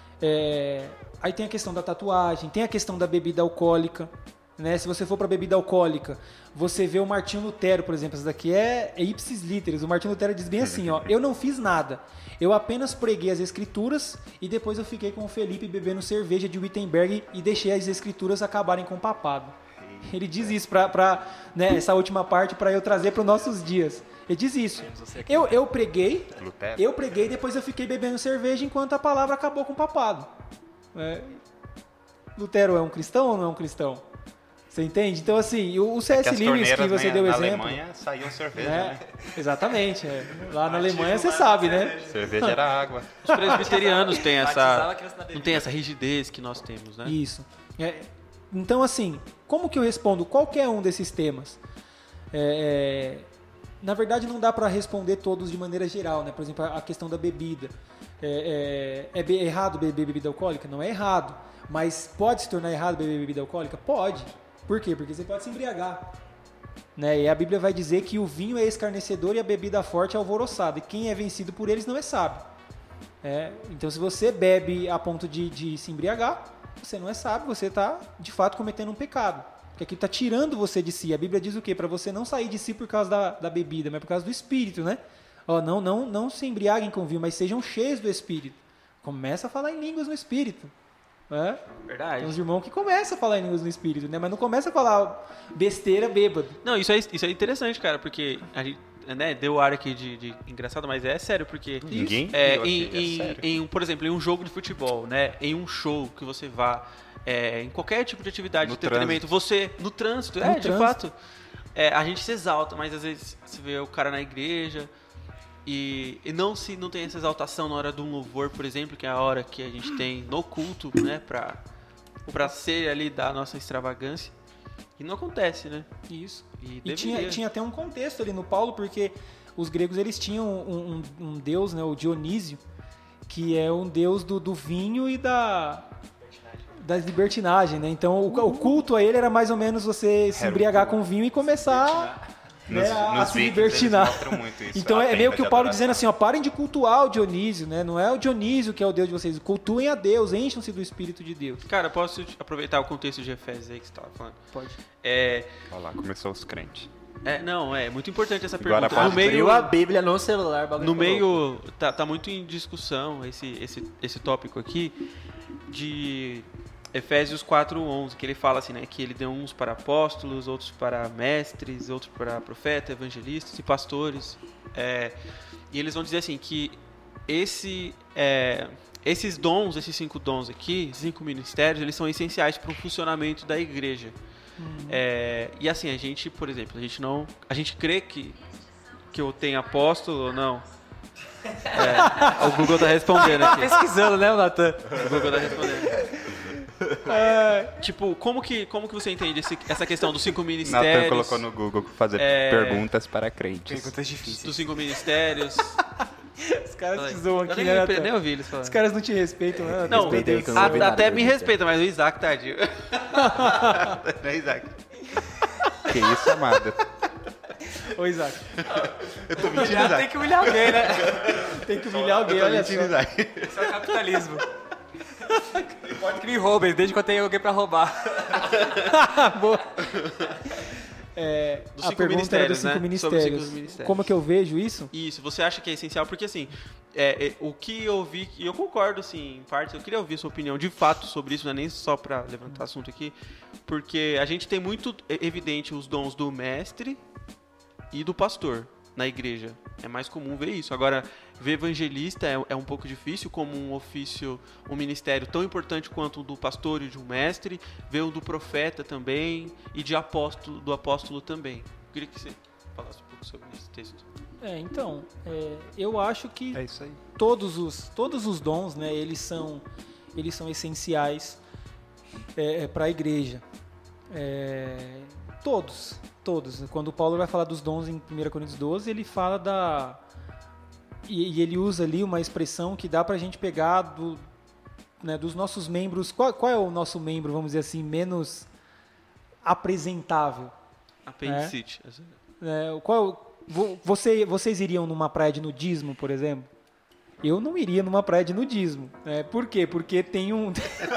É, aí tem a questão da tatuagem, tem a questão da bebida alcoólica, né? Se você for para bebida alcoólica, você vê o Martinho Lutero, por exemplo, essa daqui é, é ipsis literis. O Martinho Lutero diz bem assim, ó: eu não fiz nada. Eu apenas preguei as escrituras e depois eu fiquei com o Felipe bebendo cerveja de Wittenberg e deixei as escrituras acabarem com o papado. Ele diz isso pra, pra né, essa última parte para eu trazer para os nossos dias. Ele diz isso. Eu, eu preguei, Lutero? eu preguei, depois eu fiquei bebendo cerveja enquanto a palavra acabou com o papado. É, Lutero é um cristão ou não é um cristão? Você entende? Então, assim, o, o C Que S. as Lewis que torneiras você na, deu na exemplo. Alemanha saíam cerveja, né? né? Exatamente. é. Lá na Alemanha você sabe, né? Cerveja era água. Os presbiterianos têm Batizava essa. a criança na Não bebida. tem essa rigidez que nós temos, né? Isso. É, então, assim, como que eu respondo qualquer um desses temas? É, é, na verdade, não dá para responder todos de maneira geral, né? Por exemplo, a a questão da bebida. É, é, é be- errado beber bebida alcoólica? Não é errado. Mas pode se tornar errado beber bebida alcoólica? Pode. Por quê? Porque você pode se embriagar. Né? E a Bíblia vai dizer que o vinho é escarnecedor e a bebida forte é alvoroçada. E quem é vencido por eles não é sábio. É, então, se você bebe a ponto de, de se embriagar, você não é sábio, você está, de fato, cometendo um pecado. Porque aquilo está tirando você de si. A Bíblia diz o quê? Para você não sair de si por causa da, da bebida, mas por causa do Espírito, né? Ó, não, não, não se embriaguem com vinho, mas sejam cheios do Espírito. Começa a falar em línguas no Espírito. É? Tem uns Verdade. irmãos que começam a falar em línguas no Espírito, né? Mas não começa a falar besteira bêbado. Não, isso é, isso é interessante, cara, porque a gente, né, deu ar aqui de, de engraçado, mas é sério, porque... Ninguém É, viu em, aqui, é em, sério. em um, por exemplo, em um jogo de futebol, né? Em um show que você vá, é, em qualquer tipo de atividade No de entretenimento, você, no trânsito, é, No de trânsito. fato, é, a gente se exalta, mas às vezes você vê o cara na igreja e, e não se não tem essa exaltação na hora de um louvor, por exemplo, que é a hora que a gente tem no culto, né? Pra, pra ser ali da nossa extravagância. E não acontece, né? Isso. E, E tinha, deveria. tinha até um contexto ali no Paulo, porque os gregos eles tinham um, um- um deus, né, o Dionísio, que é um deus do, do vinho e da da libertinagem, né? Então o, o culto a ele era mais ou menos você se Era o embriagar culto. com vinho e começar Nos, né, a, a nos se Vikings, eles libertinar. mostram muito isso. Então a é meio tenda que de o Paulo adoração. dizendo assim, ó, parem de cultuar o Dionísio, né? Não é o Dionísio que é o deus de vocês, cultuem a Deus, encham-se do Espírito de Deus. Cara, posso aproveitar o contexto de Efésios aí que você estava falando? Pode. É, Olha lá, começou os crentes. é, não, é muito importante essa Agora pergunta. pode No meio, Abriu a Bíblia no celular, bagulho no ficou louco. meio tá, tá muito em discussão esse, esse, esse tópico aqui de Efésios quatro, onze, que ele fala assim, né, que ele deu uns para apóstolos, outros para mestres, outros para profetas, evangelistas e pastores. É, e eles vão dizer assim que esse, é, esses dons, esses cinco dons aqui, cinco ministérios, eles são essenciais para o funcionamento da igreja. É, e assim, a gente, por exemplo, a gente não, a gente crê que que eu tenho apóstolo ou não. É, o Google tá respondendo aqui. Pesquisando, né, Natan? O Google tá respondendo. Tipo, como que, como que você entende esse- essa questão dos cinco Nathan ministérios? colocou no Google fazer É, perguntas para crentes. Perguntas difíceis. Dos cinco ministérios. Os caras Fala te aí. zoam Eu aqui, nem, né, nem Natan? ouvi eles falando. Os caras não te respeitam, né? Não, Respeitei, que eu não a- ouvi nada, até me acredita. respeita, mas o Isaac, tadinho. Não é Isaac. Que isso, amada? Ô, Isaac, Eu tô mentindo, Já tem que humilhar alguém, né? tem que humilhar alguém, olha só. Isaac. Isso é o capitalismo. Pode que me roubem, desde que eu tenha alguém pra roubar. Boa. É, Dos a cinco pergunta era ministérios, dos cinco né? Sobre os ministérios. cinco ministérios. Como que eu vejo isso? Isso, você acha que é essencial? Porque assim, é, é, o que eu vi, e eu concordo assim, em parte, eu queria ouvir a sua opinião de fato sobre isso, não é nem só pra levantar assunto aqui, porque a gente tem muito evidente os dons do mestre e do pastor na igreja. É mais comum ver isso. Agora, ver evangelista é, é um pouco difícil, como um ofício, um ministério tão importante quanto o do pastor e de um mestre, ver o do profeta também e de apóstolo, do apóstolo também. Eu queria que você falasse um pouco sobre esse texto. É, então, é, eu acho que É isso aí. todos os, todos os dons, né, eles são, eles são essenciais é, para a igreja. É, todos, todos. Quando o Paulo vai falar dos dons em primeira Coríntios doze, ele fala da... E, e ele usa ali uma expressão que dá pra gente pegar do, né, dos nossos membros. Qual, qual é o nosso membro, vamos dizer assim, menos apresentável? Apendicite. É, qual, vo- você, vocês iriam numa praia de nudismo, por exemplo? Eu não iria numa praia de nudismo. É, por quê? Porque tem um...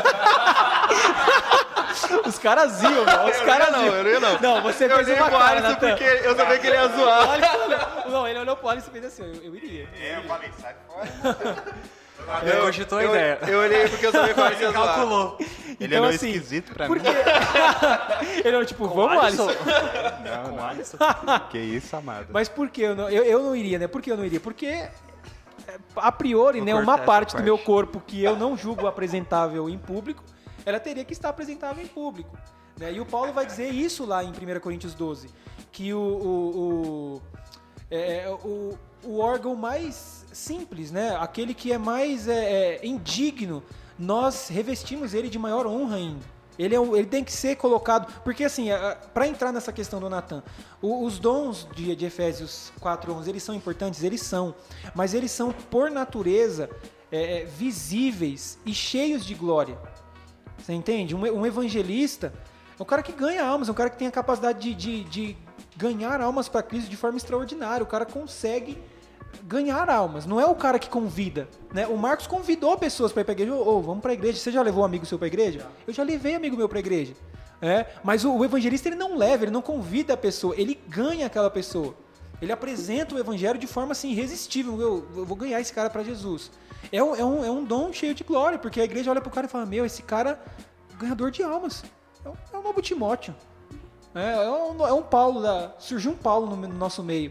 Os caras iam, meu, os caras iam. eu não ia não. Não, você fez uma cara, Natan. eu sabia que ele ia zoar. O Alisson olhou- Não, ele olhou pro Alisson e fez assim, eu, eu iria. Eu falei, sai fora. Eu cogitou a ideia. Eu olhei porque eu sabia que o Alisson ia zoar. Calculou. Ele Então, olhou assim, esquisito pra Por mim. quê? Ele olhou tipo, vamos, Alisson. Não, não. Que isso, amado. Mas por que eu não, eu, eu não iria, né? Por que eu não iria? Porque, é, a priori, Vou né, cortar uma essa parte do parte. meu corpo que eu não julgo apresentável em público, ela teria que estar apresentável em público. Né? E o Paulo vai dizer isso lá em primeira Coríntios doze, que o, o, o, é, o, o órgão mais simples, né? Aquele que é mais é, é, indigno, nós revestimos ele de maior honra ainda. Ele, é, um- ele tem que ser colocado... Porque, assim, para entrar nessa questão do Natan, o- os dons de, de Efésios quatro, onze, eles são importantes? Eles são. Mas eles são, por natureza, é, é, visíveis e cheios de glória. Você entende? Um, um evangelista é um cara que ganha almas, é um cara que tem a capacidade de, de, de ganhar almas para Cristo de forma extraordinária. O cara consegue ganhar almas, não é o cara que convida, né? O Marcos convidou pessoas para ir para a igreja. Ô, ô, vamos para a igreja. Você já levou um amigo seu para a igreja? Eu já levei amigo meu para a igreja. É, mas o, o evangelista ele não leva, ele não convida a pessoa, ele ganha aquela pessoa. Ele apresenta o evangelho de forma assim irresistível. Eu, eu vou ganhar esse cara para Jesus. É um, é, um, é um dom cheio de glória, porque a igreja olha pro cara e fala: meu, esse cara é ganhador de almas. É um, é um novo Timóteo. É, é, um, é um Paulo. Da, surgiu um Paulo no, no nosso meio.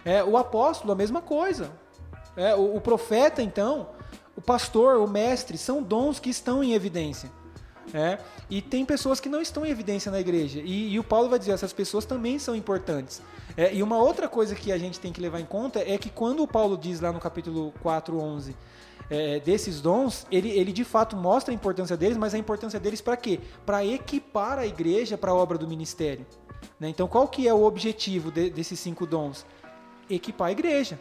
É, o apóstolo, a mesma coisa. É, o, o profeta, então, o pastor, o mestre, são dons que estão em evidência. É, e tem pessoas que não estão em evidência na igreja. E, e o Paulo vai dizer, essas pessoas também são importantes. É, e uma outra coisa que a gente tem que levar em conta é que quando o Paulo diz lá no capítulo quatro, onze, é, desses dons, ele, ele de fato mostra a importância deles, mas a importância deles para quê? Para equipar a igreja para a obra do ministério. Né? Então qual que é o objetivo de, desses cinco dons? Equipar a igreja.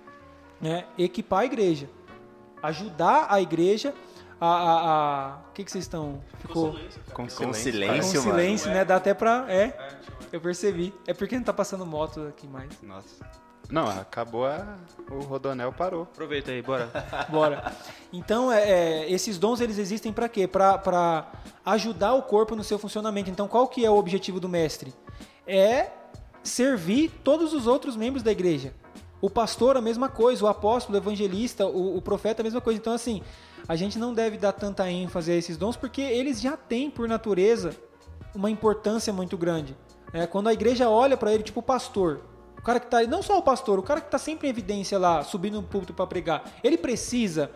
Né? Equipar a igreja. Ajudar a igreja a... a, a... O que, que vocês estão... Ficou... Com Com silêncio. silêncio, Com mano. silêncio, né? Dá até pra... É, eu percebi. É porque não tá passando moto aqui mais. Nossa. Não, acabou a... o Rodonel parou. Aproveita aí, bora. Bora. Então, é, é, esses dons, eles existem para quê? Para ajudar o corpo no seu funcionamento. Então, qual que é o objetivo do mestre? É servir todos os outros membros da igreja. O pastor, a mesma coisa. O apóstolo, o evangelista, o, o profeta, a mesma coisa. Então, assim, a gente não deve dar tanta ênfase a esses dons, porque eles já têm, por natureza, uma importância muito grande. É, quando a igreja olha para ele, tipo o pastor... O cara que tá, não só o pastor, o cara que está sempre em evidência lá, subindo no púlpito para pregar, ele precisa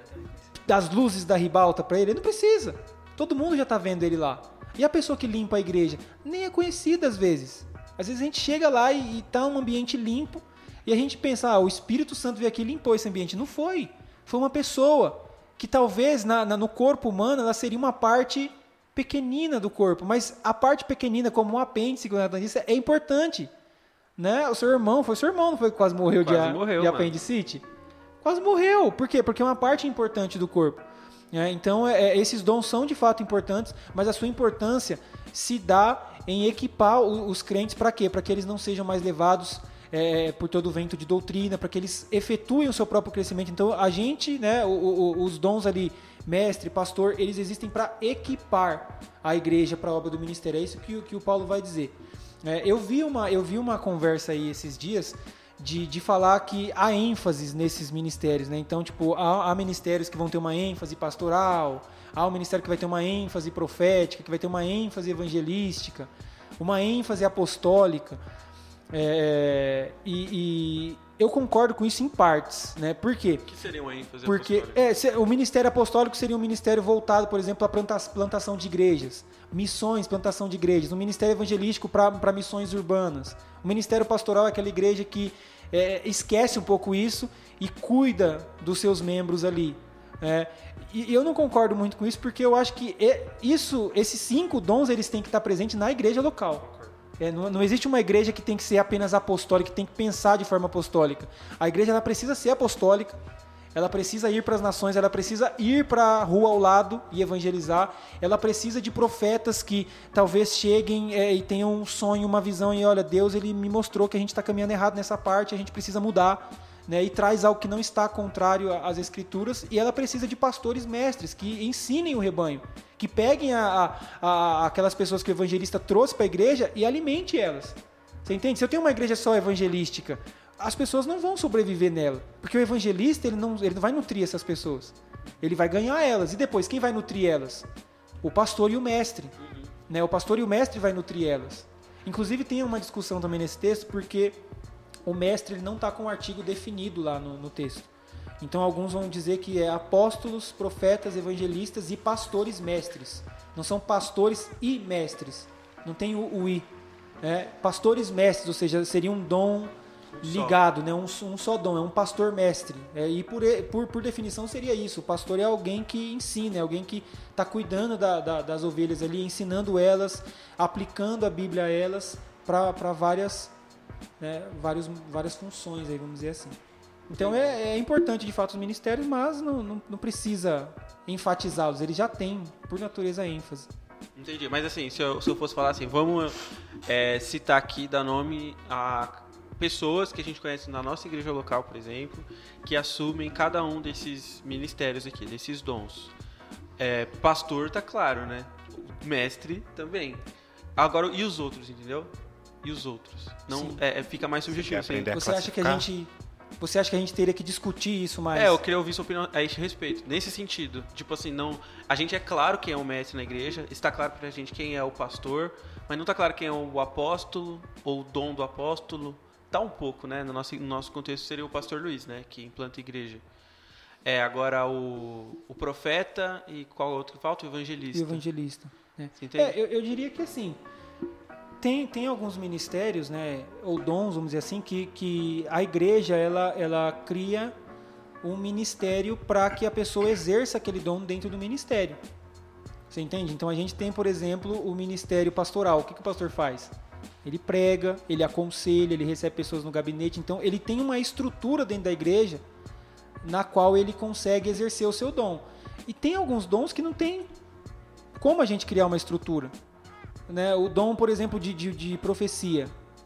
das luzes da ribalta para ele? Ele não precisa. Todo mundo já está vendo ele lá. E a pessoa que limpa a igreja? Nem é conhecida às vezes. Às vezes a gente chega lá e está um ambiente limpo e a gente pensa, ah, o Espírito Santo veio aqui e limpou esse ambiente. Não foi. Foi uma pessoa que talvez na, na, no corpo humano ela seria uma parte pequenina do corpo, mas a parte pequenina, como um apêndice, que o Nathan disse, é importante. Né? O seu irmão, foi seu irmão, não foi que quase morreu Quase de, a, morreu, de apendicite? Quase morreu. Por quê? Porque é uma parte importante do corpo. É, então, é, esses dons são de fato importantes, mas a sua importância se dá em equipar os, os crentes para quê? Para que eles não sejam mais levados é, por todo o vento de doutrina, para que eles efetuem o seu próprio crescimento. Então, a gente, né, o, o, os dons ali, mestre, pastor, eles existem para equipar a igreja para a obra do ministério. É isso que, que o Paulo vai dizer. É, eu, vi uma, eu vi uma conversa aí esses dias de, de falar que há ênfases nesses ministérios, né? Então, tipo, há, há ministérios que vão ter uma ênfase pastoral, há um ministério que vai ter uma ênfase profética, que vai ter uma ênfase evangelística, uma ênfase apostólica. É, e, e eu concordo com isso em partes, né? Por quê? O que seria uma ênfase Porque apostólica? é, o ministério apostólico seria um ministério voltado, por exemplo, à planta- plantação de igrejas, missões, plantação de igrejas, um ministério evangelístico para missões urbanas. O ministério pastoral é aquela igreja que é, esquece um pouco isso e cuida dos seus membros ali. É, e eu não concordo muito com isso, porque eu acho que isso, esses cinco dons eles têm que estar presentes na igreja local. É, não, não existe uma igreja que tem que ser apenas apostólica, que tem que pensar de forma apostólica. A igreja ela precisa ser apostólica, ela precisa ir para as nações, ela precisa ir para a rua ao lado e evangelizar, ela precisa de profetas que talvez cheguem é, e tenham um sonho, uma visão, e olha, Deus ele me mostrou que a gente está caminhando errado nessa parte, a gente precisa mudar, né, e traz algo que não está contrário às escrituras, e ela precisa de pastores mestres que ensinem o rebanho, que peguem a, a, a, aquelas pessoas que o evangelista trouxe para a igreja e alimente elas. Você entende? Se eu tenho uma igreja só evangelística, as pessoas não vão sobreviver nela, porque o evangelista ele não, ele não vai nutrir essas pessoas, ele vai ganhar elas, e depois quem vai nutrir elas? O pastor e o mestre. Uhum. Né? O pastor e o mestre vai nutrir elas. Inclusive tem uma discussão também nesse texto, porque o mestre ele não está com um artigo definido lá no, no texto. Então alguns vão dizer que é apóstolos, profetas, evangelistas e pastores mestres. Não são pastores e mestres. Não tem o, o i. É, pastores mestres, ou seja, seria um dom ligado, né? um, um só dom, é um pastor mestre. É, e por, por, por definição seria isso. O pastor é alguém que ensina, é alguém que está cuidando da, da, das ovelhas ali, ensinando elas, aplicando a Bíblia a elas para várias, né, várias, várias funções, aí, vamos dizer assim. Então é, é importante de fato os ministérios, mas não, não, não precisa enfatizá-los, eles já têm, por natureza, ênfase. Entendi, mas assim, se eu, se eu fosse falar assim, vamos é, citar aqui, dar nome a pessoas que a gente conhece na nossa igreja local, por exemplo, que assumem cada um desses ministérios aqui, desses dons. É, pastor tá claro, né? Mestre também. Agora, e os outros, entendeu? E os outros? Não, é, fica mais subjetivo. Você quer Você acha que a gente... Você acha que a gente teria que discutir isso mais? É, eu queria ouvir sua opinião a este respeito. Nesse sentido, tipo assim, não, a gente é claro quem é o mestre na igreja, está claro pra gente quem é o pastor, mas não está claro quem é o apóstolo ou o dom do apóstolo, tá um pouco, né? No nosso, no nosso contexto seria o pastor Luiz, né? Que implanta igreja. É, agora o, o profeta e qual outro que falta? O evangelista. E o evangelista. Né? Você entende? É, eu, eu diria que assim, tem, tem alguns ministérios, né, ou dons, vamos dizer assim, que, que a igreja ela, ela cria um ministério para que a pessoa exerça aquele dom dentro do ministério. Você entende? Então a gente tem, por exemplo, o ministério pastoral. O que, que o pastor faz? Ele prega, ele aconselha, ele recebe pessoas no gabinete. Então ele tem uma estrutura dentro da igreja na qual ele consegue exercer o seu dom. E tem alguns dons que não tem como a gente criar uma estrutura. Né? O dom, por exemplo, de, de, de profecia.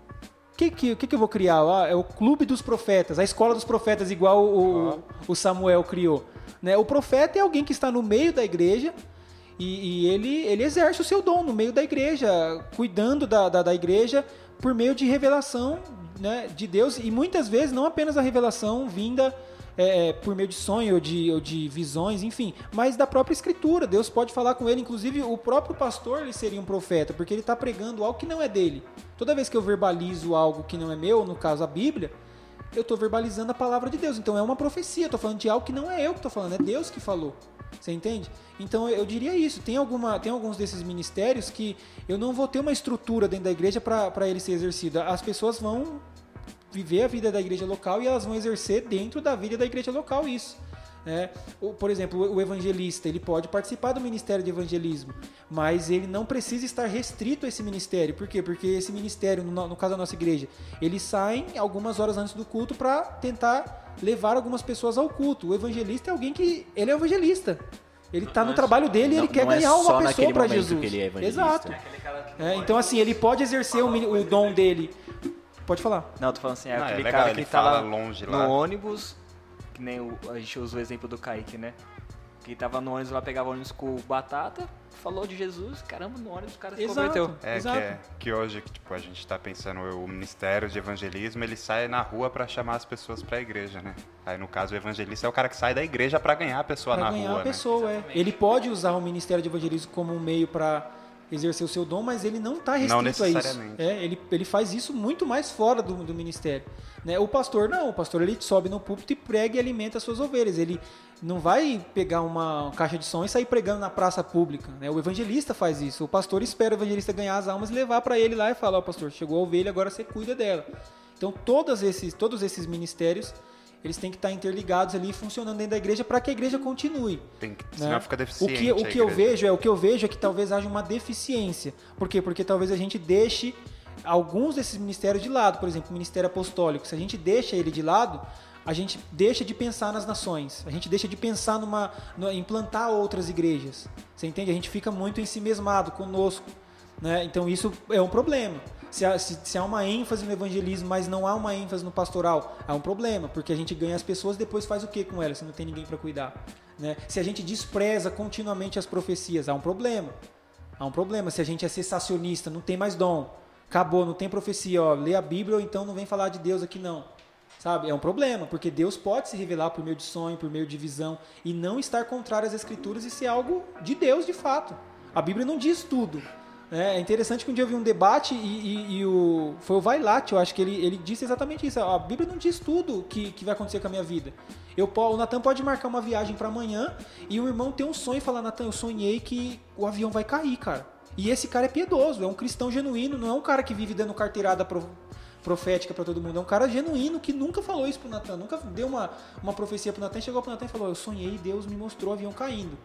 O que, que, que, que eu vou criar? Ah, é o clube dos profetas, a escola dos profetas, igual o, o, o Samuel criou. Né? O profeta é alguém que está no meio da igreja e, e ele, ele exerce o seu dom no meio da igreja, cuidando da, da, da igreja por meio de revelação, né, de Deus. E muitas vezes não apenas a revelação vinda É, por meio de sonho ou de, ou de visões, enfim, mas da própria escritura. Deus pode falar com ele, inclusive o próprio pastor ele seria um profeta, porque ele está pregando algo que não é dele. Toda vez que eu verbalizo algo que não é meu, no caso a Bíblia, eu estou verbalizando a palavra de Deus. Então é uma profecia, estou falando de algo que não é eu que estou falando, é Deus que falou. Você entende? Então eu diria isso. Tem, alguma, tem alguns desses ministérios que eu não vou ter uma estrutura dentro da igreja para ele ser exercido. As pessoas vão viver a vida da igreja local e elas vão exercer dentro da vida da igreja local isso. Né? Por exemplo, o evangelista, ele pode participar do ministério de evangelismo, mas ele não precisa estar restrito a esse ministério. Por quê? Porque esse ministério, no, no caso da nossa igreja, eles saem algumas horas antes do culto para tentar levar algumas pessoas ao culto. O evangelista é alguém que... ele é evangelista. Ele está no trabalho dele e ele não, quer não é ganhar uma só pessoa naquele para momento Jesus. que ele é evangelista. Exato. É, então, assim, ele pode exercer o, o dom dele. Pode falar. Não, tô falando assim, é Não, é aquele legal, cara ele que tá fala lá longe no lá. ônibus, que nem o, a gente usa o exemplo do Kaique, né? Que tava no ônibus lá, pegava o ônibus com batata, falou de Jesus, caramba, no ônibus o cara se Exato. converteu. É, que, Exato. é que hoje tipo, a gente está pensando, o ministério de evangelismo, ele sai na rua para chamar as pessoas para a igreja, né? Aí, no caso, o evangelista é o cara que sai da igreja para ganhar a pessoa Pra na ganhar rua, a né? pessoa, é. Ele pode usar o ministério de evangelismo como um meio para exercer o seu dom, mas ele não está restrito Não a isso. necessariamente. É, ele, ele faz isso muito mais fora do, do ministério. Né? O pastor não, o pastor ele sobe no púlpito e prega e alimenta as suas ovelhas. Ele não vai pegar uma caixa de som e sair pregando na praça pública. Né? O evangelista faz isso. O pastor espera o evangelista ganhar as almas e levar para ele lá e falar, ó, pastor, chegou a ovelha, agora você cuida dela. Então todos esses, todos esses ministérios, eles têm que estar interligados ali, funcionando dentro da igreja para que a igreja continue. Tem que, Né? senão fica O deficiente. que, o a que eu igreja. vejo é o que eu vejo é que talvez haja uma deficiência. Por quê? Porque talvez a gente deixe alguns desses ministérios de lado. Por exemplo, o ministério apostólico. Se a gente deixa ele de lado, a gente deixa de pensar nas nações. A gente deixa de pensar numa, no, em implantar outras igrejas. Você entende? A gente fica muito ensimesmado conosco. Né? Então isso é um problema. Se há, se, se há uma ênfase no evangelismo, mas não há uma ênfase no pastoral, há um problema, porque a gente ganha as pessoas, depois faz o que com elas, se não tem ninguém para cuidar? Né? Se a gente despreza continuamente as profecias, há um problema. Há um problema. Se a gente é cessacionista, não tem mais dom, acabou, não tem profecia, ó, lê a Bíblia ou então não vem falar de Deus aqui não. Sabe? É um problema, porque Deus pode se revelar por meio de sonho, por meio de visão, e não estar contrário às Escrituras e ser algo de Deus de fato. A Bíblia não diz tudo. É interessante que um dia eu vi um debate e, e, e o, foi o Vailat, eu acho que ele, ele disse exatamente isso. A Bíblia não diz tudo que, que vai acontecer com a minha vida. Eu, o Natan pode marcar uma viagem para amanhã e o irmão tem um sonho e falar, Natan, eu sonhei que o avião vai cair, cara. E esse cara é piedoso, é um cristão genuíno, não é um cara que vive dando carteirada pro, profética para todo mundo. É um cara genuíno que nunca falou isso pro Natan, nunca deu uma, uma profecia pro Natan, chegou pro Natan e falou, eu sonhei e Deus me mostrou o avião caindo.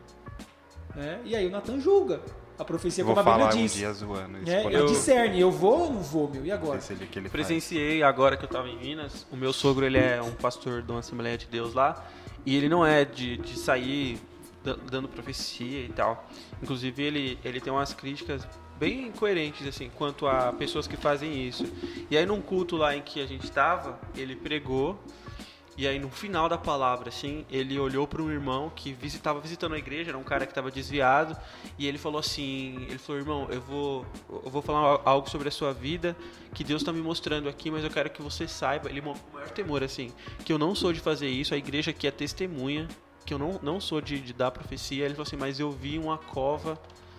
É, e aí o Natan julga a profecia Vou como a Bíblia falar diz. um dia zoando isso. É, quando eu eu discerne, eu vou ou não vou, meu? E agora? esse ali que ele faz. Presenciei agora que eu tava em Minas. O meu sogro, ele é um pastor de uma Assembleia de Deus lá. E ele não é de, de sair d- dando profecia e tal. Inclusive, ele, ele tem umas críticas bem coerentes, assim, quanto a pessoas que fazem isso. E aí, num culto lá em que a gente tava, ele pregou. E aí, no final da palavra, assim, ele olhou para um irmão que estava visitando a igreja, era um cara que estava desviado, e ele falou assim, ele falou, irmão, eu vou, eu vou falar algo sobre a sua vida, que Deus está me mostrando aqui, mas eu quero que você saiba, ele com o maior temor, assim, que eu não sou de fazer isso, a igreja aqui é testemunha, que eu não, não sou de, de dar profecia. Ele falou assim, mas eu vi uma cova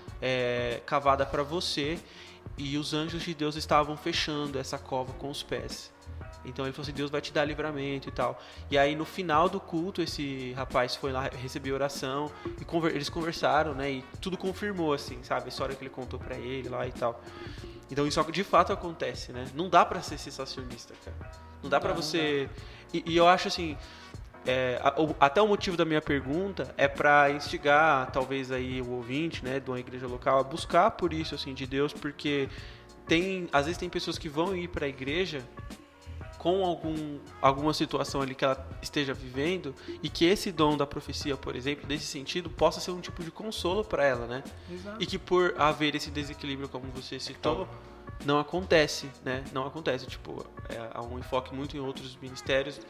é, cavada para você, e os anjos de Deus estavam fechando essa cova com os pés. Então ele falou assim, Deus vai te dar livramento e tal. E aí no final do culto, esse rapaz foi lá receber oração e conver- eles conversaram, né? E tudo confirmou, assim, sabe? A história que ele contou pra ele lá e tal. Então isso de fato acontece, né? Não dá pra ser sensacionista, cara. Não dá pra você... E, e eu acho assim... É, a, o, até o motivo da minha pergunta é pra instigar, talvez, aí o ouvinte, né? De uma igreja local a buscar por isso, assim, de Deus. Porque tem... Às vezes tem pessoas que vão ir pra igreja... com algum, alguma situação ali que ela esteja vivendo e que esse dom da profecia, por exemplo, nesse sentido, possa ser um tipo de consolo para ela, né? Exato. E que por haver esse desequilíbrio, como você citou, não acontece, né? Não acontece, tipo, é, há um enfoque muito em outros ministérios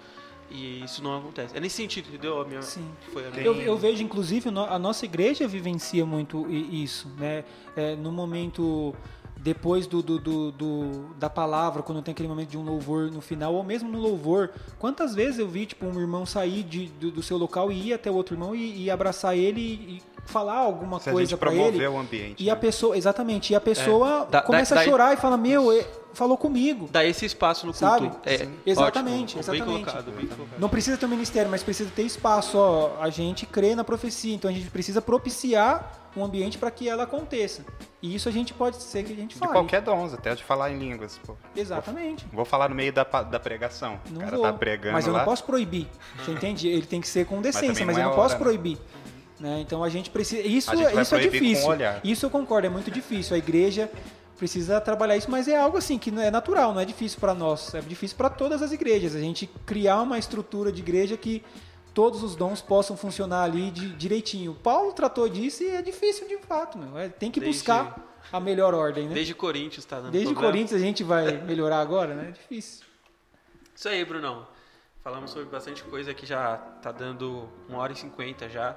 e isso não acontece. É nesse sentido, entendeu? A minha, Sim. Foi a minha... Eu, eu vejo, inclusive, no- a nossa igreja vivencia muito i- isso, né? É, no momento... Depois do, do, do, do- da palavra, quando tem aquele momento de um louvor no final, ou mesmo no louvor, quantas vezes eu vi tipo, um irmão sair de, do, do seu local e ir até o outro irmão e, e abraçar ele e, e falar alguma Se a coisa gente pra promover ele. o ambiente. E a né? pessoa, exatamente, e a pessoa É, dá- começa dá- a chorar e fala, meu, ele falou comigo. Dá esse espaço no culto. Sabe? É, Sim. Exatamente, ótimo, bem exatamente. colocado, bem colocado. Não precisa ter um ministério, mas precisa ter espaço. Ó, a gente crê na profecia, então a gente precisa propiciar um ambiente para que ela aconteça. E isso a gente pode ser que a gente De fale. qualquer dons, até de falar em línguas. Pô. Exatamente. Vou falar no meio da, pa- da pregação. Não o cara vou. tá pregando mas eu lá. não posso proibir. Você entende? Ele tem que ser com decência, também mas, não eu é não hora, posso né? proibir. Né? Então a gente precisa. Isso, A gente vai isso é proibir com difícil. o olhar. Isso eu concordo, é muito difícil. A igreja precisa trabalhar isso, mas é algo assim que não é natural, não é difícil para nós, é difícil para todas as igrejas. A gente criar uma estrutura de igreja que todos os dons possam funcionar ali de, direitinho. Paulo tratou disso e é difícil de fato, meu. É, tem que Desde- buscar a melhor ordem, né? Desde Coríntios tá dando Desde problema. Coríntios a gente vai melhorar agora, né? É difícil. Isso aí, Brunão. Falamos sobre bastante coisa que já tá dando uma hora e cinquenta já.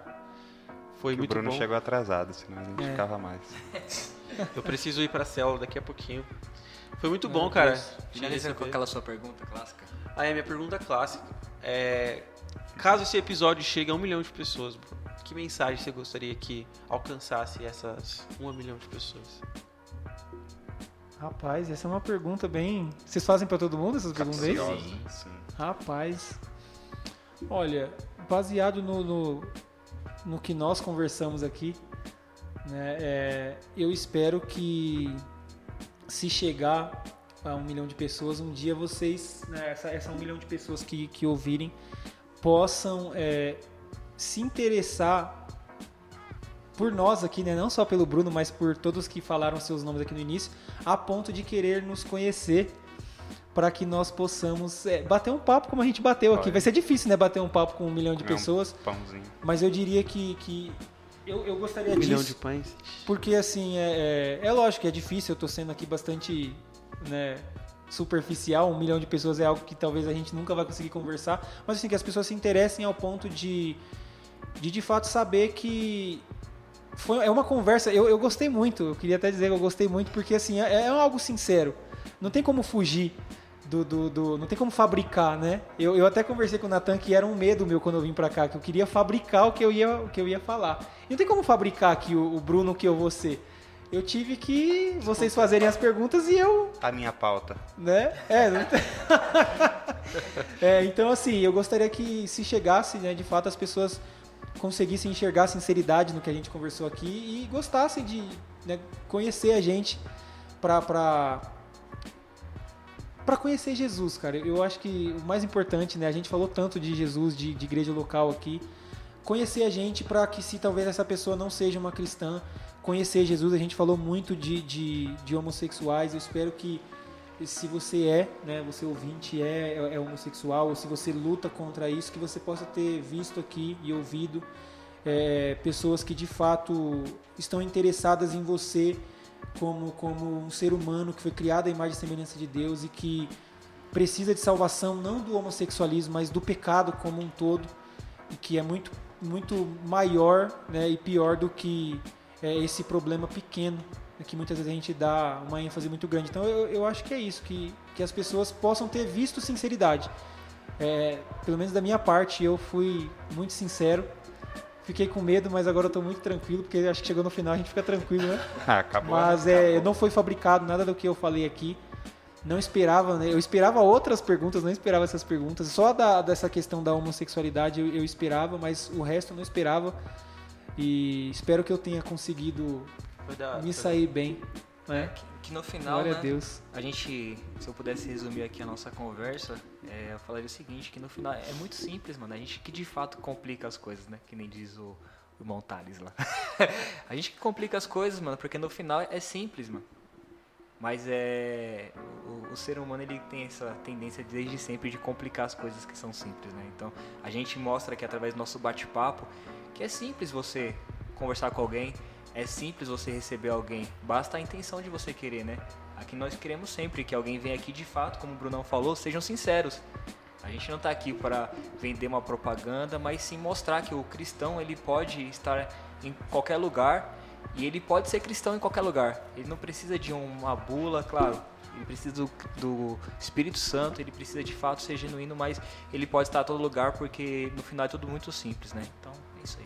Foi Que o muito Bruno bom. chegou atrasado, senão a gente É. ficava mais. Eu preciso ir pra célula daqui a pouquinho. Foi muito bom, cara. te Finalizando com receber. aquela sua pergunta clássica. Ah, é minha pergunta clássica. É, caso esse episódio chegue a um milhão de pessoas, Bruno, que mensagem você gostaria que alcançasse essas um milhão de pessoas? Rapaz, essa é uma pergunta bem... Vocês fazem pra todo mundo essas perguntas aí? Capciosa, sim. Rapaz, olha, baseado no, no, no que nós conversamos aqui, né, é, eu espero que se chegar a um milhão de pessoas, um dia vocês, né, essa, essa um milhão de pessoas que, que ouvirem, possam é, se interessar por nós aqui, né, não só pelo Bruno, mas por todos que falaram seus nomes aqui no início, a ponto de querer nos conhecer, para que nós possamos é, bater um papo como a gente bateu aqui. Olha. Vai ser difícil, né, bater um papo com um milhão de Comer um pessoas, Pãozinho. mas eu diria que, que eu, eu gostaria Um disso. milhão de pães? Porque, assim, é, é, é lógico que é difícil, eu tô sendo aqui bastante, né, superficial, um milhão de pessoas é algo que talvez a gente nunca vai conseguir conversar, mas assim, que as pessoas se interessem ao ponto de, de, de fato, saber que foi, é uma conversa, eu, eu gostei muito, eu queria até dizer que eu gostei muito, porque, assim, é, é algo sincero, não tem como fugir do, do, do não tem como fabricar, né? Eu, eu até conversei com o Natan que era um medo meu quando eu vim pra cá, que eu queria fabricar o que eu ia, o que eu ia falar. E não tem como fabricar aqui o, o Bruno que eu vou ser. Eu tive que vocês fazerem as perguntas e eu, A minha pauta. né? É, não tem... é, então assim, eu gostaria que se chegasse, né, de fato as pessoas conseguissem enxergar a sinceridade no que a gente conversou aqui e gostassem de, né, conhecer a gente pra, pra, pra conhecer Jesus, cara. Eu acho que o mais importante, né, a gente falou tanto de Jesus, de, de igreja local aqui, conhecer a gente para que, se talvez essa pessoa não seja uma cristã, conhecer Jesus. A gente falou muito de, de, de homossexuais. Eu espero que, se você é, né, você ouvinte é, é homossexual, ou se você luta contra isso, que você possa ter visto aqui e ouvido é, pessoas que de fato estão interessadas em você como, como um ser humano que foi criado à imagem e semelhança de Deus e que precisa de salvação, não do homossexualismo, mas do pecado como um todo, e que é muito, muito maior, né, e pior do que é, esse problema pequeno, que muitas vezes a gente dá uma ênfase muito grande. Então eu, eu acho que é isso, que, que as pessoas possam ter visto sinceridade. É, pelo menos da minha parte, eu fui muito sincero. Fiquei com medo, mas agora eu estou muito tranquilo, porque acho que chegou no final a gente fica tranquilo, né? Ah, acabou. Mas né? é, Acabou. não foi fabricado nada do que eu falei aqui. não esperava, né? Eu esperava outras perguntas, não esperava essas perguntas. Só da, dessa questão da homossexualidade eu, eu esperava, mas o resto eu não esperava. E espero que eu tenha conseguido Foi da- me foi sair bem, né? Que, que no final, Glória né, a Deus. a gente, se eu pudesse resumir aqui a nossa conversa, é, eu falaria o seguinte, que no final é muito simples, mano. A gente que de fato complica as coisas, né? Que nem diz o, o irmão Thales lá. A gente que complica as coisas, mano, porque no final é simples, mano. Mas é o, o ser humano, ele tem essa tendência desde sempre de complicar as coisas que são simples, né? Então a gente mostra aqui através do nosso bate-papo que é simples você conversar com alguém, é simples você receber alguém, basta a intenção de você querer, né? Aqui nós queremos sempre que alguém venha aqui de fato, como o Brunão falou, sejam sinceros. A gente não está aqui para vender uma propaganda, mas sim mostrar que o cristão, ele pode estar em qualquer lugar e ele pode ser cristão em qualquer lugar. Ele não precisa de uma bula, claro, ele precisa do, do Espírito Santo, ele precisa de fato ser genuíno, mas ele pode estar em todo lugar porque no final é tudo muito simples, né? Então é isso aí.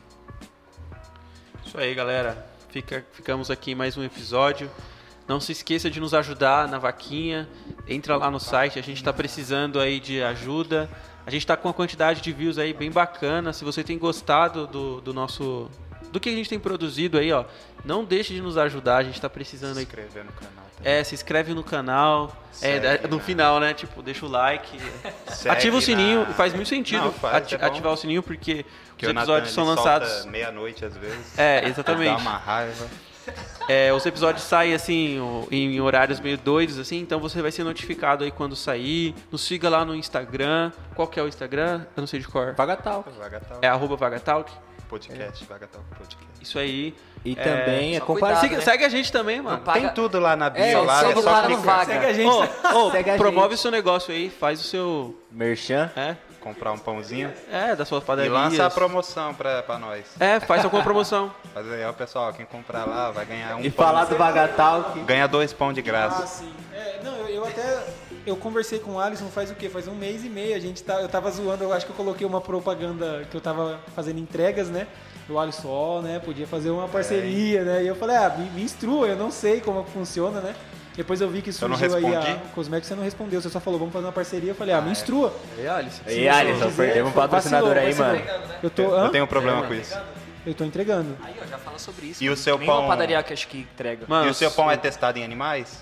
Isso aí, galera. Fica, ficamos aqui em mais um episódio. Não se esqueça de nos ajudar na vaquinha. Entra lá no site, a gente está precisando aí de ajuda. A gente está com uma quantidade de views aí bem bacana. Se você tem gostado do, do nosso... do que a gente tem produzido aí, ó, não deixe de nos ajudar. A gente está precisando Se aí... inscrever no canal também. É, se inscreve no canal. Segue, é, no né? final, né? Tipo, deixa o like. Segue Ativa o sininho. na- Faz muito sentido Não, faz, ati- é bom. ativar o sininho, porque Que os o Nathan, episódios são ele lançados... solta meia-noite às vezes. É, exatamente. Dá uma raiva. É, os episódios saem assim, o- em horários meio doidos, assim, então você vai ser notificado aí quando sair. Nos siga lá no Instagram. Qual que é o Instagram? Eu não sei de cor. Vagatal. Vagatal. É arroba Vagatalk. Podcast, Vagatal Podcast. Isso aí. E também é só compartilhar. cuidado, Segue, né? segue a gente também, mano. Não paga- Tem tudo lá na bio, É, lá, segue é só lá no clicar. Vaga. Segue a gente. Ô, ô, Segue a promove gente. o seu negócio aí, faz o seu... Merchan. É, Comprar um pãozinho é da sua e padaria. lança a promoção pra, pra nós. É, faz alguma promoção. Mas aí, ó, pessoal, quem comprar lá vai ganhar um E pão. falar do Vagatal que... Ganha dois pão de Ah, graça. sim. É, não, eu, eu até... Eu conversei com o Alisson faz o quê? Faz um mês e meio. A gente tá, eu tava zoando, eu acho que eu coloquei uma propaganda que eu tava fazendo entregas, né? O Alisson, ó, né? Podia fazer uma parceria, né? E eu falei, ah, me, me instrua, eu não sei como funciona, né? Depois eu vi que Eu não surgiu aí a respondi? Cosmec, você não respondeu, você só falou, vamos fazer uma parceria. Eu falei, ah, me instrua. E Alisson. E Alisson, quiser, perdemos um patrocinador vacilou, aí, vacilou. mano. Eu tô, Eu hã? tenho problema com isso. Eu tô entregando. Aí, ó, já fala sobre isso. E o mano. seu Nenhuma pão- padaria que acho que entrega. Mano, E o seu pão é testado em animais?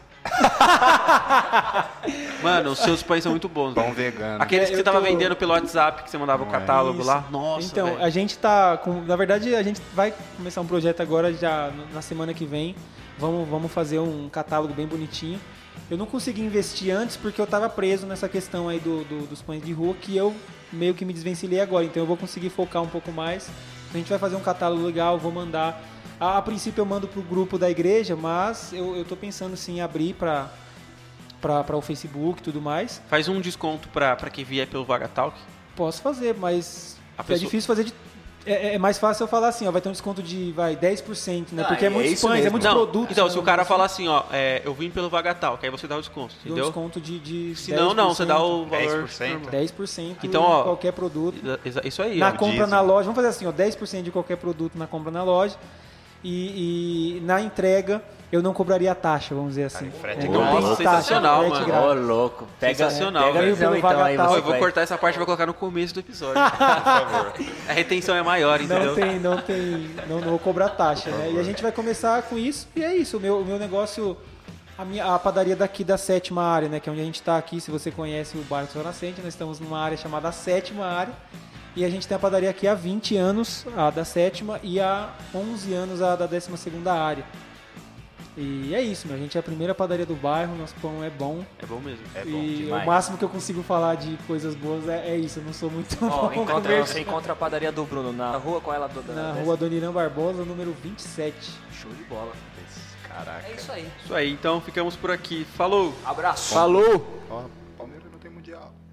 Mano, os seus pães são muito bons. Pão velho. vegano. Aqueles que É, você eu tava tô- vendendo pelo WhatsApp, que você mandava o catálogo Isso. lá. Nossa, Então, velho. a gente tá com... Na verdade, a gente vai começar um projeto agora, já na semana que vem. Vamos, vamos fazer um catálogo bem bonitinho. Eu não consegui investir antes porque eu tava preso nessa questão aí do, do- dos pães de rua, que eu meio que me desvencilhei agora. Então eu vou conseguir focar um pouco mais. A gente vai fazer um catálogo legal, vou mandar... A, a princípio eu mando pro grupo da igreja, mas eu, eu tô pensando sim em abrir pra, pra, pra o Facebook e tudo mais. Faz um desconto pra, pra quem vier pelo Vagatalk. Posso fazer, mas A é pessoa- difícil fazer de... É, é mais fácil eu falar assim, ó, vai ter um desconto de vai, dez por cento, né? Ah, Porque é é muitos isso pães, é mesmo. muitos Não, produtos. então, né, se o vamos cara dizer falar assim, ó, é, eu vim pelo Vagatalk, aí você dá o desconto, assim, dou um entendeu? desconto de, de Se não, não, você dá o dez valor. por cento? normal. dez por cento Então, em ó, qualquer produto. Exa- Isso aí, Na ó. compra diesel. na loja, vamos fazer assim, ó, dez por cento de qualquer produto na compra na loja. E, e na entrega eu não cobraria a taxa, vamos dizer assim. Cara, frete É, não grátis. tem Nossa, taxa, sensacional, frete mano. grátis. Ô, louco. Pega, Sensacional, pega a velho. visão, então, aí Vagatal. Ó, você eu vou vai- cortar essa parte e vou colocar no começo do episódio. Por favor. A retenção é maior, entendeu? Não tem, não tem, não, não vou cobrar taxa, né? E a gente vai começar com isso, e é isso, o meu, o meu negócio, a, minha, a padaria daqui da sétima área, né? Que é onde a gente tá aqui, se você conhece o bairro São Nascente, nós estamos numa área chamada sétima área, e a gente tem a padaria aqui há vinte anos, a da sétima, e há onze anos a da décima segunda área. E é isso, meu, a gente é a primeira padaria do bairro, nosso pão é bom, É bom mesmo. É bom e demais. o máximo que eu consigo falar de coisas boas é, é isso, eu não sou muito Ó, bom com encontra, merchan. você encontra a padaria do Bruno na rua, qual é ela toda? Na rua Dona Irã Barbosa, número vinte e sete. Show de bola. Caraca. É isso aí. Isso aí, então ficamos por aqui. Falou! Abraço. Falou! Ó, Palmeiras não tem mundial.